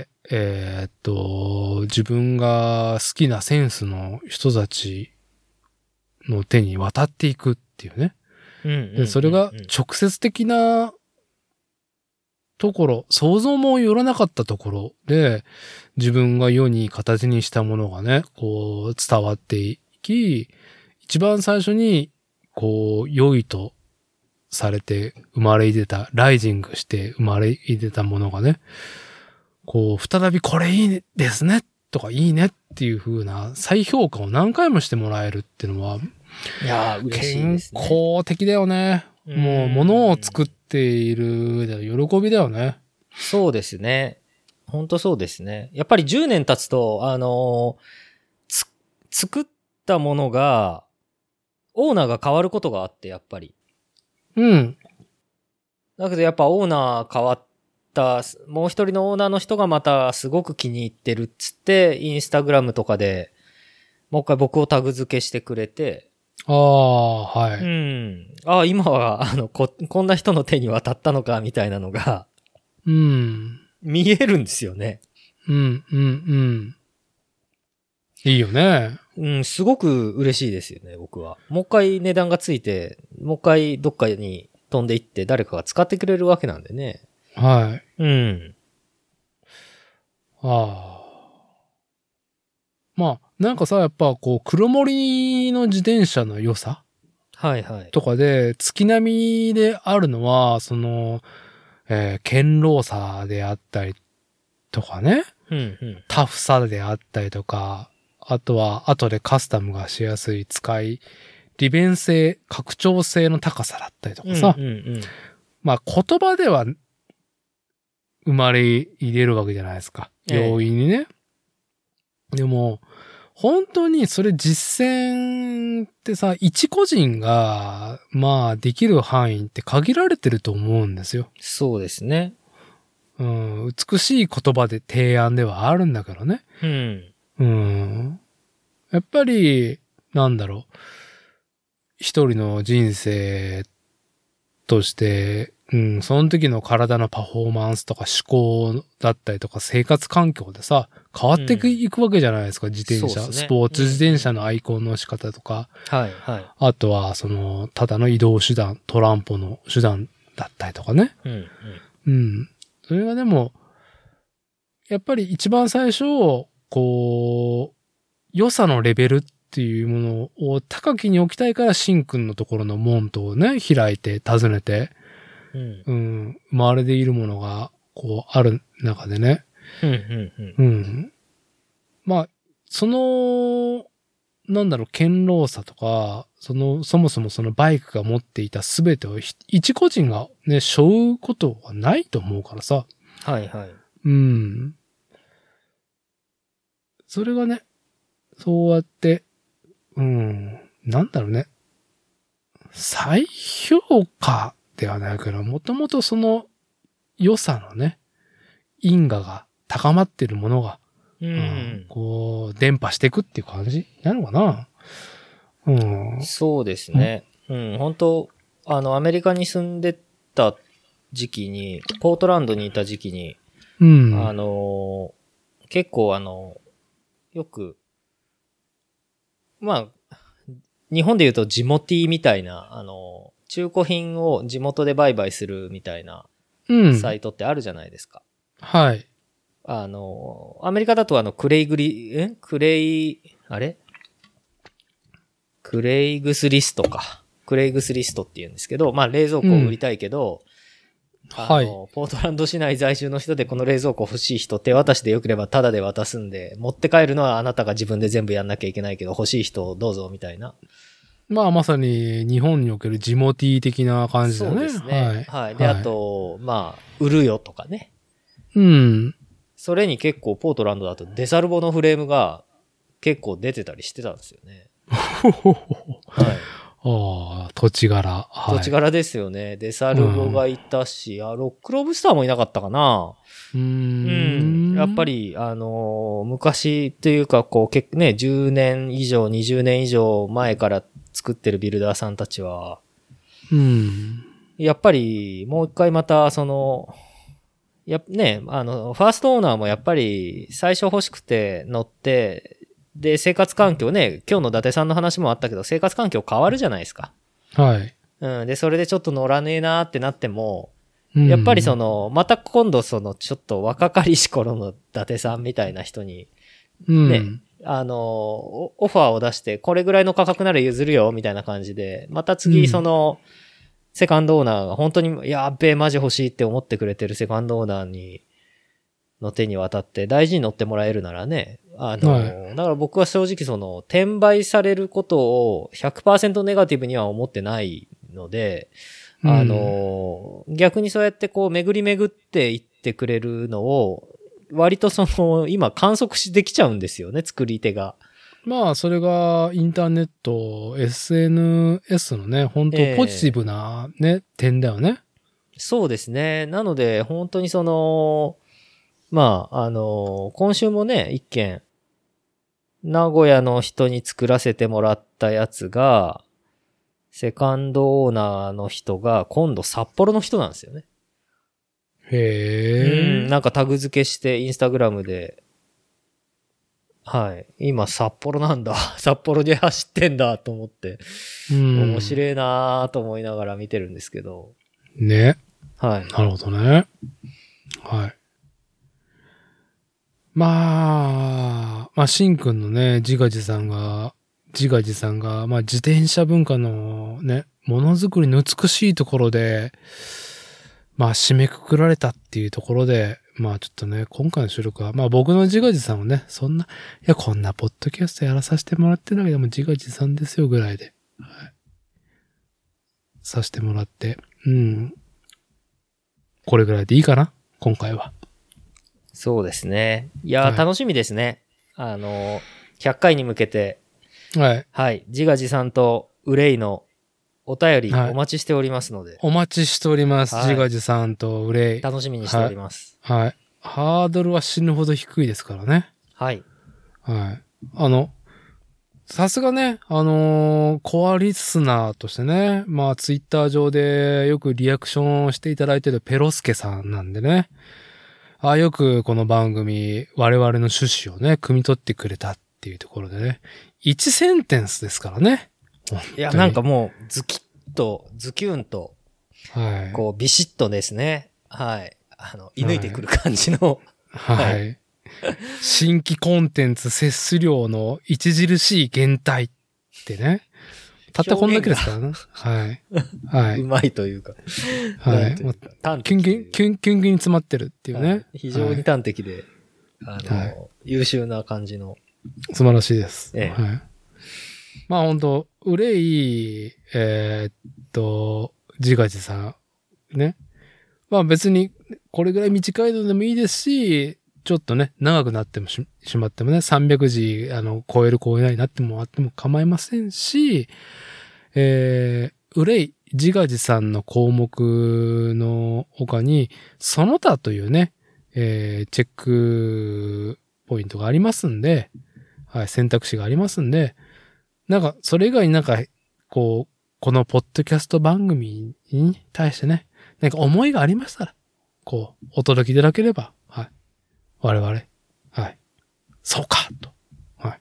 [SPEAKER 1] えーっと、自分が好きなセンスの人たちの手に渡っていくっていうね。
[SPEAKER 2] うんうんうんうん、
[SPEAKER 1] で、それが直接的なところ、想像もよらなかったところで、自分が世に形にしたものがね、こう伝わっていき、一番最初に、こう、良いとされて生まれ出た、ライジングして生まれ出たものがね、こう、再びこれいいですね、とかいいねっていう風な再評価を何回もしてもらえるっていうのは、
[SPEAKER 2] いやー、嬉しいですね。
[SPEAKER 1] 健康的だよね。もう、物を作っている上では喜びだよね。
[SPEAKER 2] そうですね。本当そうですね。やっぱりじゅうねん経つと、あのー、つ、作ったものが、オーナーが変わることがあって、やっぱり。
[SPEAKER 1] うん。
[SPEAKER 2] だけどやっぱオーナー変わった、もう一人のオーナーの人がまたすごく気に入ってるっつって、インスタグラムとかでもう一回僕をタグ付けしてくれて、
[SPEAKER 1] ああ、はい。
[SPEAKER 2] うん。ああ、今は、あの、こ、こんな人の手に渡ったのか、みたいなのが、
[SPEAKER 1] うん。
[SPEAKER 2] 見えるんですよね。
[SPEAKER 1] うん、うん、うん。いいよね。
[SPEAKER 2] うん、すごく嬉しいですよね、僕は。もう一回値段がついて、もう一回どっかに飛んでいって誰かが使ってくれるわけなんでね。
[SPEAKER 1] はい。
[SPEAKER 2] うん。
[SPEAKER 1] ああ。まあ、なんかさ、やっぱこう、黒森の自転車の良さ
[SPEAKER 2] はいはい。
[SPEAKER 1] とかで、月並みであるのは、その、えー、堅牢さであったりとかね。
[SPEAKER 2] うんうん。
[SPEAKER 1] タフさであったりとか、あとは後でカスタムがしやすい使い、利便性、拡張性の高さだったりとかさ。
[SPEAKER 2] うんうんうん、
[SPEAKER 1] まあ言葉では生まれ入れるわけじゃないですか。容易にね。ええ、でも、本当にそれ実践ってさ、一個人が、まあ、できる範囲って限られてると思うんですよ。
[SPEAKER 2] そうですね。
[SPEAKER 1] うん、美しい言葉で提案ではあるんだけどね。
[SPEAKER 2] うん。
[SPEAKER 1] うん。やっぱり、なんだろう。一人の人生として、うん、その時の体のパフォーマンスとか思考だったりとか生活環境でさ、変わっていくわけじゃないですか、自転車。
[SPEAKER 2] そうですね。
[SPEAKER 1] スポーツ自転車のアイコンの仕方とか。
[SPEAKER 2] はいはい。
[SPEAKER 1] あとは、その、ただの移動手段、トランポの手段だったりとかね。
[SPEAKER 2] うんうん。
[SPEAKER 1] うん。それがでも、やっぱり一番最初、こう、良さのレベルっていうものを高きに置きたいから、シンくんのところの門戸をね、開いて、訪ねて、
[SPEAKER 2] うん。
[SPEAKER 1] うん。周りでいるものが、こう、ある中でね。
[SPEAKER 2] うんうんうん。
[SPEAKER 1] うん。まあ、その、なんだろう、堅牢さとか、その、そもそもそのバイクが持っていたすべてを一個人がね、背負うことはないと思うからさ。
[SPEAKER 2] はいはい。
[SPEAKER 1] うん。それがね、そうやって、うん、なんだろうね。再評価ではないけど、もともとその良さのね、因果が高まってるものが、
[SPEAKER 2] うん、
[SPEAKER 1] うん、こう、伝播していくっていう感じなのかな。うん。
[SPEAKER 2] そうですね。うん、本当あの、アメリカに住んでた時期に、ポートランドにいた時期に、
[SPEAKER 1] うん。
[SPEAKER 2] あの、結構あの、よく、まあ、日本で言うとジモティみたいな、あの、中古品を地元で売買するみたいなサイトってあるじゃないですか。
[SPEAKER 1] うん、はい。
[SPEAKER 2] あの、アメリカだとあの、クレイグリ、えクレイ、あれクレイグスリストか。クレイグスリストって言うんですけど、まあ冷蔵庫を売りたいけど、うん、あの、はい、ポートランド市内在住の人でこの冷蔵庫欲しい人手渡しでよければタダで渡すんで、持って帰るのはあなたが自分で全部やんなきゃいけないけど欲しい人どうぞみたいな。
[SPEAKER 1] まあまさに日本におけるジモティ的な感じだね。
[SPEAKER 2] そうですね。はい。はい、で、あと、まあ、売るよとかね。
[SPEAKER 1] うん。
[SPEAKER 2] それに結構ポートランドだとデサルボのフレームが結構出てたりしてたんですよね。はい。
[SPEAKER 1] ああ、土地柄。
[SPEAKER 2] はい、土地柄ですよね。デサルボがいたし、うん、あ、ロックロブスターもいなかったかな。
[SPEAKER 1] うーん。
[SPEAKER 2] うん。やっぱり、あのー、昔というか、こう、結ね、じゅうねん以上、にじゅうねん以上前から作ってるビルダーさんたちは、
[SPEAKER 1] うん。
[SPEAKER 2] やっぱり、もう一回また、その、や、ね、あの、ファーストオーナーもやっぱり、最初欲しくて乗って、で、生活環境ね、今日の伊達さんの話もあったけど、生活環境変わるじゃないですか。
[SPEAKER 1] はい。
[SPEAKER 2] うん。で、それでちょっと乗らねえなーってなっても、うん、やっぱりその、また今度その、ちょっと若かりし頃の伊達さんみたいな人に、ね、うん、あの、オファーを出して、これぐらいの価格なら譲るよ、みたいな感じで、また次、その、うん、セカンドオーナーが本当に、やっべえ、マジ欲しいって思ってくれてるセカンドオーナーに、の手に渡って大事に乗ってもらえるならね、あの、はい、だから僕は正直その、転売されることを ひゃくパーセント ネガティブには思ってないので、うん、あの、逆にそうやってこう、巡り巡っていってくれるのを、割とその、今観測しできちゃうんですよね、作り手が。
[SPEAKER 1] まあ、それがインターネット、エスエヌエス のね、本当ポジティブなね、えー、点だよね。
[SPEAKER 2] そうですね。なので、本当にその、まあ、あの、今週もね、一件、名古屋の人に作らせてもらったやつが、セカンドオーナーの人が、今度札幌の人なんですよね。
[SPEAKER 1] へー。
[SPEAKER 2] うん、なんかタグ付けしてインスタグラムで、はい。今札幌なんだ。札幌で走ってんだと思って、うん、面白いなと思いながら見てるんですけど。
[SPEAKER 1] ね。
[SPEAKER 2] はい。
[SPEAKER 1] なるほどね。はい。まあ、まあ、しんくんのね、自画自賛が、自画自賛が、まあ、自転車文化のね、ものづくりの美しいところで、まあ、締めくくられたっていうところで、まあ、ちょっとね、今回の収録は、まあ、僕の自画自賛をね、そんな、いや、こんなポッドキャストやらさせてもらってるだけでも自画自賛ですよ、ぐらいで、はい。させてもらって、うん。これぐらいでいいかな今回は。
[SPEAKER 2] そうですね。いやー、
[SPEAKER 1] はい
[SPEAKER 2] 楽しみですね。あの、ひゃっかいに向けて、
[SPEAKER 1] はい。
[SPEAKER 2] はい、自画自賛と憂いのお便り
[SPEAKER 1] はい
[SPEAKER 2] お待ちしておりますので、
[SPEAKER 1] お待ちしております。
[SPEAKER 2] はい
[SPEAKER 1] 自画自賛と憂い。
[SPEAKER 2] 楽しみにしております。
[SPEAKER 1] はい。はい。ハードルは死ぬほど低いですからね。
[SPEAKER 2] はい。
[SPEAKER 1] はい。あの、さすがね、あのーコアリスナーとしてね、まあ、ツイッター上でよくリアクションしていただいてるペロスケさんなんでね。あよくこの番組、我々の趣旨をね、汲み取ってくれたっていうところでね。一センテンスですからね。
[SPEAKER 2] いや、なんかもう、ズキッと、ズキュンと、
[SPEAKER 1] はい。
[SPEAKER 2] こう、ビシッとですね。はい。あの、射抜いてくる感じの、
[SPEAKER 1] はい。
[SPEAKER 2] はい
[SPEAKER 1] 新規コンテンツ摂取量の著しい減退ってね。たったこんだけですからね。はい。は
[SPEAKER 2] う
[SPEAKER 1] い。
[SPEAKER 2] まいというか、
[SPEAKER 1] はい。
[SPEAKER 2] なんていう
[SPEAKER 1] もう
[SPEAKER 2] か端
[SPEAKER 1] キュンキュン、
[SPEAKER 2] 的で
[SPEAKER 1] キュン、キュンキュンに詰まってるっていう
[SPEAKER 2] はい
[SPEAKER 1] ね。
[SPEAKER 2] 非常に端的で、あの、
[SPEAKER 1] はい
[SPEAKER 2] 優秀な感じの。
[SPEAKER 1] 素晴らしいです。
[SPEAKER 2] ええ
[SPEAKER 1] はい。まあ本当憂い、えーっと、自画自賛。ね。まあ別に、これぐらい短いのでもいいですし、ちょっとね、長くなってもししまってもね、さんびゃくじ、あの、超える超えないになってもあっても構いませんし、えー、憂い、自画自賛の項目の他に、その他というね、えー、チェックポイントがありますんで、はい、選択肢がありますんで、なんか、それ以外になんか、こう、このポッドキャスト番組に対してね、なんか思いがありましたら、こう、お届けいただければ、はい。我々、はい。そうかと。はい。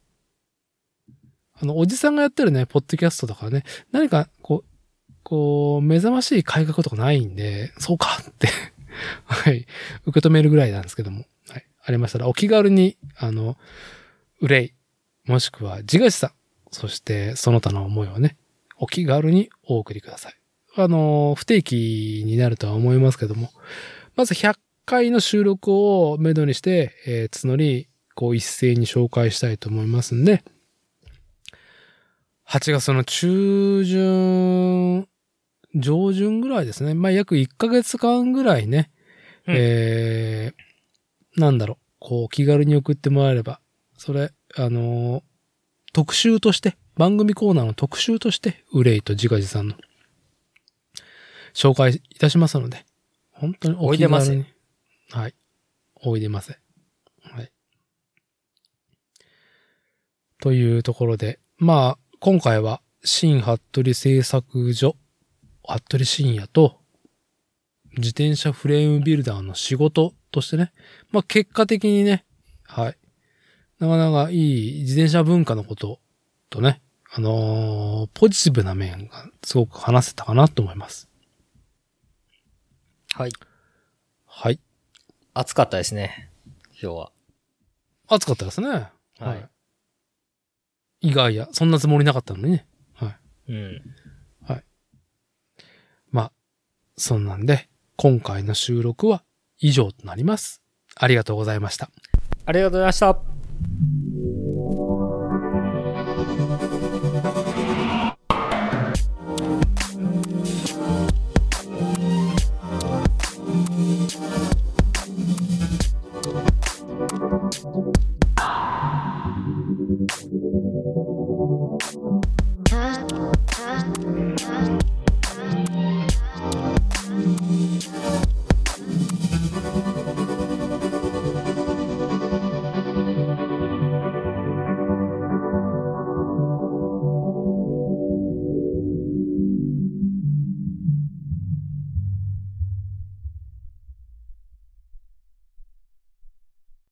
[SPEAKER 1] あの、おじさんがやってるね、ポッドキャストとかね、何か、こう、こう、目覚ましい改革とかないんで、そうかってはい。受け止めるぐらいなんですけども、はい。ありましたら、お気軽に、あの、憂い、もしくは自画自賛、そしてその他の思いをね、お気軽にお送りください。あの、不定期になるとは思いますけども、まずひゃっかいの収録をめどにして、えー、募り、こう一斉に紹介したいと思いますんで、はちがつの中旬、上旬ぐらいですね。まあ、約いっかげつかんぐらいね、
[SPEAKER 2] うん
[SPEAKER 1] えー、なんだろう、こう気軽に送ってもらえれば、それ、あのー特集として、番組コーナーの特集として、憂いと自画自賛の紹介いたしますので、本当にお気軽に。
[SPEAKER 2] おいでませ。
[SPEAKER 1] はい。おいでませ。はい。というところで、まあ、今回は、新服部製作所、服部深也と、自転車フレームビルダーの仕事としてね、まあ結果的にね、はい。なかなかいい自転車文化のこととね、あのー、ポジティブな面がすごく話せたかなと思います。
[SPEAKER 2] はい。
[SPEAKER 1] はい。
[SPEAKER 2] 暑かったですね。今日は。
[SPEAKER 1] 暑かったですね。
[SPEAKER 2] はい。
[SPEAKER 1] 意外や、そんなつもりなかったのにね。はい。
[SPEAKER 2] うん。
[SPEAKER 1] まあ、そんなんで、今回の収録は以上となります。ありがとうございました。
[SPEAKER 2] ありがとうございました。